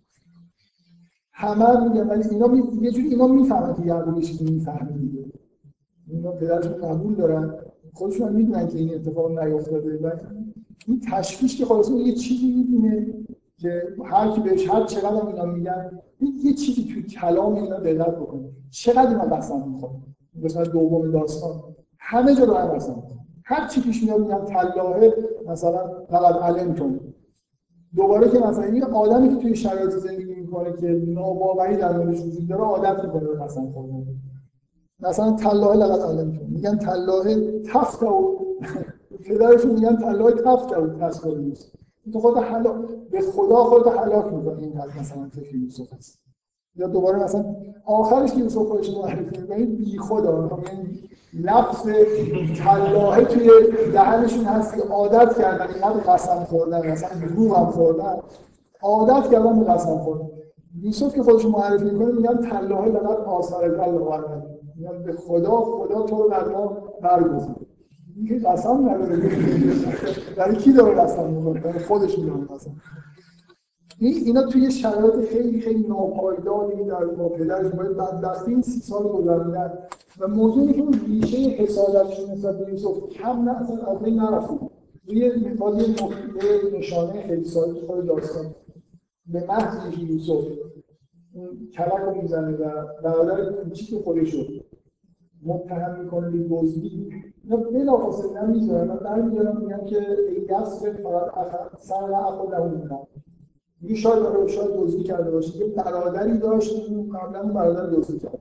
همه میگن ولی اینا یه جوری اینا میفهمن که یعقوب چیزی میفهمه دیگه، اینا پدرشون قبول دارن، خودشون میدونن که این اتفاق نیفتاده و این تشویش که خلاص یه چیزی میبینه که هر کی بهش هر چقدر اینا میگن یه چیزی توی کلام اینا دقت بکنه، چقدر اینا قسم میخورن. قسمت دوم داستان همه جا دارن قسم میخورن، هر چی پیش میاد میگن تلاهه مثلا لقد علمتم. دوباره که مثلا این آدمی که توی شرایط زندگی میکنه که ناباوری در موردش وجود داره عادت میکنه به قسم خوردن. مثلا تلاهه لقد علمتم میگن تلاهه تفتو، پدرشون میگن تلاهه تفتو تسخیر نیست. تو خود به خدا خودت هلاک می‌کنی. این حد مثلا فکر یوسف هست. یا دوباره مثلا آخرش که یوسف خودش معرفی می‌کنه بی خدا، یعنی لفظ تلاهه توی دهنشون هست که عادت کردن اینقدر قسم خوردن، مثلا دروغ هم خوردن، عادت کردن به قسم خوردن. یوسف که خودش معرفی می‌کنه میگن تلاهه لقد آثار الله، میگن به خدا تو رو در ما برگزید. این قسم نداره، برای کی داره قسم می‌خوره؟ برای خودش می‌خوره قسم. اینا توی شرایط خیلی خیلی ناپایداری در با پدرش باید بدبختی این 30 سال گذروندن و موضوع اینه که اون ریشه حسادتشون نسبت به یوسف کم نه اصلا از بین نرفته. یه نشانه خیلی ساده خود داستان به محض اینکه یوسف کلک رو میزنه و برادر کوچیک خودش رو متهم میکنه به دزدی، اینا بلافاصله نمیذارن و برمیگردن میگن که ای دست فقط سر اخو نمونم. میگه شاید دزدی کرده باشه، یه برادری داشت قبلا اون برادر دزدی کرد.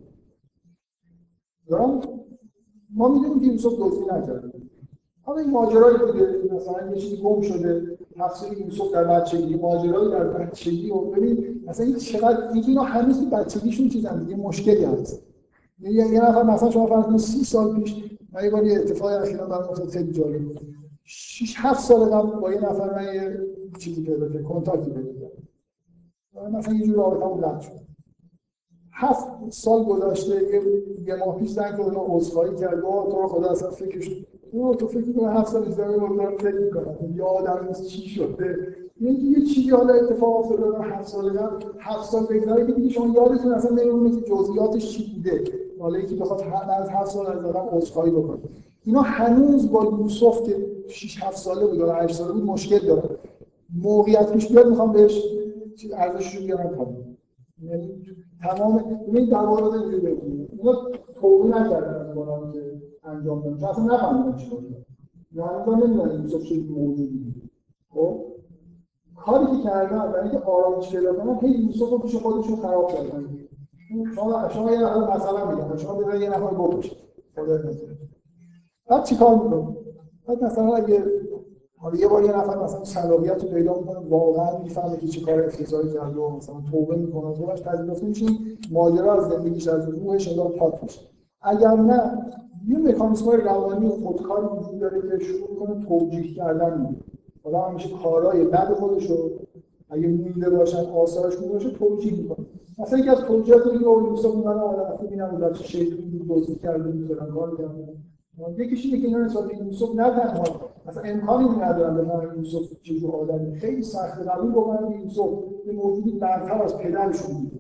ما میدونیم که یوسف دزدی نکرده. حالا این ماجرای دیگه مثلا یه چیزی گم شده، تفسیر یوسف در بچگی، ماجرای در بچگی و ببین مثلا این چقدر اینا هنوز تو بچگیشون چیزن دیگه مشکلی هست. یه نفر مثلا شما فرض کنید 30 سال پیش من یه بار یه اتفاقی اخیراً برام افتاد خیلی جالب بود. 6-7 سال قبل با یه نفر من یه چیزی پیدا کردم، کنتاکتی پیدا کردم. مثلا یه جور رابطه‌مون قطع شد. 7 سال گذشته یه ماه پیش زنگ زد و عذرخواهی کرد. تو رو خدا اصلا فکرش تو فکر کنم 7 سال ازدواج رو فکر می‌کنم. یادم نیست چی شده. یه چیزی حالا اتفاق افتاده 7 سال قبل، 7 سال بگذره که دیگه شما یادتون اصلا نمیمونه که جزئیاتش چی بوده. حالا یکی بخواد از 7 سال از آدم عذرخواهی بکنه، اینا هنوز با یوسف که 6 7 ساله بود یا 8 ساله بود مشکل داره. موقعیت پیش بیاد میخوام بهش ارزشش رو بیارم پایین. یعنی تمام این دوارات اینجوری بگیم اینا توبه نکردن از گناهی که انجام دادن، چون اصلا نفهمیدن چیکار کنن. یعنی نمیدونن یوسف چه موجودی. خب کاری که کردن برای اینکه آرامش پیدا کنن هی یوسف رو پیش خودشون خراب کردن. شما یه نفر مثلا میگم شما بذارید یه نفر بکشید خدا نکنه، بعد چیکار میکنه؟ بعد مثلا اگه حالا یه بار یه نفر مثلا صلاحیت رو پیدا میکنه واقعا میفهمه که چه کار افتضاحی کرده و مثلا توبه میکنه توبهش پذیرفته میشه، ماجرا از زندگیش از روحش انگار پاک میشه. اگر نه یه مکانیزم‌های روانی خودکاری وجود داره که شروع کنه توجیه کردن میده. حالا همیشه کارهای بد خودش رو اگه مونده باشن آثارش مونده باشه توجیه میکنه. مثلا یکی از توجیهات اینه که یوسف اومدن آدم خوبی نبود، بچه شیطانی بود، دزدی کرده بود، فلان کار کرده. یکیش اینه که اینا نسبت به یوسف نه تنها مثلا امکانی ندارن بفهمن یوسف چه جور آدمی، خیلی سخته قبول بکنن که یوسف یه موجودی برتر از پدرشون بود.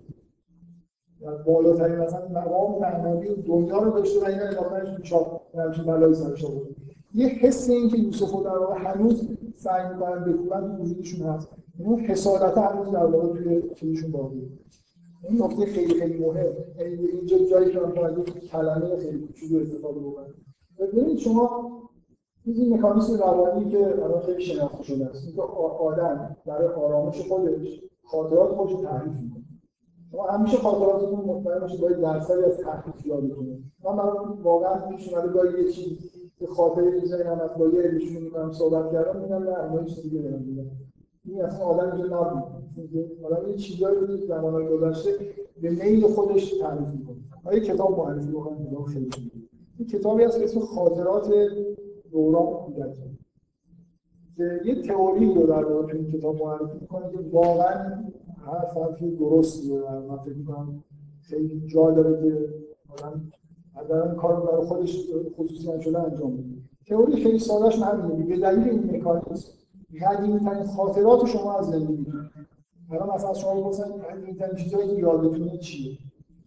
بالاترین مثلا مقام معنوی دنیا رو داشته و اینا اضافهش تو چاپ همچین بلایی سرش آورده. یه حس این که یوسف رو در واقع هنوز سعی می‌کنن بکوبن تو وجودشون هست. اون حسادت هنوز در واقع توی چیزشون باقیه. این نکته خیلی خیلی مهمه. اینجا جایی که من باید کلمه خیلی کوچولو استفاده بکنم. ببینید شما این مکانیزم روانی که الان خیلی شناخته شده است، اینکه آدم برای آرامش خودش خاطرات خودش رو تحریف می‌کنه. شما همیشه خاطراتتون مطمئن باشید باید درصدی از تحریف یاد کنید. من برام واقعا پیش اومده گاهی یه چیز به خاطره می‌ذارم از با یه علمیشون می‌کنم صحبت کردم میگم نه اینا چیز دیگه نمی‌گم. این اصلا آدم اینجا نبود. آدم یه چیزایی رو تو زمان‌های گذشته به میل خودش تعریف می‌کنه. آیا کتاب معرفی بکنم کتاب خیلی این کتابی هست که اسم خاطرات دوران کودکی که یه تئوری رو در واقع تو این کتاب معرفی می‌کنه که واقعاً حرفی درستی رو من فکر می‌کنم خیلی جا داره که مثلا اگر این کار رو برای خودش خصوصی نشده انجام بده. تئوری خیلی ساده‌اش همینه، به دلیل این مکانیزم قدیمی‌ترین خاطرات شما از زندگیتون. مثلا شما بپرسن قدیمی‌ترین چیزایی که یادتونه چیه؟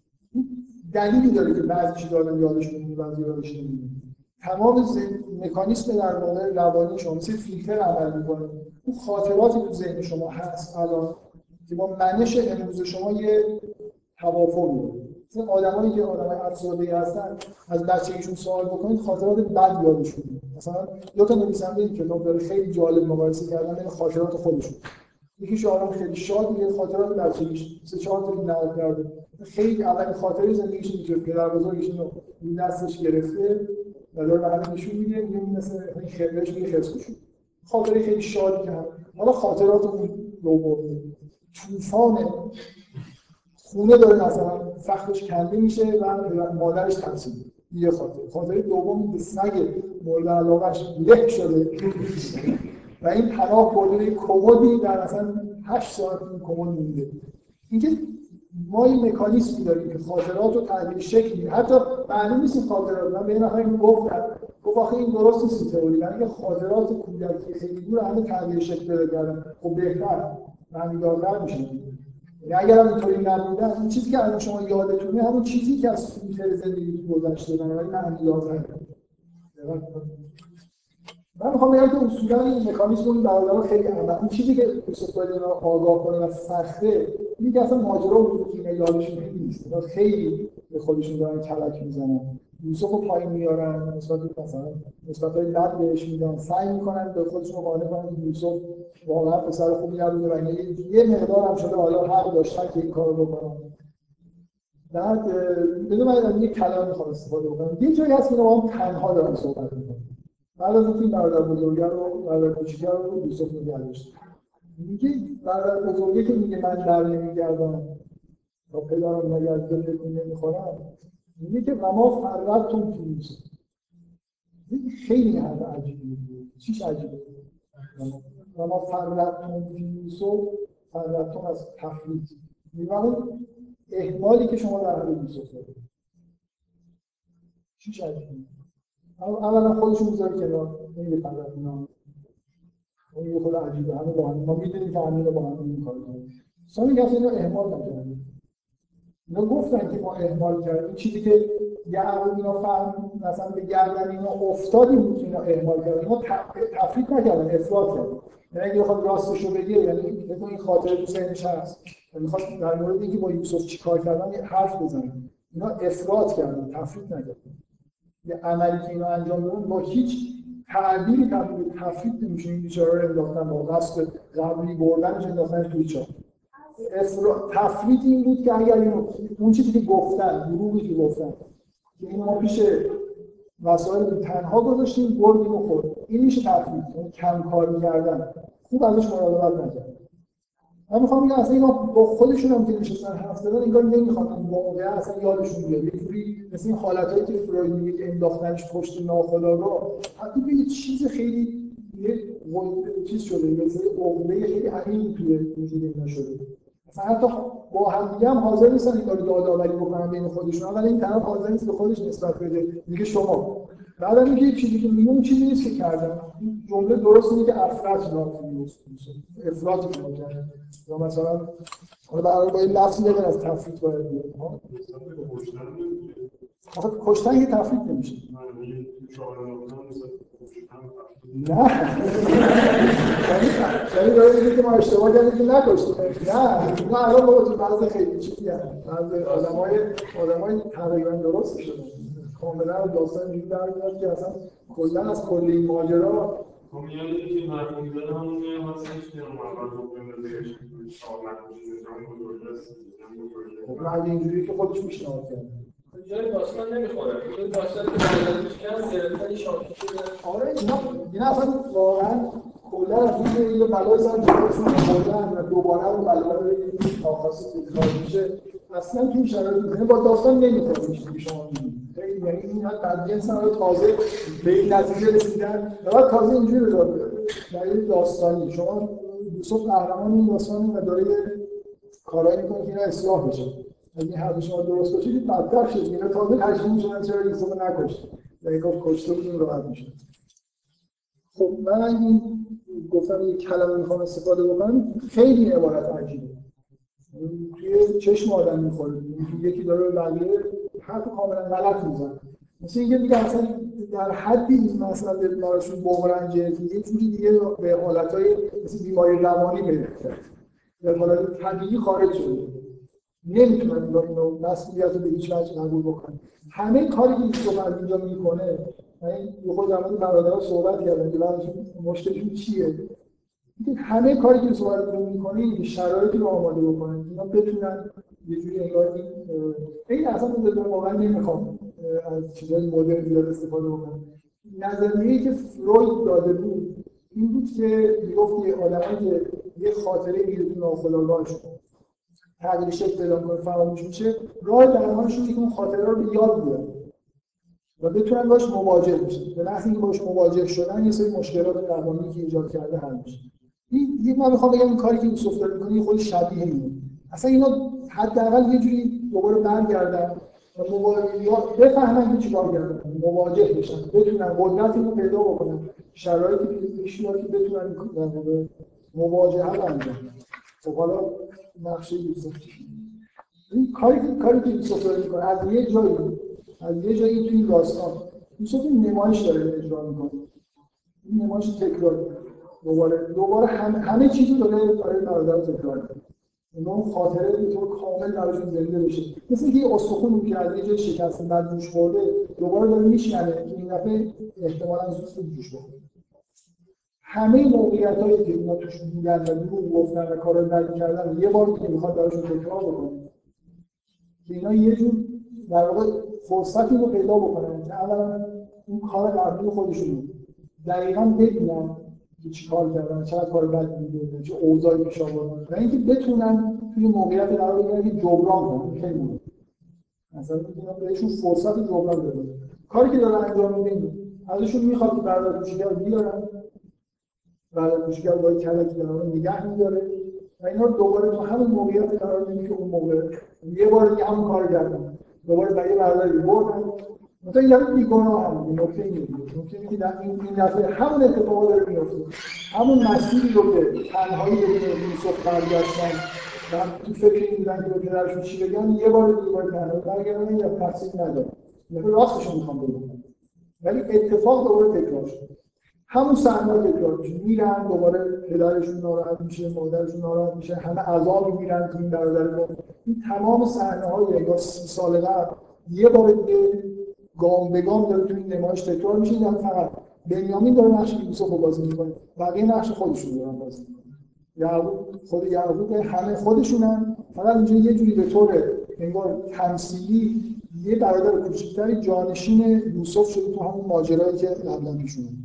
دلیلی داره که بعضی چیزا آدم یادش میمونه بعضی یادش نمیمونه. تمام مکانیزم در واقع روانی شما مثل فیلتر عمل میکنه. اون خاطراتی تو ذهن شما هست الان که با منش امروز شما یه توافقی داره. مثلا آدمایی که آدمای افسرده‌ای هستن از بچگیشون سوال بکنید خاطرات بد یادشون میاد. مثلا دو تا نویسنده این کتاب داره خیلی جالب مقایسه کردن بین خاطرات خودشون. یکیش آدم خیلی شاد میگه خاطرات بچگیش 3-4 تا نقل کرده. خیلی اولین خاطره زندگیش اینه که پدربزرگش اینو دستش گرفته و داره به همه نشون میده، میگه مثلا این خیلیش میگه خرسشون. خاطره خیلی شادی که حالا خاطرات اون دومی طوفان خونه داره مثلا سختش کنده میشه و مادرش ترسیده. یه خاطره دومی به سگ مورد علاقه‌اش له شده و این پناه برده یه کمدی در مثلا 8 ساعت این کمد مونده. اینکه ما این مکانیزمی داریم که خاطرات رو تغییر شکل میده. حتی معلوم نیست این خاطرات، من به این نفر گفت آخه این درست نیست تئوری، یعنی خاطرات کودکی خیلی دور همه تغییر شکل پیدا کردن. خب بهتر معنی‌دارتر میشه. یعنی اگر اینطوری نبوده این چیزی که الان شما یادتونه همون چیزی که از فیلتر زندگی گذشته بنابراین معنی‌دارتره. من میخوام بگم که اصولا این مکانیزم این برادرها خیلی عمل. این چیزی که استفاده اینا آگاه کنه و سخته اینه که اصلا ماجرا وجود که اینا یادشون نیست. اینا خیلی به خودشون دارن کلک میزنن. یوسف رو پایین میارن نسبت‌های بد بهش میدن، سعی میکنن به خودشون قانع کنن که یوسف واقعا پسر خوبی نبوده و یه مقدار هم شده حالا حق داشتن که این کارو بکنن. بعد بدون من یه کلام میخوام استفاده بکنم. یه جایی هست که اینا با هم تنها دارن صحبت میکنن. بعد از اینکه برادر بزرگه رو برادر کوچیکه رو یوسف نگهداشت. میگه برادر بزرگه که میگه من در نمیگردم تا پدرم نگرده فکر نمیخورم، میگه که ما فرقتون فی یوسف. خیلی حرف عجیبیه. چیش عجیبه؟ ما فرقتون فی یوسف، فرقتون از تفریط. میگه اون احمالی که شما در حال یوسف دارید. چیش عجیبه؟ اولا خودشون میذاره کنار، نمیگه فقط اینا. اون یه خود عجیبه، همه با هم ما میدونیم که همه با هم این کار کنیم. ثانی که اصلا اینا اهمال نکردیم. اینا گفتن که ما اهمال کردیم. چیزی که یه عقل اینا فهم مثلا به گردن اینا افتادیم بود که اینا اهمال کردن. اینا تفریط نکردن، افراط کردن. یعنی اگه بخواد راستشو بگه، یعنی بگم این خاطره تو ذهنش هست، میخواد در مورد اینکه با یوسف چیکار کردن یه حرف بزنه. اینا افراط کردن، تفریط نکردن. یه عملی که اینا انجام دادن با هیچ تعبیری تفریط نمیشه. این بیچاره رو انداختن با قصد قبلی بردنش انداختن توی چاه. تفریط این بود که اگر اون چیزی که گفتن، دروغی که گفتن که این ما پیش وسایل تنها گذاشتیم بردیم و خورد، این میشه تفریط، یعنی کم کاری کردن، خوب ازش مراقبت نکردن. من میخوام بگم اصلا اینا با خودشون هم که نشستن حرف زدن انگار نمیخوان این واقعا اصلا یادشون بیاد. یه جوری مثل این حالتایی که فروید میگه که انداختنش پشت ناخودآگاه، حتی به یه چیز خیلی یه چیز شده، مثل عقده خیلی عمیقی توی وجود اینا شده. مثلا حتی با همدیگه هم حاضر نیستن این کارو یادآوری بکنن بین خودشون، ولی این طرف حاضر نیست به خودش نسبت بده، میگه شما. بعدم میگه چیزی که میگه اون چیزی نیست که کردن. این جمله درست میگه که افراط کردن. یا مثلا حالا برای با این لفظی بگن از تفریط باید بیاد. آخه کشتن یه تفریط نمیشه. نه یعنی داره میگه که ما اشتباه کردیم که نکشتیم. نه الان با تو بعضی خیلی چیزی هست. بعضی آدمای تقریبا درست شدن. کاملا داستان اینجوری در میاد که اصلا کلا از کل این ماجرا یعنی که مرد می‌ذاره همون هستش که اول رو بندازه خب اینجوری که خودش پیشنهاد کرد. جای داستان نمیخوره. این داستان که برداشت کردن گرفتن شاکی شده. آره اینا اصلا واقعا کلا از این یه بلای سر جلوشون آوردن و دوباره اون بلا رو یه خاصی تکرار میشه. اصلا تو این شرایط با داستان نمیخوره میشه که شما می‌بینید. یعنی این بعد جنس رو تازه به این نتیجه رسیدن و بعد تازه اینجوری بذاره دلیل داستانی. شما یوسف قهرمان این داستانی و داره کارایی میکنه که اینا اصلاح بشه. اگه این حرف شما درست باشه که بدتر شد. اینا تازه تشکیل میشن چرا یوسف نکشت. یعنی گفت کشته بودیم راحت میشه. خب من این گفتم یک کلمه میخوام استفاده بکنم خیلی عبارت عجیبه. توی چشم آدم میخوره. یکی داره بقیه حرف کاملا غلط میزنه. مثل اینکه دیگه اصلا در حدی این مسئله براشون بغرنجه که یه جوری دیگه به حالتهای مثل بیماری روانی برسه. در حالت طبیعی خارج شده. نمیتونن اینو مسئولیت رو به هیچ وجه قبول بکنن. همه کاری که یوسف از اینجا میکنه، من خود در مورد برادرها صحبت کردم که براشون مشکلشون چیه. همه کاری که یوسف از اینجا میکنه این شرایطی رو آماده بکنن اینا بتونن یه جوری انگار این اصلا من واقعا نمیخوام از چیزای مدرن زیاد استفاده بکنم. نظریه‌ای که فروید داده بود این بود که میگفت که آدمایی که یه خاطره میگیره تو ناخودآگاهشون تغییر شکل پیدا کنه فراموش میشه، راه درمانشون اینه که اون خاطره رو به یاد بیارن و بتونن باهاش مواجه بشن. به لحظه اینکه باهاش مواجه شدن یه سری مشکلات روانی که ایجاد کرده حل میشه. این من میخوام بگم این کاری که یوسف داره میکنه خود شبیه اینه. اصلا اینا حداقل یه جوری دوباره برگردن و بفهمن که چیکار کردن، مواجه بشن، بتونن قدرتی رو پیدا بکنن، شرایطی پیش بیاد که بتونن مواجهه انجام بدن. خب حالا نقشه یوسف این کاری که یوسف داره میکنه از یه جایی تو این داستان یوسف این نمایش داره اجرا میکنه. این نمایش تکراری دوباره همه چیزی داره برای برادر تکرار میکنه. اون خاطره به طور کامل براشون زنده بشه. مثل اینکه یه استخون که از یه جای شکسته بعد جوش خورده دوباره داره میشکنه که این دفعه احتمالاً زود جوش بخوره. همه موقعیتایی که اینا توش بودن و دروغ گفتن و کارا بدی کردن یه بار دیگه میخواد براشون تکرار بکنه. که اینا یه جور در واقع فرصتی رو پیدا بکنن که اولا اون کار قبلی خودشون دقیقاً ببینن که چی کار کردن، چقدر کار بدی می‌کنن، چه اوضاعی پیش آوردن و اینکه بتونن توی موقعیت قرار بگیرن که جبران کنن. خیلی مهمه. مثلا بهشون فرصت جبران بدن. کاری که دارن انجام میدن ازشون میخواد که برادر کوچیک‌ها بیارن، برادر کوچیک‌ها با کلکی در اون نگه می‌داره و اینا دوباره تو همون موقعیت قرار می‌گیره که اون موقع یه بار دیگه همون کارو کردن. دوباره برای برادری بردن. مثلا یه بیگناه هم نکته اینه که در این دفعه همون اتفاقا داره میفته. همون مسیری رو که تنهایی بدون یوسف برگشتن تو فکر این بودن که به پدرشون چی بگن، یه بار تنهایی برگردن یا تحصیل ندارن. یعنی راستشون میخوام بگم. ولی اتفاق دوباره تکرار شد. همون صحنه تکرار میشه. میرن دوباره پدرشون ناراحت میشه، مادرشون ناراحت میشه، همه عذاب میگیرن که این برادر این تمام صحنه‌های انگار 30 سال قبل یه بار دیگه گام به گام داره تو این نمایش تکرار میشه. این فقط بنیامین داره نقش یوسف رو بازی میکنه، بقیه نقش خودشون دارن بازی میکنن. یعقوب همه خودشونن، فقط اینجا یه جوری به طور انگار تمثیلی یه برادر کوچیک‌تری جانشین یوسف شده تو همون ماجرایی که قبلا پیش اومد.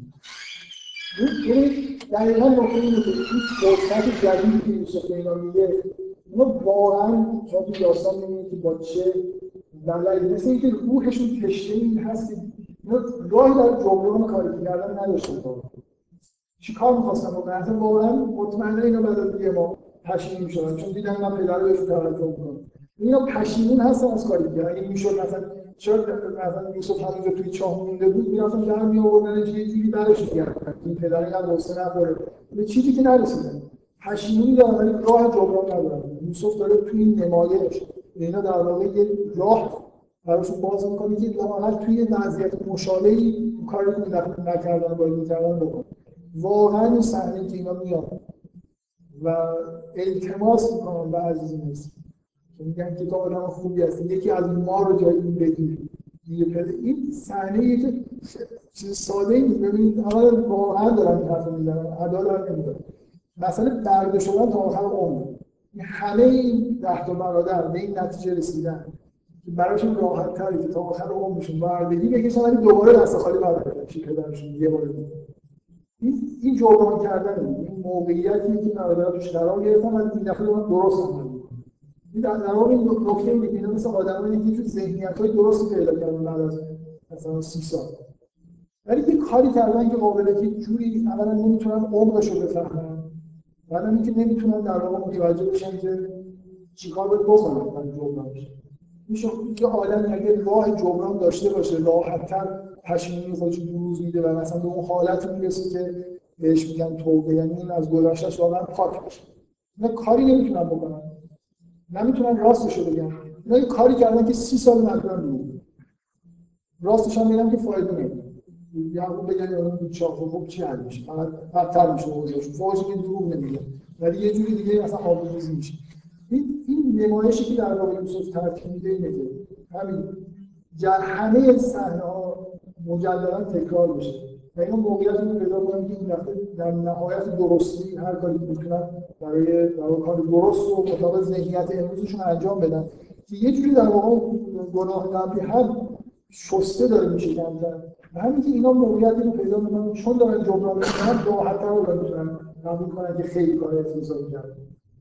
این دقیقاً نکته اینه که این فرصت جدیدی که یوسف به اینا میده، اونا واقعاً شما تو داستان می‌بینید که با چه دلایلی، مثل اینکه روحشون تشنه این هست که اینا راهی در جبران کاری کردن نداشتن. چی کار می‌خواستن بکنن؟ اصلا واقعاً مطمئنا اینا بعد از دیگه ما پشیمون می‌شدن، چون دیدن من پدر بهشون توجه می‌کنم. اینا پشیمون هستن از کاری که اگه میشد مثلا چرا مثلا یوسف همونجا توی چاه مونده بود میرفتن در میآوردنش یه جوری برش می‌گردن این پدر اینقدر غصه نداره به چیزی که نرسیدن، پشیمونی دارن ولی راه جبران ندارن. یوسف داره توی این نمایش اینا در واقع یه راه براشون باز می‌کنه که لااقل توی وضعیت مشابهی کاری که دفعه نکردن باید می‌کردن بکنن. واقعا این صحنه که اینا میاد و التماس می‌کنن به عزیز مصر میگن که تو آدم خوبی هستی، یکی از ما رو جای این بگیر. این صحنه‌ای که چیز ساده‌ای نیست. ببینید اولا واقعا دارن این حرفو میزنن، ادا دارن نمیدونن. مثلا برده شدن تا آخر عمر، همه این 10 تا برادر به این نتیجه رسیدن که براشون راحت‌تره که تا آخر عمرشون بردگی بکشن ولی دوباره دست خالی برگردن پیش پدرشون یه بار دیگه. این جبران کردن این موقعیتی که برادرها توش قرار گرفتن و این دفعه درست اومد. در واقع این نکته میگه اینا مثل آدمایی که توی ذهنیت‌های درستی پیدا کردن بعد از مثلا 30 سال. ولی یه کاری کردن که قابله که جوری اولا نمیتونن عمرش رو بفهمن، بعد اینکه نمیتونن در واقع متوجه بشن که چیکار باید بکنن برای جبران بشه. میشه یه آدمی اگه راه جبران داشته باشه راحت‌تر پشیمونی خودش رو بروز میده و مثلا به اون حالت میرسه که بهش میگن توبه، یعنی این از گذشته‌اش واقعا پاک بشه. اینا کاری نمیتونن بکنن. نمیتونن راستش رو بگن. اینا یه کاری کردن که 30 سال مدرن بود. راستش هم میگم که فایده نداره. یعقوب بگن اون بیچاره خب چی حل میشه؟ فقط بدتر میشه اوضاعش. فوقش که دروغ نمیگه. ولی یه جوری دیگه مثلا آبروریزی میشه. این نمایشی که در واقع یوسف ترتیب میده اینه که همین همه صحنه‌ها مجددا تکرار بشه. و اینا موقعیت رو پیدا کنن که این دفعه در نهایت درستی هر کاری میتونن برای کار درست و مطابق ذهنیت امروزشون انجام بدن که یه جوری در واقع گناه قبلی هم شسته داره میشه کمتر. و همین که اینا موقعیتی رو پیدا میکنن چون دارن جبران میکنن راحت‌تر رو میتونن قبول کنن که خیلی کار افتضاحی کردن.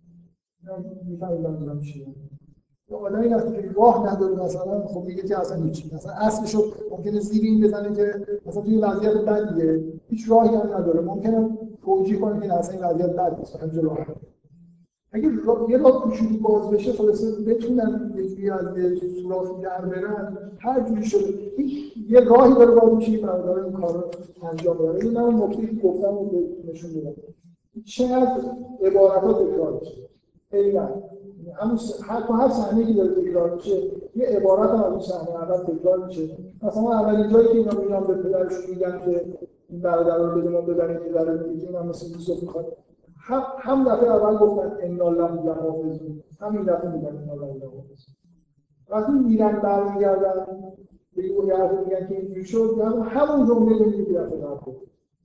میفهمید منظورم چیه؟ آدمی وقتی که راه نداره مثلا خب میگه که اصلا هیچ، مثلا اصلشو ممکنه زیر این بزنه که مثلا توی وضعیت بدیه هیچ راهی هم نداره، ممکنه توجیه کنه که اصلا این وضعیت بد نیست، همینجا راه. اگه یه راه کوچولو باز بشه خلاص بتونن یه جوری از سوراخی در برن، هر جوری شده یه راهی داره باز میشه برای این کارو انجام بده. این من نکته که گفتم رو نشون میدم چقدر عبارات تکرار میشه. اینا همون هر صحنه‌ای که داره تکرار میشه یه عبارت هم از اون صحنه اول تکرار میشه. مثلا اولین جایی که اینا میان به پدرشون میگن که این برادر رو بده ما ببریم پدر رو میگه من مثلا یوسف میخواد هم دفعه اول گفتن ان الله لحافظون، همین دفعه میگن ان الله لحافظون. وقتی میرن برمیگردن به اون یارو میگن که اینجوری شد، همون جمله رو میگه دفعه بعد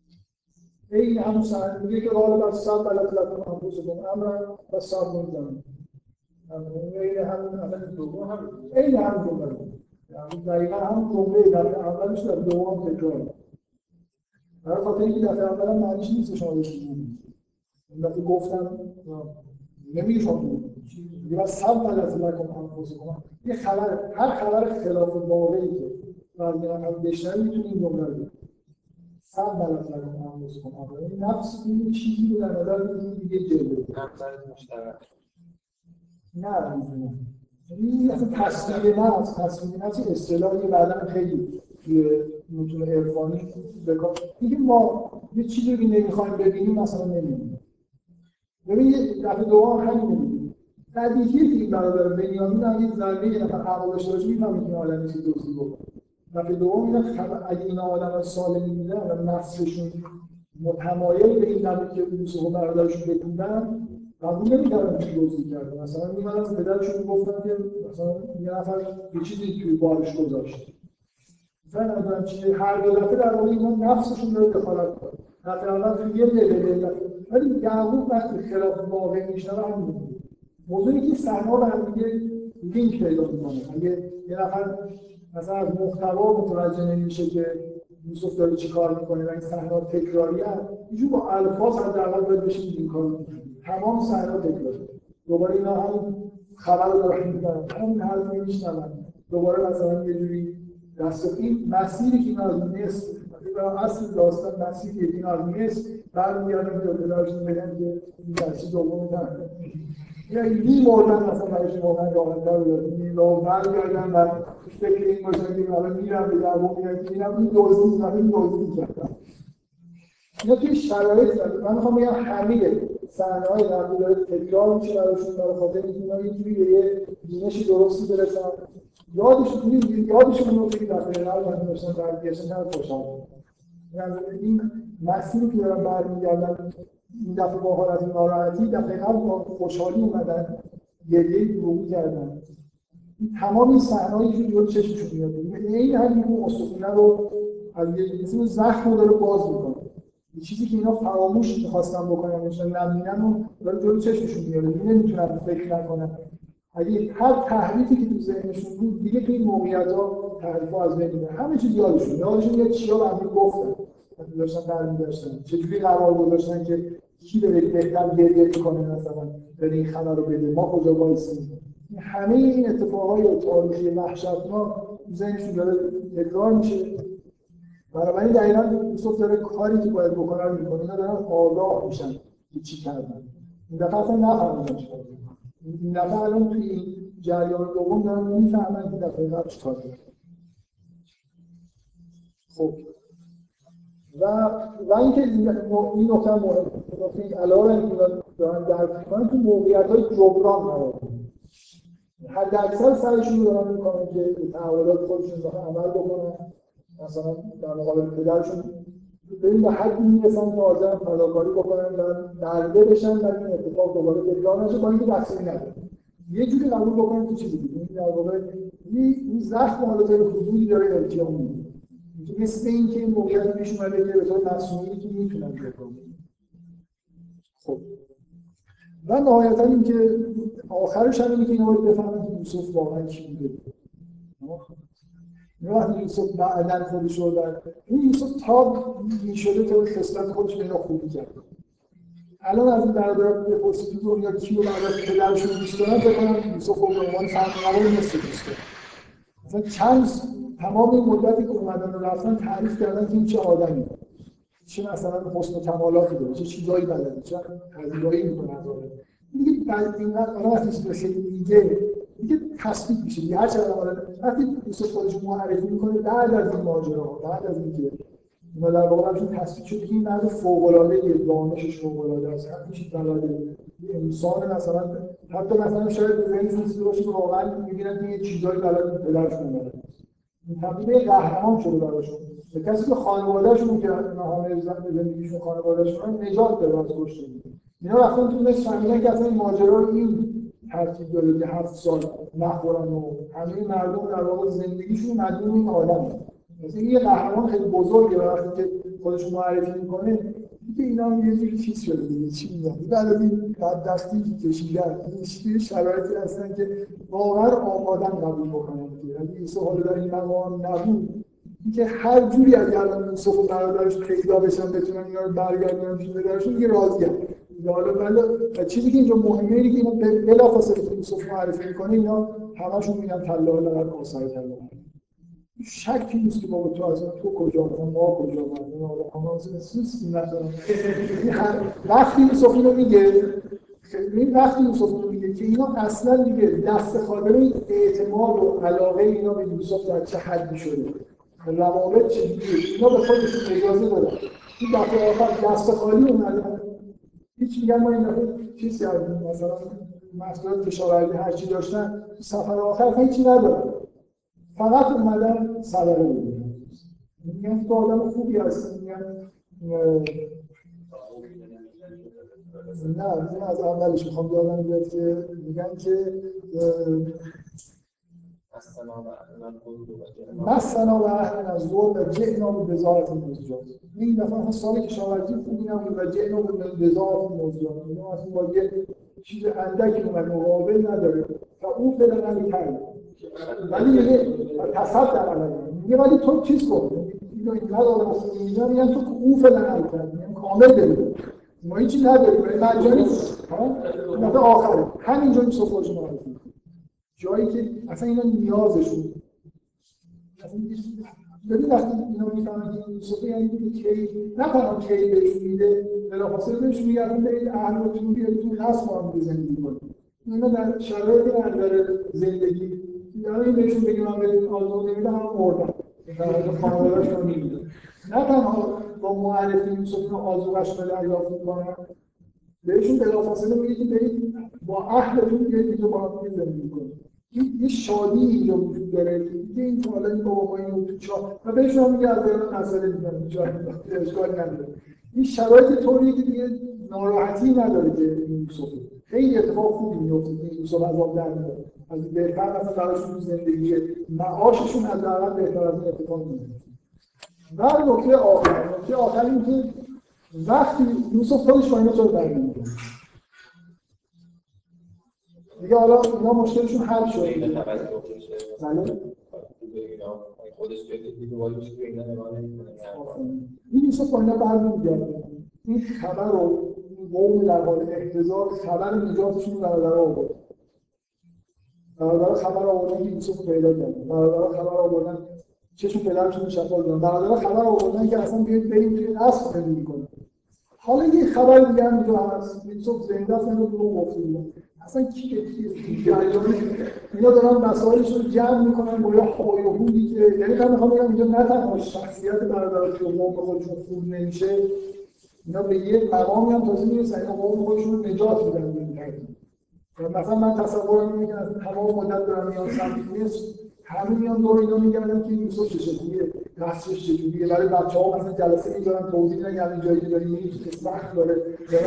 این همون صحنه میگه که قال بر صد بلد لکن انفسکم امرا و صبر می‌کنید. این همون اول دوم هم این همون جمله، یعنی دقیقاً همون جمله در اولش در دوم تکرار. برای خاطر اینکه دفعه اول معنیش نیست شما بگید. این دفعه گفتم نمیگه شما دیگه بس صبر بلد لکن انفسکم. یه خبر، هر خبر خلاف واقعی که بعضی نفر بشنوه میتونه این جمله رو بگه. صبر بلد لکن انفسکم. این نفس این چیزی رو در نظر بگیرید دیگه جلوه. نظر مشترک. نه این اصلا تصویر نفس اصطلاحی بعداً خیلی توی متون عرفانی بکار میگه ما یه چیزی رو که نمیخوایم ببینیم مثلا نمیبینیم. ببین یه دفعه دوم همین میگه بدیهیه که این برادر بنیامین اگه ذره یه نفر حق داشته باشه میفهمه که این آدمی چیزی دزدی بکنه. دفعه دوم اینا اگه این آدم‌ها سالمی بودن و نفسشون متمایل به این نبود که یوسف و برادرشون بکوبن قبول نمی‌کردن که دزدی کرده. مثلا می‌مدن از پدرشون گفتن که مثلا یه نفر یه چیزی توی بارش گذاشته. مثلا نمی‌دونم چیه، هر دو دفعه در واقع اینا نفسشون رو دخالت کردن. دفعه اول توی یه لول، ولی یعقوب وقتی خلاف واقع میشنوه همین می‌کنه. موضوعی که صحنه‌ها به هم دیگه لینک پیدا می‌کنه. اگه یه نفر مثلا از محتوا متوجه نمیشه که یوسف داره چی کار میکنه و این صحنه‌ها تکراری هست، اینجور با الفاظ حداقل باید بشیم این کار میکنه. تمام صحنه‌ها تکراری. دوباره اینا همین خبر رو دارن میکنن، همین حرف میشنون. دوباره مثلا یه جوری دست این مسیری که اینا از مصر اصل داستان مسیری که اینا از مصر برمیگردن به پدرشون بگن که این درسی دوم دارن. یعنی می‌مردن مثلا برایشون واقعا راحت‌تر بود. برگردن و فکر این باشن که حالا میرم به دوام میگن که اینم این دزدی کردن. اینا توی شرایط داره. من میخوام بگم همه صحنه‌های قبلی داره تکرار میشه براشون برای خاطر اینکه اینا یه جوری به یه بینش درستی برسن. یادشون میفته که دفعه اول وقتی داشتن برگشتن چقدر خوشحال بودن. یعنی این مسیری که دارن برمیگردن این دفعه با حالت ناراحتی دفعه قبل با خوشحالی اومدن گریه دروغی کردن. تمام این صحنه‌هایی که جلوی چشمشون میاد این همین اون استخونه رو از یه مثل زخم رو داره باز میکنه. یه چیزی که اینا فراموش می‌خواستن بکنن نمی‌شن نمی‌بینن اون داره جلوی چشمشون میاد. نمیتونن فکر نکنن. اگه هر تحریفی که تو ذهنشون بود دیگه تو این موقعیت‌ها تحریف‌ها از بین میره. همه چیز یادشون میاد چیا به هم گفتن. داشتن برمی‌داشتن چجوری قرار گذاشتن که کی بره بهتر گریه کنه مثلا بره این خبر رو بده ما کجا وایسیم. همه این اتفاقای تاریخی وحشتناک ذهنشون داره تکرار میشه. بنابراین دقیقاً یوسف داره کاری که باید بکنه رو میکنه. اینا دارن آگاه میشن که چی کردن. این دفعه اصلا نفهمیدن چیکار کنن. این دفعه الان توی این جریان دوم دارن میفهمن که دفعه قبل چیکار کردن. خب و اینکه این نکته مهمه که علاوه اینکه دارن درک میکنن تو موقعیت‌های جبران قرار میگیرن. حداکثر سعیشون رو دارن میکنن که تعهدات خودشون رو عمل بکنن. مثلا در مقابل پدرشون ببین به حدی میرسن که حاضرن فداکاری بکنن و درده بشن و این اتفاق دوباره تکرار نشه با اینکه دستوری نداره. یه جوری قبول بکنن که چیزی دیگه این در واقع این زخم حالت حدودی داره التیام میگیره. مثل اینکه این موقعیت پیش اومده که به طور مصنوعی که میتونن بکنن. خب و نهایتا اینکه آخرش هم اینه که اینا باید بفهمن که یوسف واقعا کی بوده. وقتی یوسف بعداً خودش رو در این یوسف تا میشده تا خصلت خودش به اینا خوبی کرد. الان از این برادرها بپرسید تو دنیا کی رو بعد از پدرشون دوست دارن فکر کنم یوسف رو به عنوان فرق‌نمای مثل دوست دارن. مثلا چند تمام این مدتی که اومدن و رفتن تعریف کردن که این چه آدمی چه مثلا حسن و کمالاتی داره چه چیزایی بلده چه پذیرایی میکنه از آدم دیگه بعد اینقدر آدم وقتی چیز خیلی دیگه تثبیت میشه دیگه هر چقدر وقتی یوسف خودش معرفی میکنه بعد از این ماجرا بعد از اینکه اینا در واقع همشون تثبیت شد که این مرد فوق‌العاده دانشش فوق‌العاده است همه چیز بلده انسان مثلا حتی مثلا شاید به ذهنشون چیزی باشه که واقعا می‌بینن که یه چیزایی بلده پدرشون بلده این تبدیل قهرمان شده براشون به کسی که خانواده‌شون که همه زندگیشون خانواده‌شون نجات داده از کشته اینا رفتن تو مثل فهمیدن که اصلا این ماجرا رو این ترتیب داره که 7 سال نخورن و همه مردم در واقع زندگیشون مدیون این آدمه مثلا یه قهرمان خیلی بزرگه وقتی که خودش معرفی میکنه که اینا هم یه جوری چیز شده دیگه چی میگن بعد از این بددستی که کشیدن این شرایطی هستن که واقعا آمادن قبول بکنن که اگه یوسف حالا در این مقام نبود که هر جوری اگه الان یوسف و برادرش پیدا بشن بتونن اینا رو برگردونن پیش پدرشون دیگه راضیه حالا ولی چیزی که اینجا مهمه اینه که اینا بلافاصله که یوسف معرفی میکنه اینا همشون میگن طلا لقد آثار طلا شکی نیست که بابا تو اصلا تو کجا ما کجا ما اصلا سوس ندارم وقتی یوسف اینو میگه وقتی یوسف اینو میگه که اینا اصلا دیگه دست خالی اعتماد و علاقه اینا به یوسف در چه حدی شده روابط چجوریه اینا به خودشون اجازه دادن این دفعه آخر دست خالی اومدن هیچ میگن ما این دفعه چیز کردیم مثلا مسئولات کشاورزی هر چی داشتن سفر آخر هیچی نداره، فقط اومدن صدقه بدن. میگن تو آدم خوبی هستی، میگن نه از اولش میخوام یادم بیاد که میگن که مسنا و اهلنا الظلم و جئنا ببضاعة مزجاة. این دفعه سال کشاورزی خوبی نبود و جئنا ببضاعة مزجاة. اینا اصلا با یه چیز اندکی اومد مقابل نداره و اون فعلا نمی‌کنه. ولی میگه تصدق علیه. میگه ولی تو چیز کن. اینو نداره مثلا میگن تو اون فعلا نمی‌کنی. میگن کامل بده. ما هیچی نداریم. مجانی مثلا آخره. همینجا این صفحه‌اش معرفی. جایی که اصلا اینا نیازشون ببین وقتی اینا میفهمن که این صفحه یعنی که نه تنها کی بهشون میده بلافاصله بهشون میگه اصلا برید اهلتون بیارید قصد با هم زندگی کنید. اینا در شرایطی در زندگی یعنی بهشون بگیم من بهتون آزاد نمیدم هم مردم در خانواده‌اشون میده. نه تنها با معرفی این صفحه آذوقش رو دریافت میکنن، بهشون بلافاصله میگه که برید با اهلتون بیارید با هم زندگی کنید. یه شادی اینجا وجود داره که این حالا این بابا ما اینو تو چاه و بهشون هم میگه از دارن مسئله میکنن جایی اشکال نداره. این شرایط طوریه که دیگه ناراحتی نداره که این صفحه خیلی اتفاق خوبی میفته که این صفحه از آب در میاد از بهتر مثلا براشون زندگی معاششون از اول بهتر از این اتفاق میفته. و نکته آخر این که وقتی یوسف خودش با اینا چرا درگیر دیگه حالا اینا مشکلشون حل شد. بله. خودش دیگه والدش تو اینا نگاه نمی‌کنه. این یوسف با اینا برمیگرده. این خبر رو قوم در حال احتضار خبر نجاتشون رو برادرها آورد. برادرها خبر آوردن که یوسف پیدا کردن. برادرها خبر آوردن چشم پدرشون شفا دادن. برادرها خبر آوردن که اصلا بیاید بریم توی قصر زندگی کنیم. حالا یه خبر دیگه هم اینجا هست. یوسف زنده است اینو دروغ گفته بود. اصلا کی اینا دارن مسائلشون رو جمع میکنن با یه هایهویی که یعنی من میخوام بگم اینجا نه تنها شخصیت برادرها که قوم خودشون خوب نمیشه، اینا به یه مقامی هم تازه میرسن اینا قوم خودشون رو نجات میدن. مثلا من تصور میکنم از تمام مدت دارم میان سمت مصر همه میان دور اینا میگردن که یوسف چجوریه، قصرش چجوریه، برای بچه‌ها مثلا جلسه میذارن توضیح میدن همین جایی که داریم میریم که سخت داره.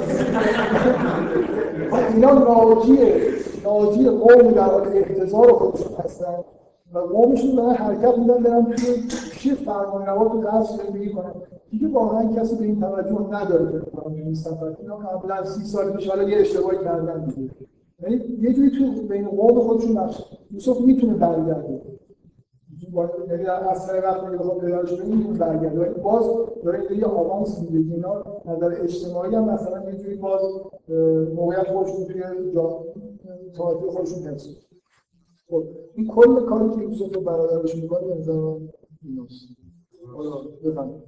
اینا ناجی قوم در حال احتضار خودشون هستن و قومشون دارن حرکت میدن برن توی چه فرمانروا تو قصر زندگی کنن. دیگه واقعا کسی به این توجه نداره که این سفر اینا قبلا 30 سال پیش حالا یه اشتباهی کردن دیگه. یعنی یه جوری تو بین قوم خودشون نشه. یوسف میتونه برگرده. یعنی اصلا وقتی میخواد پدرش رو میتونه برگرده. ولی باز داره یه آوانس میده که اینا نظر اجتماعی هم مثلا یه جوری باز موقعیت خودشون توی طایفه خودشون حفظ. خب این کل کاری که یوسف رو برادرش میکنه به نظر من ایناست. حالا بفهمید.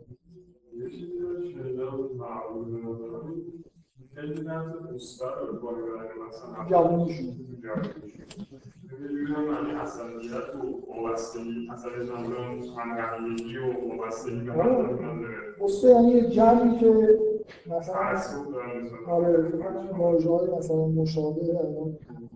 خیلی نفت استاد رو باید مثلا جوانیشون می‌بینم این حسنیت و وابستگی اصلا جانبان همغنیگی و وابستگی به هم داره. استه یعنی یه جمعی که مثلا آره واژه‌های مثلا مشابه الان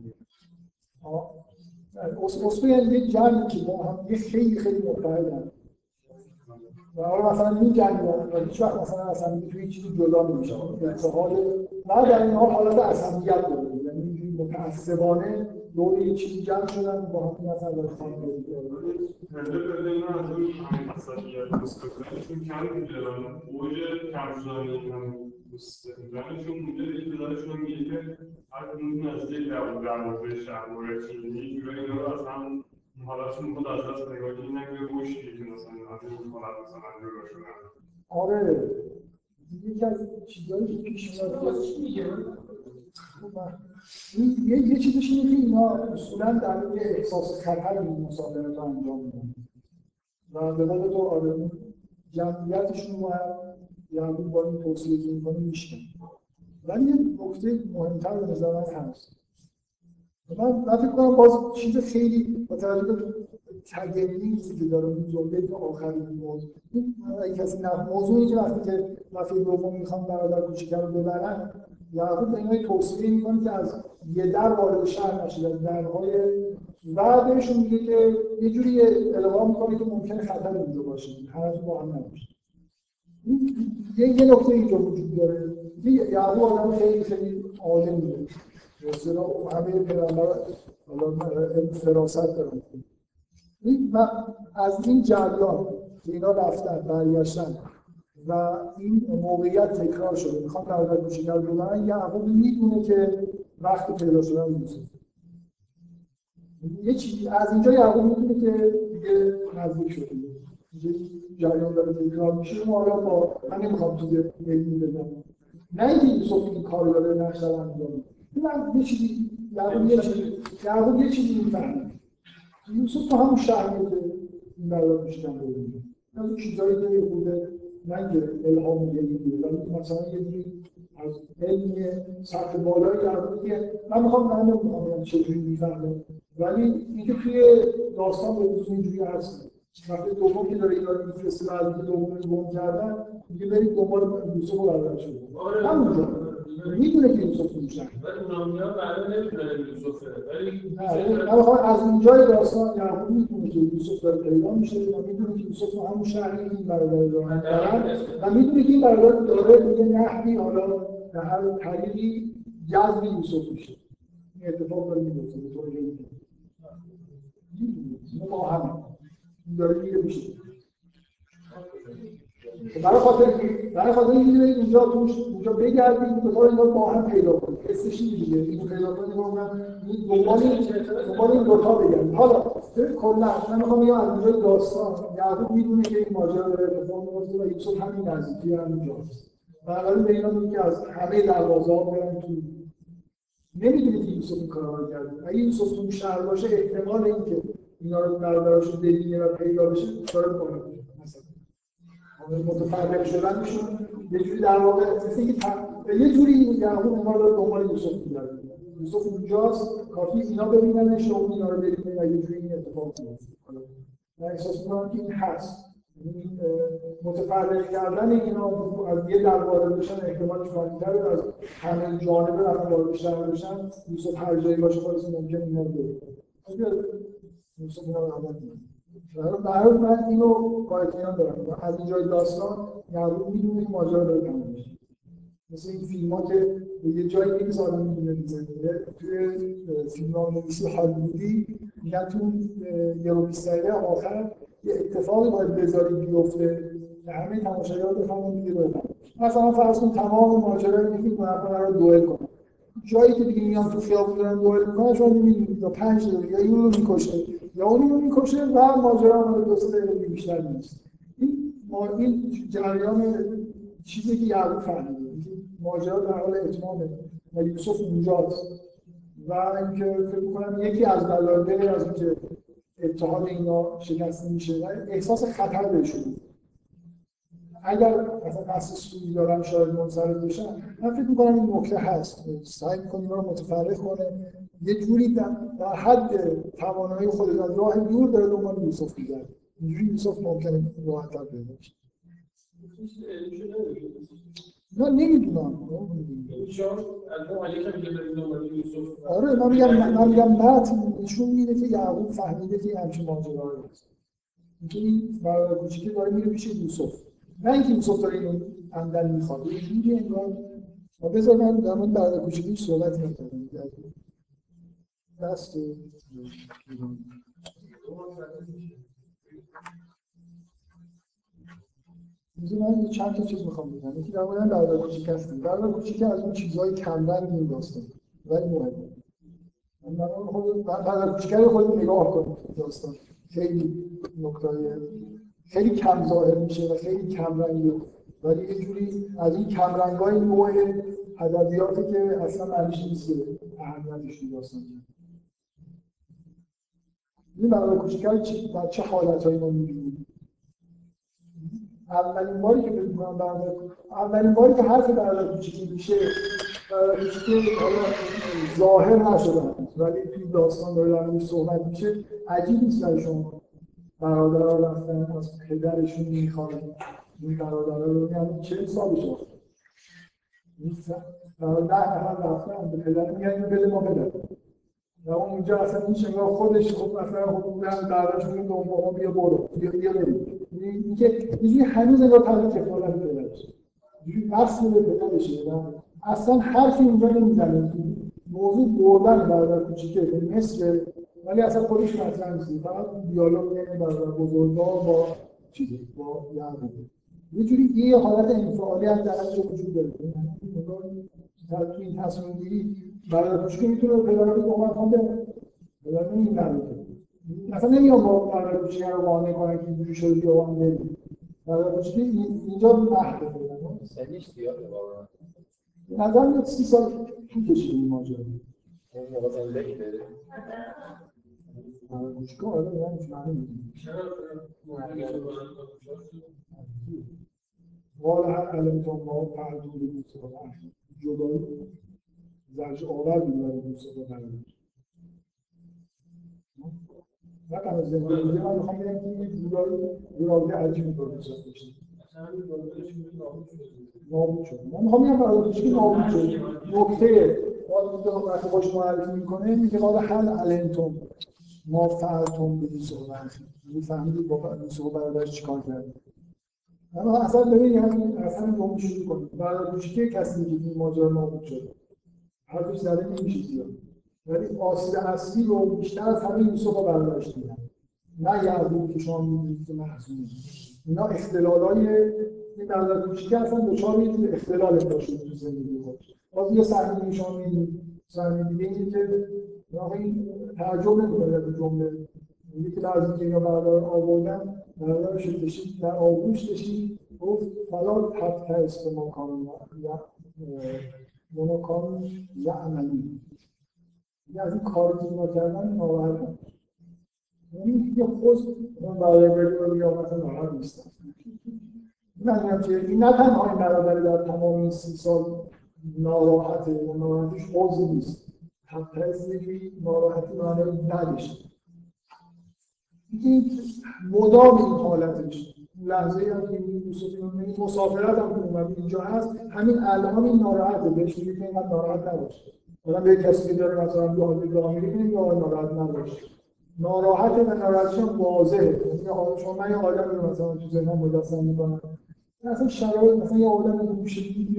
استه یعنی یه جمعی که با هم یه خیلی خیلی متحدن و حالا مثلا این جنگیدن و هیچ وقت مثلا عصبی توی چیزی جدا نمیشه به حال نه در این حال حالت عصبیت داره یعنی اینجوری متعصبانه دور یه چیزی جمع شدن با هم مثلا در خانه بودید هنده اینا از اون همین عصبیت مستقلشون کم میدارن اوج کمزانی هم مستقلشون بوده این پدرشون میگه که هر کنون نزدیک در شهر چینی جوری اینا رو از هم حالتون خود از دست نگاهی نگه روشی که مثلا این حالت مثلا جلو شدن. آره یکی از چیزایی که پیش میاد یه چیزش اینه که اینا اصولا در یه احساس خطر این مسافرت رو انجام میدن و به قول تو آره جمعیتشون رو هم یعنی با این توصیه که میکنه میشکن ولی یه نکته مهمتر به نظر من هست من فکر کنم باز چیز خیلی با توجه به تجربیاتی که داره اون جمله تا آخرین موضوع این کسی نه موضوعی که وقتی که دفعه دوم میخوام برادر کوچیک رو ببرن یعقوب به اینها توصیه میکنه که از یه در وارد شهر نشید، از درهای و بهشون میگه که یه جوری القا میکنه که ممکنه خطر اونجا باشه، همتون با هم نباشه. یه نکته اینجا وجود داره، یعقوب آدم خیلی خیلی عالمیه، مثلا همه پیغمبر فراست دارن. من از این جریان که اینا رفتن برگشتن و این موقعیت تکرار شده میخوام برادر کوچیک‌تر بودن، یعقوب میدونه که وقت پیدا شدن یوسف یه چیزی از اینجا یعقوب میدونه که دیگه نزدیک شده، جریان داره تکرار میشه. ما حالا با من نمیخوام تو بگیم بدم نه اینکه یوسف این کارو داره نقشه‌اش انجام میده، من یه چیزی یعقوب یه چیزی میفهمه، یوسف تو همون شهریه که این برادر کوچیک‌تر بوده، از چیزایی که بوده نه اینکه الهام میگیره، ولی مثلا یه جوری از علم سطح بالایی یعقوب که من نمیخوام چجوری میفهمم، ولی اینکه توی داستان به وضوح اینجوری هست. وقتی دوم که داره اینا رو میفرسته و از دوم رو گم کردن میگه برید دنبال یوسف رو بردارش کنید. همونجا میدونه که یوسف میشه. ولی اونها بعدا نمیدونه یوسفه. ولی من میخوام از اونجای داستان یعقوب میدونه که یوسف داره پیدا میشه و میدونه که یوسف رو همون شهری این برادر دارن و میدونه که این برادر داره به یه نحوی حالا به هر طریقی جذب یوسف میشه. این اتفاق داره میفته به طور غیر ما هم داره میره میشه. برای خاطر اینکه اونجا بگردیم به طور اینا با هم پیدا کنیم. حسش دیگه اینو پیدا کنیم من دنبال این دو تا بگردیم. حالا کلا من میخوام بگم از اونجای داستان یعقوب میدونه که این ماجرا داره اتفاق میفته و یوسف همین نزدیکی همینجاست. بنابراین به اینا میگه که از همه دروازه‌ها برن تو. نمیدونه که یوسف این کارا رو کرده. اگه یوسف تو شهر باشه احتمال اینکه اینا رو برادراشو ببینه و پیدا بشه داره می‌کنه. متفرق شدنشون یه جوری در واقع مثل اینکه یه جوری یعقوب اونها رو دنبال یوسف می‌گرده. یوسف اونجاست، کافی اینا ببیننش و اینا رو ببینن و یه جوری این اتفاق میفته. من احساس می‌کنم که این هست. این متفرق کردن اینا از یه در وارد بشن احتمالش بالاتره، از همه جانبه وقتی وارد بشن یوسف هر جایی باشه خالص ممکنه اینا رو ببینه. یوسف اینا رو عمل کنه. برای من اینو قایقیان دارم از این جای داستان یعقوب میدونه این ماجرا داره تموم میشه. مثل این فیلم ها که به یه جایی نیست آدم میدونه میزنه توی فیلم ها نویسی هالیوودی میگن تو یه رو 20 دقیقه آخر یه اتفاقی باید بذاری بیفته که همه تماشاگرها بفهمن دیگه بفهمن. مثلا فرض کن تمام ماجرا اینه که مردم رو دوئل کنن، جایی که دیگه میان تو خیابون دارن دوئل میکنن شما میبینید تا 5 دقیقه یا اینو میکشه یا اونو میکشه و ماجرا هم دو سه دقیقه بیشتر نیست. این جریان چیزی که یعقوب فهمیده، ماجرا در حال اتمامه و یوسف اونجاست و اینکه فکر می‌کنم یکی از دلایل از اینکه اتحاد اینا شکسته میشه و احساس خطر بهشون. اگر مثلا قصد سوی دارن شاید منصرف بشن، من فکر می‌کنم این نکته هست، سعی می‌کنه اینا رو متفرق کنه، یه جوری در حد توانایی خودش از راه دور داره دنبال یوسف می‌گرده. اینجوری یوسف ممکنه راحت‌تر پیدا بشه. من نمیدونم. آره من میگم متن نشون میده که یعقوب فهمیده که همچین ماجرایی هست. اینکه این برادر کوچیکی داره میره پیش یوسف. نه اینکه یوسف داره اینو عمدن میخواد. اینجوری انگار بذار من در مورد برادر کوچیکی صحبت نکنم. دست من چند تا چیز میخوام بگم. یکی در مورد برادر کوچیک هستم. برادر کوچیک از اون چیزهای کمرنگ این داستان ولی مهمه. من خود برادر کوچیک رو خود نگاه کنید داستان. خیلی نکته‌ای خیلی کم ظاهر میشه و خیلی کمرنگه. ولی یه جوری از این کمرنگ‌های نوع ادبیاتی که اصلا معنیش نیست که اهمیتش رو داستان. این برادر کوچیک رو در چه حالتایی ما می‌بینیم؟ اولین باری که فکر می‌کنم اولین باری که حرف برادر کوچیکی میشه، برادر کوچیکی حالا ظاهر نشده ولی توی داستان داره در موردش صحبت میشه، عجیب نیست برای شما برادرها رفتن از پدرشون میخوان این برادرها رو یعنی 40 سالش نیستن 10 نفر رفتن به پدر میگن اینو بده ما بدن و اونجا اصلا این شنگاه خودش خب مثلا خب دعوتشون میگه ما بیا برو بیا بریم اینکه اینجوری هنوز انگار تحت کفالت پدرش اینجوری وصل به پدرشه اصلا حرفی اونجا نمیزنه موضوع بردن برادر کوچیکه مثل ولی اصلا خودش مطرح نیست فقط دیالوگ بین برادر بزرگوار با چیزی با یعقوب یه جوری یه حالت انفعالی هم درش وجود داره در این تصمیم گیری برادر کوچیک میتونه پدر رو کمک کنه پدر نمیدونه مثلا نمیام با برادر کوچیک رو قانع کنن که اینجوری شده یا هم بریم برادر کوچیک اینجا محدوده سنش زیاده واقعا نظر میاد 30 سال طول کشید این ماجرا اون موقع زندگی داره کوچیکا آره یعنی والا هر علمتون ما پردون به دوست رو جدایی زرج آور بیداره دوست رو برمید نه تنها زندگی من میخوام بگم که یه جدایی یه رابطه عجیبی با دوست رو داشتیم نابود شد من میخوام بگم برای دوستی نابود شد نکته وقتی خوش معرفی میکنه میگه والا هر علمتون ما فعلتون به دوست رو برمید فهمیدید با دوست رو برادرش چیکار کرده اما اصلا ببینید اصلا جمعه شروع کنید برای کوچیکه کسی که این ماجرا نابود شده حرفش زده نمیشه زیاد ولی آسیب اصلی رو بیشتر از همه یوسف رو برداشت میدن نه یعقوب که شما میدونید که محزونه اینا اختلالای این برادر کوچیکه اصلا دچار یه جور اختلال داشته تو زندگی خودش باز یه صحنه شما میدونید صحنه دیگه اینه که این تعجب نمی‌کنه به جمله میگه که بعضی که اینا برادر آوردن برادرش کشید در آغوش کشید گفت فلا حتی است ما کانون یا عملی از این کاری که اینا کردن ناراحتن یعنی یه خود من برادر بگو یا مثلا ناراحت نیستم من که این نه تنها این برادر در تمام این 30 سال ناراحته و ناراحتیش حوضی نیست حتی از یکی ناراحتی معنی نداشته این مدام این حالتش لحظه‌ای هم که یوسف این مسافرت هم که اومد اینجا هست همین الان این ناراحته بهش میگه که اینقدر ناراحت نباشه مثلا به کسی که داره مثلا دو حالت راه میره میگه یا ناراحت نباشه ناراحته و ناراحتیش هم واضحه چون من یه آدمی رو مثلا تو ذهنم مجسم میکنم مثلا شرایط مثلا یه آدمی موشکی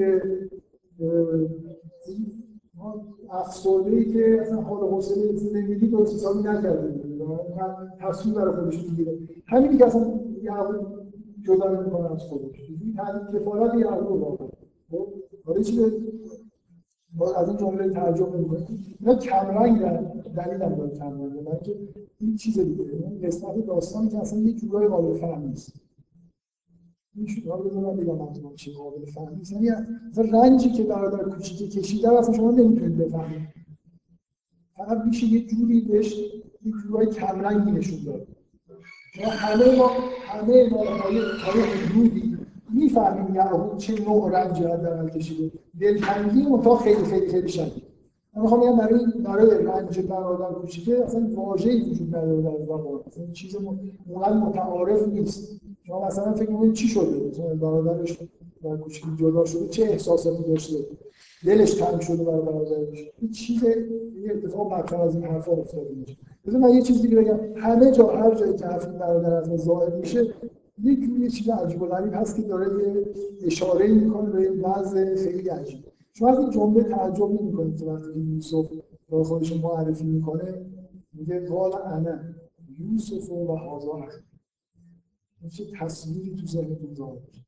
افسرده‌ای که اصلا حال و حوصله زندگی درست حسابی نکرده تصمیم برای خودش میگیره همینی که اصلا یعقوب جدا میکنه از خودش این کفالت یعقوب واقعا خب حالا چی از این جمله تعجب میکنه اینا کمرنگن دلیلم داره کمرنگه برای که این چیز دیگه این قسمت داستانی که اصلا یه جورای قابل فهم نیست این شد حالا بذار من بگم منظورم چیه قابل فهم نیست یعنی اصلا رنجی که برادر کوچیک کشیده اصلا شما نمیتونید بفهمید فقط میشه یه جوری بهش یه جورای کمرنگی نشون داد همه ما تا یه حدودی میفهمیم یعقوب چه نوع رنجی در کشیده دلتنگی منتها خیلی خیلی خیلی شدید من میخوام بگم برای رنج برادر کوچیکه اصلا واژه‌ای وجود نداره در زبان اصلا این چیز اونقدر متعارف نیست شما مثلا فکر می‌کنید چی شده مثلا برادرش با کوچیک جدا شده چه احساساتی داشته دلش تنگ شده برای برادرش این چیز یه اتفاق بدتر از این حرفا افتاده میشه مثلا من یه چیز دیگه بگم همه جا هر جایی که حرف برادر از ظاهر میشه یه چیز عجیب و غریب هست که داره یه اشاره میکنه به این وضع خیلی عجیب شما از این جمله تعجب نمی‌کنید که وقتی یوسف با خودش معرفی میکنه میگه والا انا یوسف و هذا اخی چه تصویری تو ذهنتون ظاهر میشه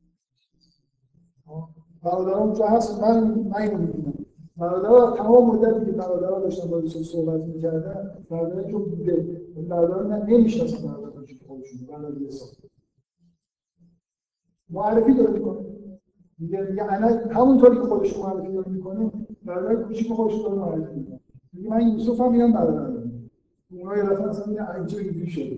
برادران اونجا هست من اینو می‌بینم برادرها تمام مدتی که برادرها داشتن با یوسف صحبت می‌کردن برادرها که بوده برادرها نمی‌شناسن برادرها که خودشون برادر حساب معرفی داره میکنه میگه انا همونطوری که خودش معرفی داره میکنه برادر کوچیک خودش داره معرفی میکنه میگه من یوسف هم میام برادرم اونها یه دفعه اصلا میگه عجیب اینجوری شده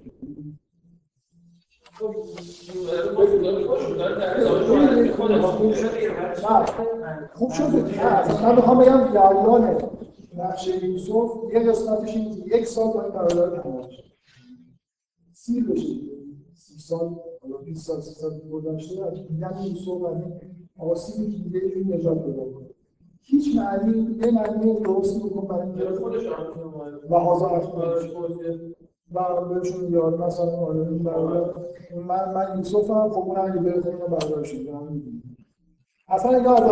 خوب شده من میخوام بگم جریان نقشه یوسف یه قسمتش اینه که 1 سال باید برادر تمام شه سیر بشه 30 سال حالا 20 سال 30 سال گذشته از دیدن یوسف و این آسیبی که دیگه این نجات پیدا کنه هیچ معنی یه معنی درستی بکن برای اینکه خودش و حاضر و بهشون یاد مثلا آره من یوسفم خب اون اگه بره خونه بردارش شده اصلا اینا از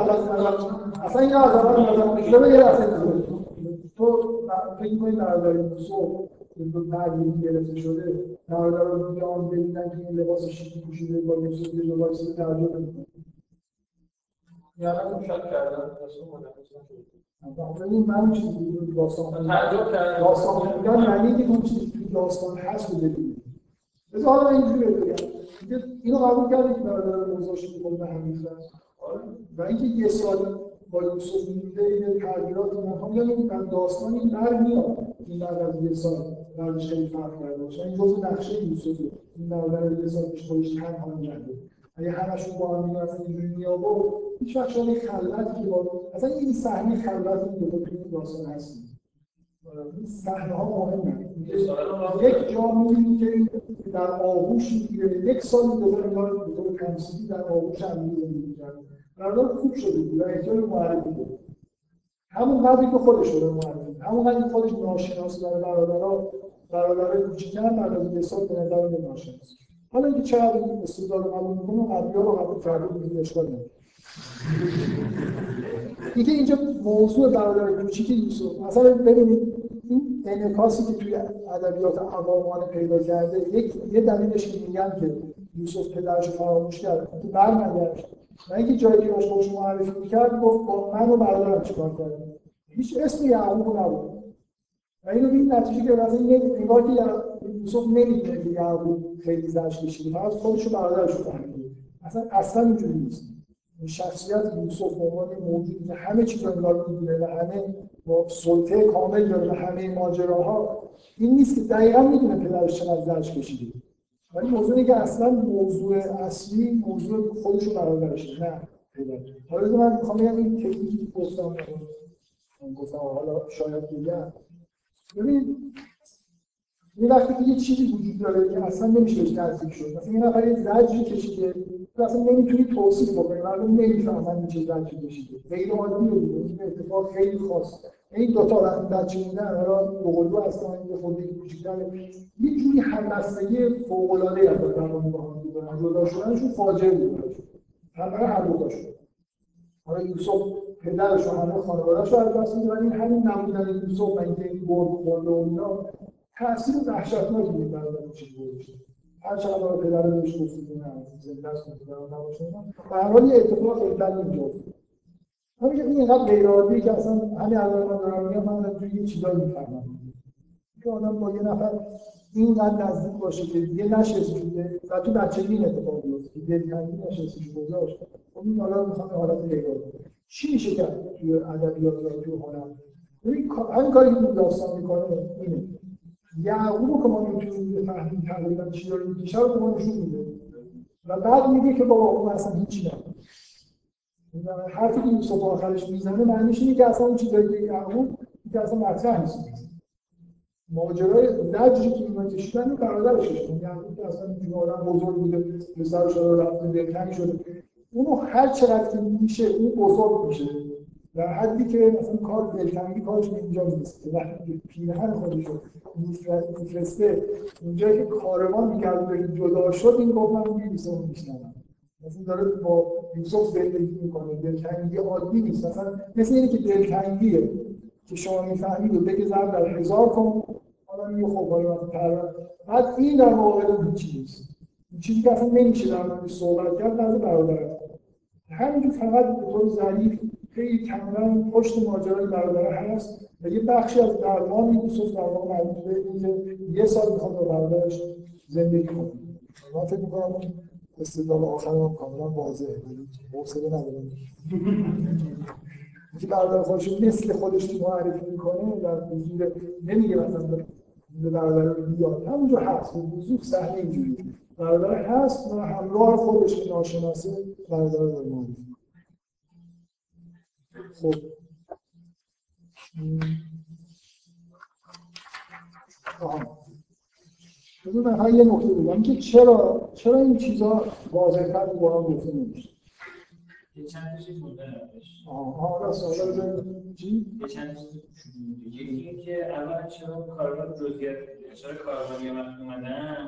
اول نظر یه لحظه تو فکر کنید برادر یوسف دو تغییر گرفته شده برادر رو بیان ببینن که این لباس شیکی پوشیده با یوسف یه لباسی ترجمه میکنه یعنی اون شاید کردن داستان این من چیزی داستان ترجمه کردن داستان میگن یعنی که اون چیزی که داستان هست رو ببینید بذار حالا اینجوری بگم اینو قبول کردید که برادر موضوعش میکنه به همین و اینکه یه سال با یوسف میده یه تغییرات مهم میگم من داستان این برمیاد این بعد از یه سال بعدش خیلی فرق کرده باشه این جزء نقشه یوسفه این برادر یه سال پیش خودش تنها می‌گرده اگه همشون با هم میرفتن اینجوری می‌آورد هیچ وقت شاید خلوتی که با اصلا این صحنه خلوتی که دو تا توی داستان هست این صحنه‌ها مهمه یک جا می‌بینی که در آغوش میگیره یک سال دوباره انگار به طور تمثیلی در آغوش هم زندگی می‌کرد برادر خوب شده بود و احتیاج معرفی بود همون قدری که خودش رو معرفی همون قدری که خودش ناشناس برای برادر کوچیک‌تر بعد از 2 سال به نظر میاد ناشناس حالا اینکه چقدر این استدلال رو قبول می‌کنه قبلی‌ها رو قبول کرده بود اشکال نداره اینجا موضوع برادر کوچیک یوسف مثلا ببینید این انعکاسی که توی ادبیات عوامانه پیدا کرده یه دلیلش که میگن که یوسف پدرش رو فراموش کرد که برنگشت و اینکه جایی که باش خودش معرفی می‌کرد گفت با من و برادرم چیکار کردم هیچ اسم یعقوب نبود و اینو به این نتیجه که مثلا انگار که یوسف نمی‌دونه که یعقوب خیلی زجر کشیده فقط خودش و برادرش رو فهمیده اصلا اینجوری نیست شخصیت یوسف به عنوان موجودی که همه چیز رو انگار می‌دونه و همه با سلطه کامل داره و همه ماجراها این نیست که دقیقاً می‌دونه پدرش چقدر زجر کشیده ولی موضوعی که اصلا موضوع اصلی موضوع خودش و برادرش نه پدر حالا من می‌خوام بگم این تکنیکی که گفتم حالا شاید بگم ببین یه وقتی که یه چیزی وجود داره که اصلا نمیشه بهش نزدیک شد مثلا یه نفر یه زجری کشیده اصلا نمیتونی توصیف بکنی مردم نمیفهمن این چه زجری کشیده غیر عادیه این اتفاق خیلی خاصه این دو تا بچه موندن حالا دوقلو هستن یه خورده کوچیک‌تر یه جوری همبستگی فوق‌العاده‌ای از در با هم دارن جدا شدنشون فاجعه بود هر دو تاشون حالا یوسف پدرش و همه خانواده‌اش رو از دست می‌دن همین نمودن یوسف و اینکه این برد و اینا تأثیر وحشتناکی بود برای کوچیک گذاشته هر چقدر پدر رو بهش گفتید نه زنده است پدر نباشه به هر حال یه اتفاق خیلی بدی اینجا افتاد همین که اینقدر غیرعادیه که اصلا همین الان من دارم میگم من توی یه چیزایی میفهمم که آدم با یه نفر اینقدر نزدیک باشه که یه نشست شده و تو بچگی این اتفاق بیفته که دلتنگی نشستش گذاشت خب این حالا میخوام حالت غیرعادی چی میشه کرد توی ادبیات و توی هنر ببین همین کاری که داستان میکنه اینه یعقوب که ما میتونیم بفهمیم تقریبا چی داره میشه رو به ما نشون میده و بعد میگه که بابا اون اصلا هیچی نبود حرفی که یوسف آخرش میزنه معنیش اینه که اصلا اون چیزایی که یعقوب که اصلا مطرح نیست ماجرای زجری که اینا کشیدن رو برادرش کشیدن یعقوب که اصلا اینجوری آدم بزرگ بوده پسرش رو رفته دلتنگ شده اونو هر چقدر که میشه اون بزرگ میشه در حدی که مثلا کار دلتنگی کارش اینجا نیست وقتی پیرهن خودش رو میفرسته اونجایی که کاروان میکرد جدا شد این گفت من یوسف میشنم مثلا داره با یوسف زندگی میکنه دلتنگی عادی نیست مثلا مثل اینه که دلتنگیه که شما میفهمید و بگه ضرب در 1000 کن حالا میگه خب حالا بعد این در واقع هیچی نیست این چیزی که اصلا نمیشه در موردش صحبت کرد نزد برادر همینجور فقط به طور ظریف خیلی کاملا پشت ماجرای برادر هست و یه بخشی از درمان یوسف در واقع مربوط به اینکه یه سال میخواد با برادرش زندگی کنه من فکر میکنم استدلال آخرم کاملا واضحه حوصله ندارم اینکه برادر خودش مثل خودش معرفی میکنه در حضور نمیگه مثلا به برادر بیاد همونجا هست به وضوح صحنه اینجوری برادر هست و همراه خودش که ناشناسه برادر رو معرفی خب من یه نکته بگم که چرا این چیزا واضح‌تر با هم گفته نمیشه یه چند تا چیز مونده نمیشه. راست چی؟ یه چند چیز مونده. یکی اینکه اول چرا کاربن جزئیات چرا کاربن یا وقت اومدن؟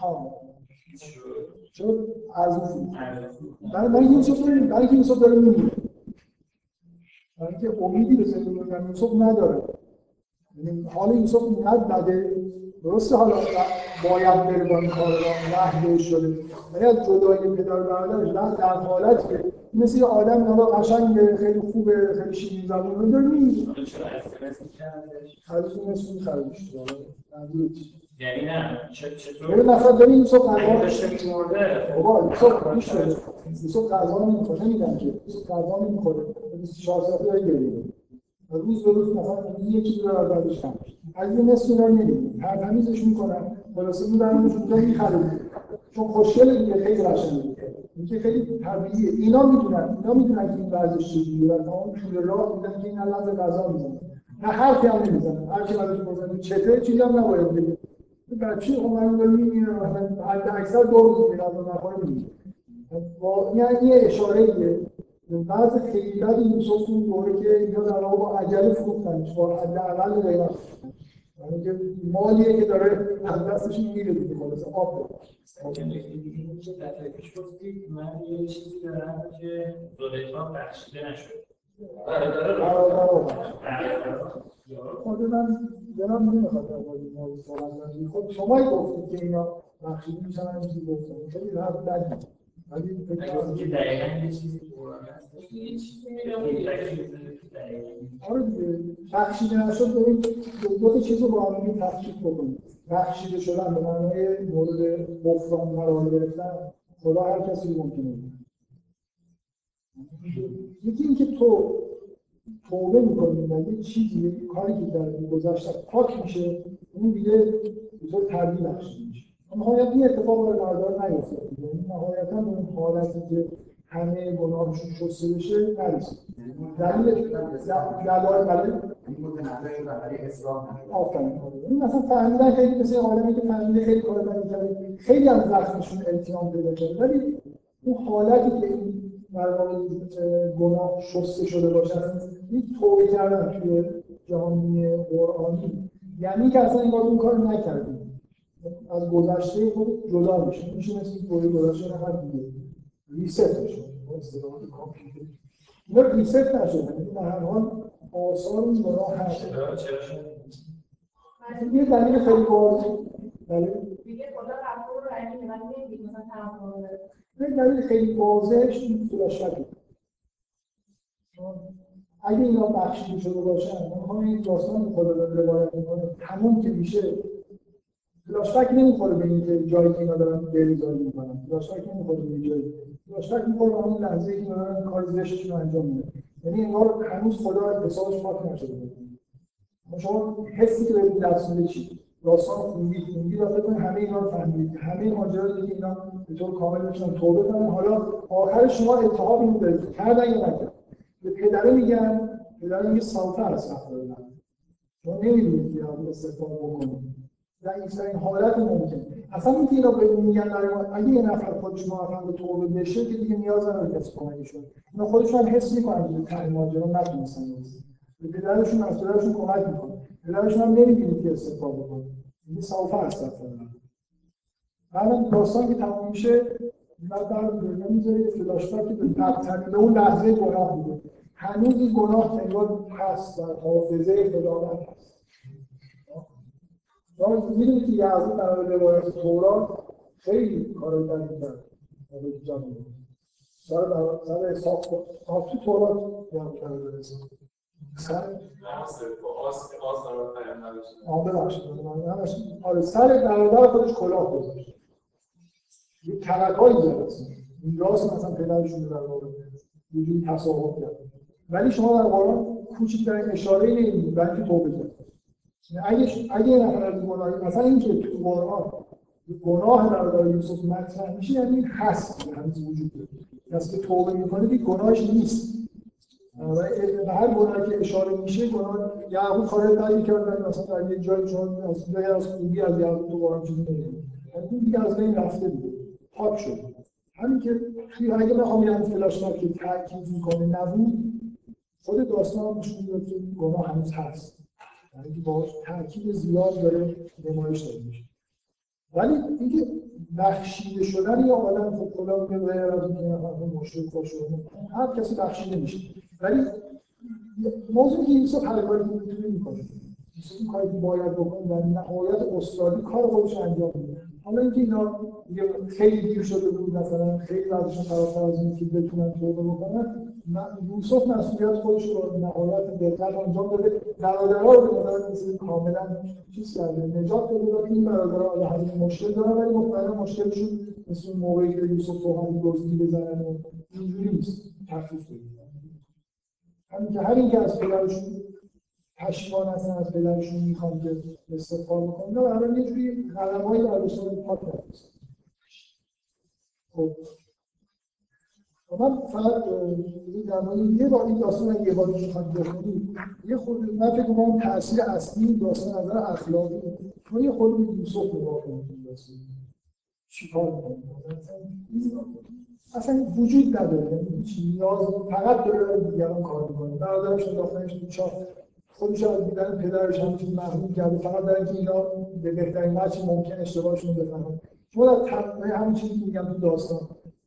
چرا ارزون؟ برای اینکه یوسف داره میمیره. برای اینکه امیدی به زندگی یوسف نداره. یعنی حال یوسف اینقدر بده، درسته حالا باید بره با این کار را وحده شده، ولی از جدایی پدر و برادرش در حالت که مثل یه آدم حالا قشنگ خیلی خوبه، خیلی شیرین زبون رو داره میگه. چرا اسمس می‌کردش؟ خرجش مثل خرجش یعنی نه چطور؟ ببین مثلا ببین یوسف قضا داشته می‌مرده. بابا یوسف قضا نمی‌خوره، نمیگم که یوسف قضا نمی‌خوره. 24 ساعته داره گریه. روز به روز مثلا یکی دو بار بعدش کم از این نصف اینا نمیدونم هر تمیزش میکنن خلاصه میبرنش اونجا میخرن چون خوشگله دیگه خیلی قشنگه اینکه خیلی طبیعیه اینا میدونن که این ورزش چجوریه و تمام طول راه میدن که این لحظه غذا میزنن نه حرفی هم نمیزنن هر کی بعدش بزنه چته چیزی هم نباید بگه بچه من دارم میمیرم حد اکثر 2 روز میرم و نخوره میمیرم یعنی یه اشاره‌ایه بعض خیلی بعد یوسف اون دوره که اینا در واقع با عجله فروختنش با حداقل قیمت یعنی که مالیه که داره از دستشون میره دیگه خلاص آب من یه چیزی دارم که زلیخا بخشیده نشد. خود من دلم نمیخواد در مورد این موضوع صحبت کنم. خب شما گفتید که اینا بخشیده میشن این چیزی گفتم. خیلی حرف بدی. ولی فکر کنم که دقیقاً یه چیزی قرآن هست. یه چیزی آره دیگه بخشیده نشد ببین دو تا چیز رو با هم دیگه تفکیک بکنید. بخشیده شدن به معنای مورد غفران قرار گرفتن خدا هر کسی رو ممکنه. یکی اینکه تو توبه می‌کنی و یه چیزی کاری که در گذشته پاک میشه اون دیگه به طور طبیعی بخشیده میشه. نهایتا این اتفاق برای بردار نیفتاد. یعنی نهایتا به اون حالتی که همه گناهشون شسته بشه نرسید. دلیل برای آفرین. این مثلا فهمیدن خیلی مثل آدمی که فهمیده خیلی کار بدی کرده خیلی از زخمشون التیام پیدا کرده ولی اون حالتی که این برای گناه شسته شده باشه یک توبه کردن توی جهانی قرآنی یعنی که اصلا این باید اون کار نکردیم از گذشته خود جدا میشه میشه مثل این توبه گذشته نفر دیگه ریست میشه استفاده کامپیوتر اینا ریست نشده این هر حال آثار این گناه هست یه دلیل خیلی واضح دیگه خدا غفور و رحیمه ولی نمیگه مثلا تمام یک دلیل خیلی واضحش این فلاشبکه. اگه اینا بخشیده شده باشن، من این داستان خدا رو روایت میکنه تموم که میشه فلاشبک نمیخوره به اینکه جایی که اینا دارن بریزایی میکنن. فلاشبک نمیخوره به این جایی. فلاشبک میخوره به اون لحظه که اینا دارن کار زشتشون رو انجام میدن. یعنی انگار هنوز خدا از حسابش پاک نشده. شما حسی که بهتون دست میده چی؟ داستان خوندید و فکر کنید همه اینا رو فهمیدید همه ماجرا دیگه اینا به طور کامل میشن توبه کنن حالا آخر شما التهاب اینو دارید کردن یا نکردن به پدره میگن پدره میگه سالفه از سخت دادن شما نمیدونید که استفاده بکنید در این حالت ممکن اصلا اینکه اینا به میگن اگه یه نفر خودش موفق به توبه بشه که دیگه نیاز نداره کسی کمکشون اینا خودشون حس میکنن که این ماجرا نتونستن به پدرشون از پدرشون کمک میکنه پدرشون هم نمیدونید که استفاده کنه این سالفه هست بعد داستان که تمام میشه بعد دنیا میذاره فلاشبک که به بدترین اون لحظه گناه بوده هنوز این گناه انگار هست در حافظه خداوند هست شما میدونید که یعقوب در روایت تورات خیلی کارای بدی کرد سر اسحاق تو تورات بیان کرده سر برادر خودش کلاه گذاشت یه ترکایی داره این راست مثلا پدرشون در واقع یه جوری تصاحب کرد ولی شما در قرآن کوچکترین اشاره‌ای نمی‌بینید بلکه توبه کرد اگه یه نفر از گناه مثلا اینکه تو قرآن گناه برادر یوسف مطرح میشه یعنی این هست هنوز وجود داره کسی که توبه میکنه دیگه گناهش نیست و هر گناهی که اشاره میشه گناه یعقوب کارهای بدی کرد مثلا در یک جایی چون از خوبی از یعقوب تو قرآن چیزی نمیاد این دیگه از بین رفته بود پاک شد همین که توی اگه بخوام یه فلاش بک که تاکید میکنه نبود، خود داستان هم نشون میده که گناه هنوز هست، یعنی با تاکید زیاد داره نمایش داده میشه. ولی اینکه بخشیده شدن یا آدم خب خدا میگه غیر از اینکه مشرک باشه هر کسی بخشیده میشه، ولی موضوعی که یوسف هر کاری میتونه میکنه، یوسف این کاری که باید بکنه در نهایت استادی کار خودش انجام میده. حالا اینکه اینا خیلی دیر شده بود، مثلا خیلی ازشون فراتر از این که بتونن توبه بکنن، یوسف مسئولیت خودش رو نهایت دقت انجام داده. برادرها رو به نظر میاد کاملا چیز کرده، نجات داده که این برادرها حالا همین مشکل دارن، ولی مطمئنا مشکلشون مثل اون موقعی که یوسف رو همین دزدی بزنن و اینجوری نیست، تخفیف بده. همین که از پدرشون پشیمان هستن، از پدرشون میخوان که استغفار بکنن، و الان یه جوری قلم‌هایی برداشتن پاک نمی‌کنن. خب من فقط در مورد یه بار این داستان یه بار میخوام بخونم، یه خورده من فکر می‌کنم تأثیر اصلی این داستان از نظر اخلاقی ما یه خورده یوسف نگاه کنیم. داستان چیکار می‌کنه اصلا وجود نداره، یعنی نیاز فقط داره دیگران کار می‌کنه. برادرش انداختنش تو چاه، خودش از دیدن پدرش هم چیز محروم کرده فقط برای اینکه اینا به بهترین وجه ممکن اشتباهشون رو بفهمن. شما در همین چیزی که میگم تو داستان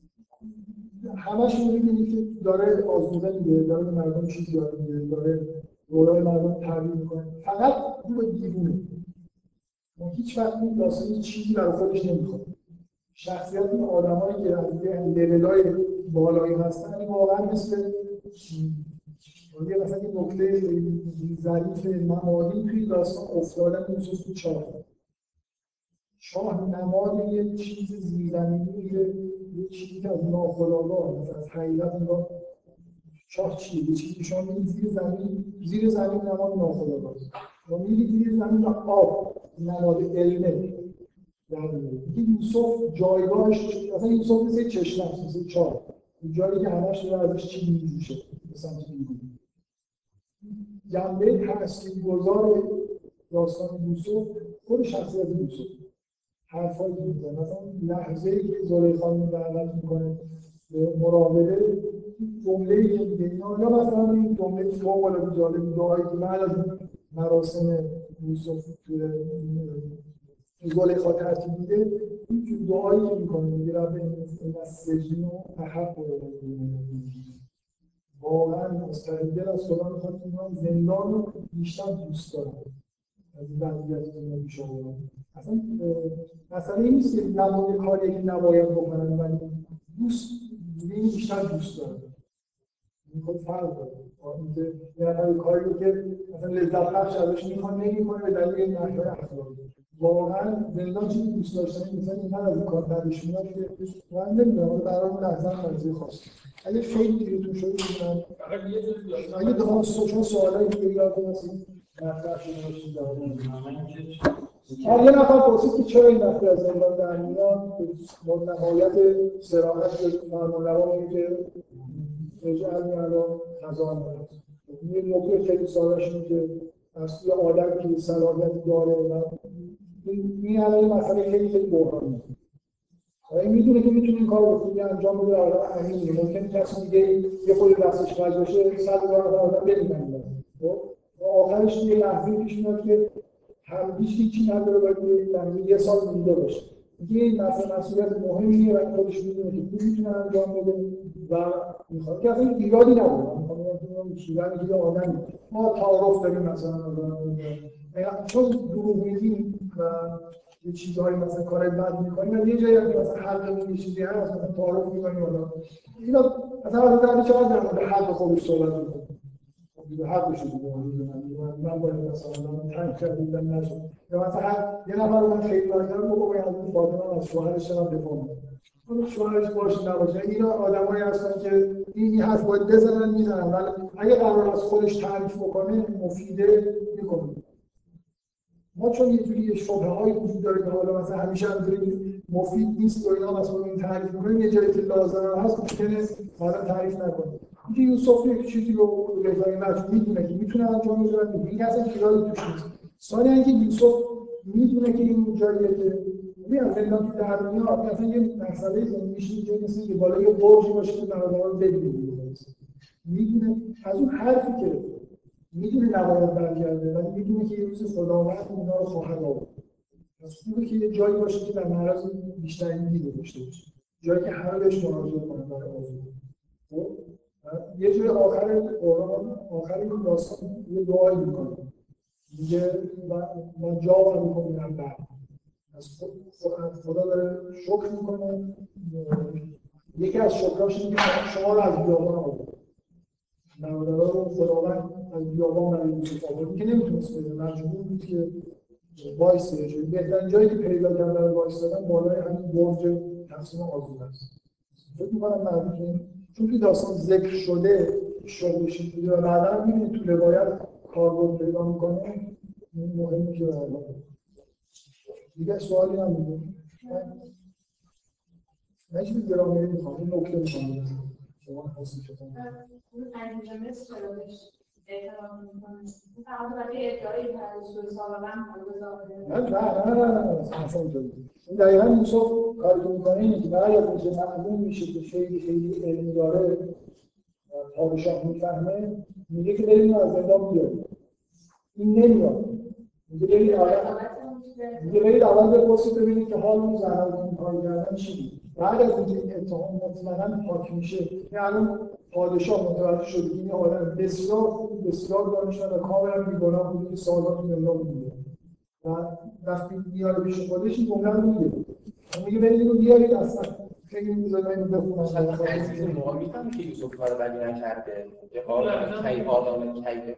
همش می‌بینید که داره آزموده میده، داره به مردم چیز یاد میده، داره رولای مردم تغییر میکنه، فقط اون دیوونه. ما هیچ وقت این داستان چیزی برای خودش نمیخواد. شخصیت این آدمایی که از یه لولای بالایی هستن واقعا مثل مثلا این نکته ظریف نمادی توی داستان افتادن یوسف تو چاه نماد یه چیز زیرزمینی، یه چیزی که از ناخودآگاه از حقیقت انگار چاه چیه؟ یه چیزی شما می‌بینید زیر زمین نماد ناخودآگاه است. و می‌بینید زیر زمین آب نماد علمه. یعنی یوسف جایگاهش مثلا یوسف مثل چشمه است، مثل چاه. جایی که همش داره ازش چیزی می‌جوشه به سمت بیرون. جنبه تاثیرگذار داستان یوسف خود شخصیت یوسف. حرفایی که میزنه، مثلا لحظه‌ای که زلیخا رو دعوت میکنه به مراقبه، جمله‌ای که میگه اینا، یا مثلا این جمله فوق‌العاده جالب دعایی که بعد از مراسم یوسف زلیخا ترتیب میده، این دعایی که میکنه میگه رب این از سجن و احب واقعا مستقیل از خدا میخواد که من زندان رو بیشتر دوست دارم از این وضعیت زندان پیش آوردن. اصلا مثلا این نیست که نماد کاری که نباید بکنن، ولی این بیشتر دوست دارم. این خود فرق داره. یعنی کاری رو که مثلا لذت بخش ازش میخوان نمیکنه به دلیل نحوه اخلاقی. واقعا زندان چیزی دوست داشتن مثلا این از این کار بعدش میاد که من نمیدونم برای اون لحظه مرزی خواست. اگه خیلی دیگه شده بودن اگه داستان سوالایی که یاد هستید مطرح شده باشید جواب بدید. یه نفر پرسید که چرا این وقتی از زندان در میاد با نهایت صراحت به فرمانروا میگه که اجعل میالا خزان میاد. یه نکته خیلی ساده‌اش اینه که اصلی آدم که صلاحیت داره و این الان مسئله خیلی بحرانیه. این میدونه که میتونه این کارو خوبی انجام بده، آدم امینه. ممکنه کسی دیگه یه خودی دستش خرج باشه 100 هزار آدم ببینن. خب آخرش یه لحظه پیش میاد که هیچی نداره باید یه سال مونده باشه. این مسئولیت مهمیه و خودش میدونه که میتونه انجام بده و میخواد که اصلا ایرادی نداره. میخوام شیوه دیگه آدمی ما تعارف داریم مثلا چون دروغ میگیم و یه چیزهایی مثلا کارهای بد میکنیم و یه جایی مثلا حق یه چیزی هست مثلا تعارف میکنیم اینا مثلا از چقدر در مورد حق خودش صحبت میکنیم دیگه حقش دیگه من باید مثلا تنگ کردم نشد یا مثلا یه نفر من خیلی نگردم بگم از فاطمه از شوهرش هم دفاع میکنه اون شوهرش باشه نباشه اینا آدمایی هستن که این حرف باید بزنن میزنن ولی اگه قرار از خودش تعریف بکنه مفیده میکنه. ما چون یه جوری شبهه‌ای وجود داره که حالا مثلا همیشه همینجوری مفید نیست و اینا مثلا این تعریف می‌کنیم یه جایی که لازمه هست ممکنه مثلا تعریف نکنه. اینکه یوسف یک چیزی رو رضای مجبور میدونه که میتونه انجام بده و این اصلا ایرادی توش نیست. ثانیاً اینکه یوسف میدونه که این جاییه که میاد زندان تو در دنیا اصلا یه مسئله زندگیش اینه مثل که بالا یه برجی باشه که برادرها رو ببینه. میدونه از اون حرفی که میدونه نباید برگرده ولی میدونه که یه روز خداوند اونا رو خواهد آورد. از خوبه که یه جایی باشه که در معرض بیشترین دید داشته باشه. جایی که همه بهش مراجعه کنن برای آزادی. خب یه جای آخر قرآن آخر این داستان یه دعایی میکنه. میگه من جا میکنم بعد از خدا داره شکر میکنه. یکی از شکراش اینه که شما رو از بیابان آورد. برادرها رو خداوند از بیابان برای یوسف آورد که نمیتونست بده، مجبور بود که وایسه. بهترین جایی که پیدا کردن برای وایسادن بالای همین برج تقسیم آزاد است. فکر می‌کنم معنی چون که داستان ذکر شده شغلش این بوده و بعدا می‌بینید تو روایت کاربرد پیدا می‌کنه. این مهمه که برای دیگه سوالی نمی‌کنه. من چیزی گرامی می‌خوام این نکته می‌خوام شما حاصل کنید. اون انجام استراتژی احترام می‌کنه. فقط برای ادعای پرستوی سابقا نه اصلا اینطوری. این دقیقاً یوسف کاری که می‌کنه اینه که برای اینکه معلوم میشه که خیلی علمی داره پادشاه میفهمه میگه که بریم از زندان بیاریم. این نمیاد. میگه برید اول بپرسید ببینید که حال اون زهرا کاری کردن چی بود. بعد از اینکه اتهام مطمئنا پاک میشه الان پادشاه متوجه شد این آدم بسیار دانشمند و کاملا بیگناه بود که سال‌ها تو زندان بوده و وقتی میاره پیش خودش این جمله رو میگه برید اینو بیارید اصلا خیلی می‌ذاره اینو بخونم. عزیز ما میفهمه که یوسف کار بدی نکرده که قال کی آدم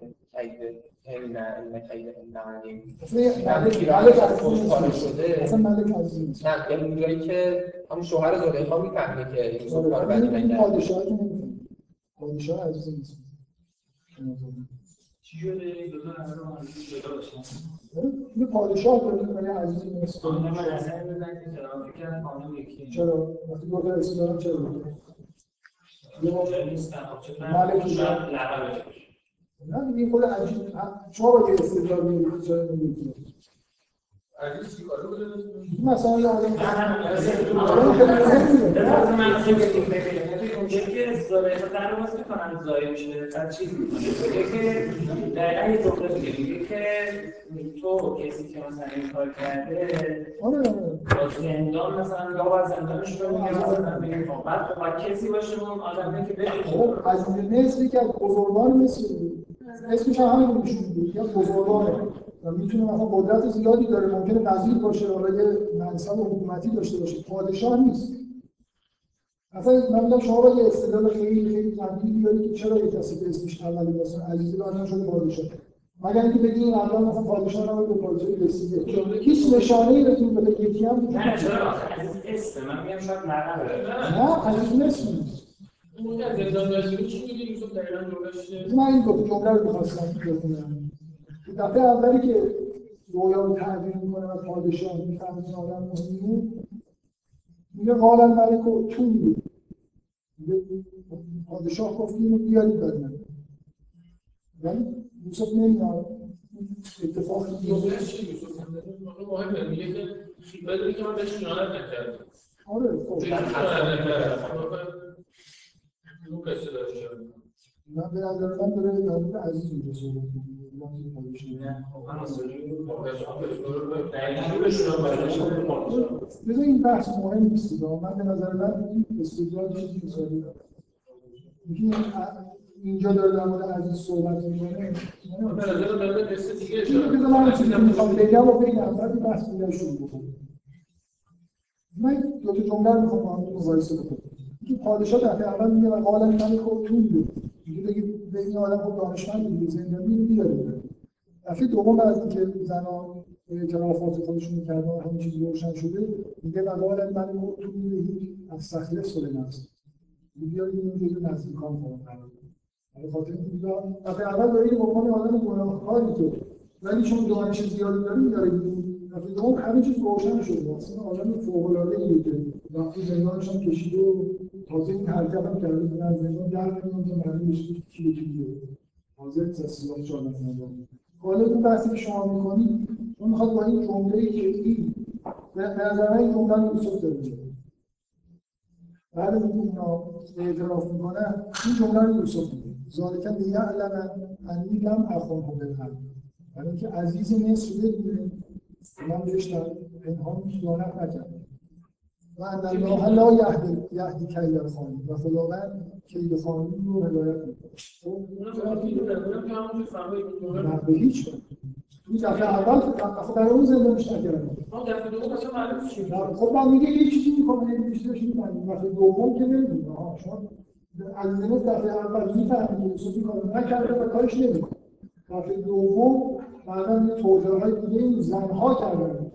ملک عزیز نه اونجایی که همون شوهر زلیخا میفهمه که یوسف کار بدی نکرده. پادشاه عزیز نیست. چی شده دو تا نظر جدا باشن؟ این پادشاه داره که عزیز نیست. من اصلا بزنم که ترافیک قانون یکی. چرا؟ وقتی دو تا اسم دارم چرا؟ چرا نیستن؟ ملکی لقبش نه این خود عجیب شما با یه استدلال میگید چرا نمیگید؟ عزیز چی کاره بوده؟ مثلا یه آدم یکی زلیخا در رو باز میکنن زایی میشه در چیز میکنه یکی دقیقا یه جمله میگه که تو کسی که مثلا این کار کرده با زندان مثلا یا باید زندانش رو میگه مثلا بگیم بعد خب کسی باشه اون آدمه که بگیم عزیز نصفی که از بزرگان مثل اسمش هم همین میشون بود یا بزرگانه و میتونه مثلا قدرت زیادی داره ممکنه وزیر باشه حالا یه منصب حکومتی داشته باشه پادشاه نیست. اصلا من میگم شما با یه استدلال خیلی قوی بیارید که چرا یه کسی به اسمش اولی مثلا عزیزی دادن شده پادشاه مگر اینکه بگید این الان مثلا پادشاه نباید به پادشاهی رسیده هیچ نشانه‌ای بهتون بده یکی هم نه چرا عزیز اسم من میگم شاید نه عزیز نیست. اون از زندان داشته چی میگه یوسف دقیقاً جمله‌اش من این دو جمله رو می‌خواستم بخونم. دفعه اولی که رویا رو تعبیر می‌کنه و پادشاه می‌فهمه این آدم مهمه میگه قال الملک ائتونی پادشاه گفت اینو بیارید بدن ولی یوسف نمیاد اتفاقی میفته چی یوسف مهمه میگه که بدونی که من بهش خیانت نکردم. آره خب اون قصه داشته من به نظر من داره در مورد عزیز اینجا صحبت می‌کنه. این بحث مهم نیست. من به نظر من این استدلال چیزی مثالی داره. اینجا داره در مورد عزیز صحبت می‌کنه. به نظر من به قصه دیگه اشاره کنم. من چیزی می‌خوام بگم و بگم بعد بحث دیگه شروع کنم. من دو تا جمله رو می‌خوام با هم مقایسه کنم. که پادشاه دفعه اول میگه قال الملک ائتونی میگه بگید به این آدم خود دانشمند دیگه زندگی رو بیارید. دفعه دوم بعد از اینکه زنان اعترافات خودشون می‌کردن و همه چیز روشن شده میگه قال الملک ائتونی از سخلص لنفس بیارید اینو جزو نزدیکان کنم برای خاطر اینکه دفعه اول دارید به عنوان آدم گناهکاری که ولی چون دانش زیادی داره می‌دارید دفعه دوم همه چیز روشن شده اصلا آدم فوق‌العاده‌ایه که وقتی زندانش هم کشیده و تازه این حرکت هم کرده که از زندان در میاد که معنی میشه کی حاضر تصویرات چاله زندان حالا این بحثی که شما میکنید اون میخواد با این جمله‌ای که این به نظر من این جمله یوسف داره. بعد اینکه اینا اعتراف میکنن این جمله رو یوسف میگه ذالک لیعلم انی لم اخنه بالغیب، برای اینکه عزیز مصر بدونه من بهش در پنهان خیانت نکردم و ان الله لا یهدی کید الخائنین و خداوند کید خائنین رو هدایت میکنه. اونا چرا میدونن که همون فهمید نه به هیچ وجه تو دفعه اول خب برای اون زندانش نکردم. دفعه دوم مثلا معلوم شد. خب من میگه یه چیزی میکنه یه بیشترش میکنه دفعه دوم که نمیدونه. شما از این دفعه اول میفهمید که یوسف کارو نکرده و کارش نمیکنه. دفعه دوم بعداً یه توضیحات دیگه این زنها کردن.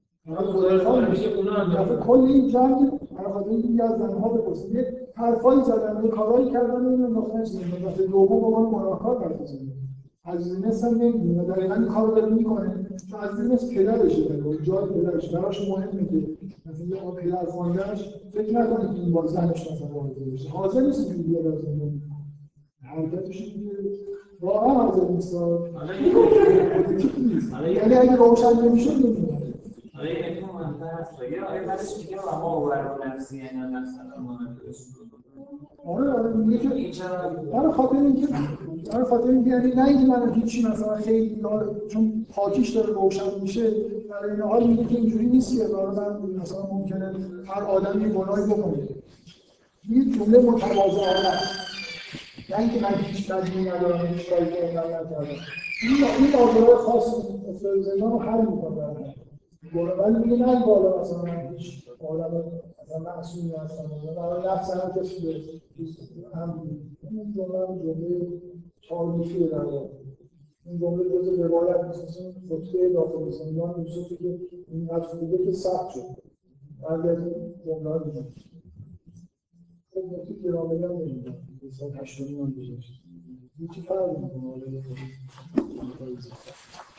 دفعه کل این جنگ برای خاطر اینکه از زنها بپرسید یه حرفایی زدن یه کارایی کردن و اینو ناخن زندان. دفعه دوم با من مراقبت کردن. عزیز مصر هم نمیدونه دقیقاً این کارو داره میکنه چون عزیز مصر پدرشه داره جای پدرشه براش مهمه که مثلا یه پدر خواندهش فکر نکنه که این با زنش مثلا وارد بشه حاضر نیست که بیاد از اون حرکتش دیگه واقعا حاضر نیست یعنی اگه روشن نمیشه نمیدونه آره این مهم‌تر است یا آره بعدش میگه ما باور نفسی یعنی نفس آره میگه که برای خاطر اینکه یعنی نه اینکه من هیچی مثلا خیلی چون پاکیش داره روشن میشه برای این حال میگه که اینجوری نیست که من مثلا ممکنه هر آدمی گناهی بکنه. یه جمله متواضعانه نه اینکه من هیچ بدی ندارم هیچ کاری که نکردم این آزارهای خاص افتاد زندان رو حل میکنه ولی میگه نه بالا مثلا من هیچ آدم مثلا معصومی هستم برای نفس هم کسی هم این جمله تاریخی داره این جمله جز روایت نیست این خطبه داخل زندان یوسفی که این حرف بوده که سخت شد بعد از این جمله ها دیدم خب نکته گرامی هم نمیدونم سال 80 هم بزشت هیچی فرق میکنه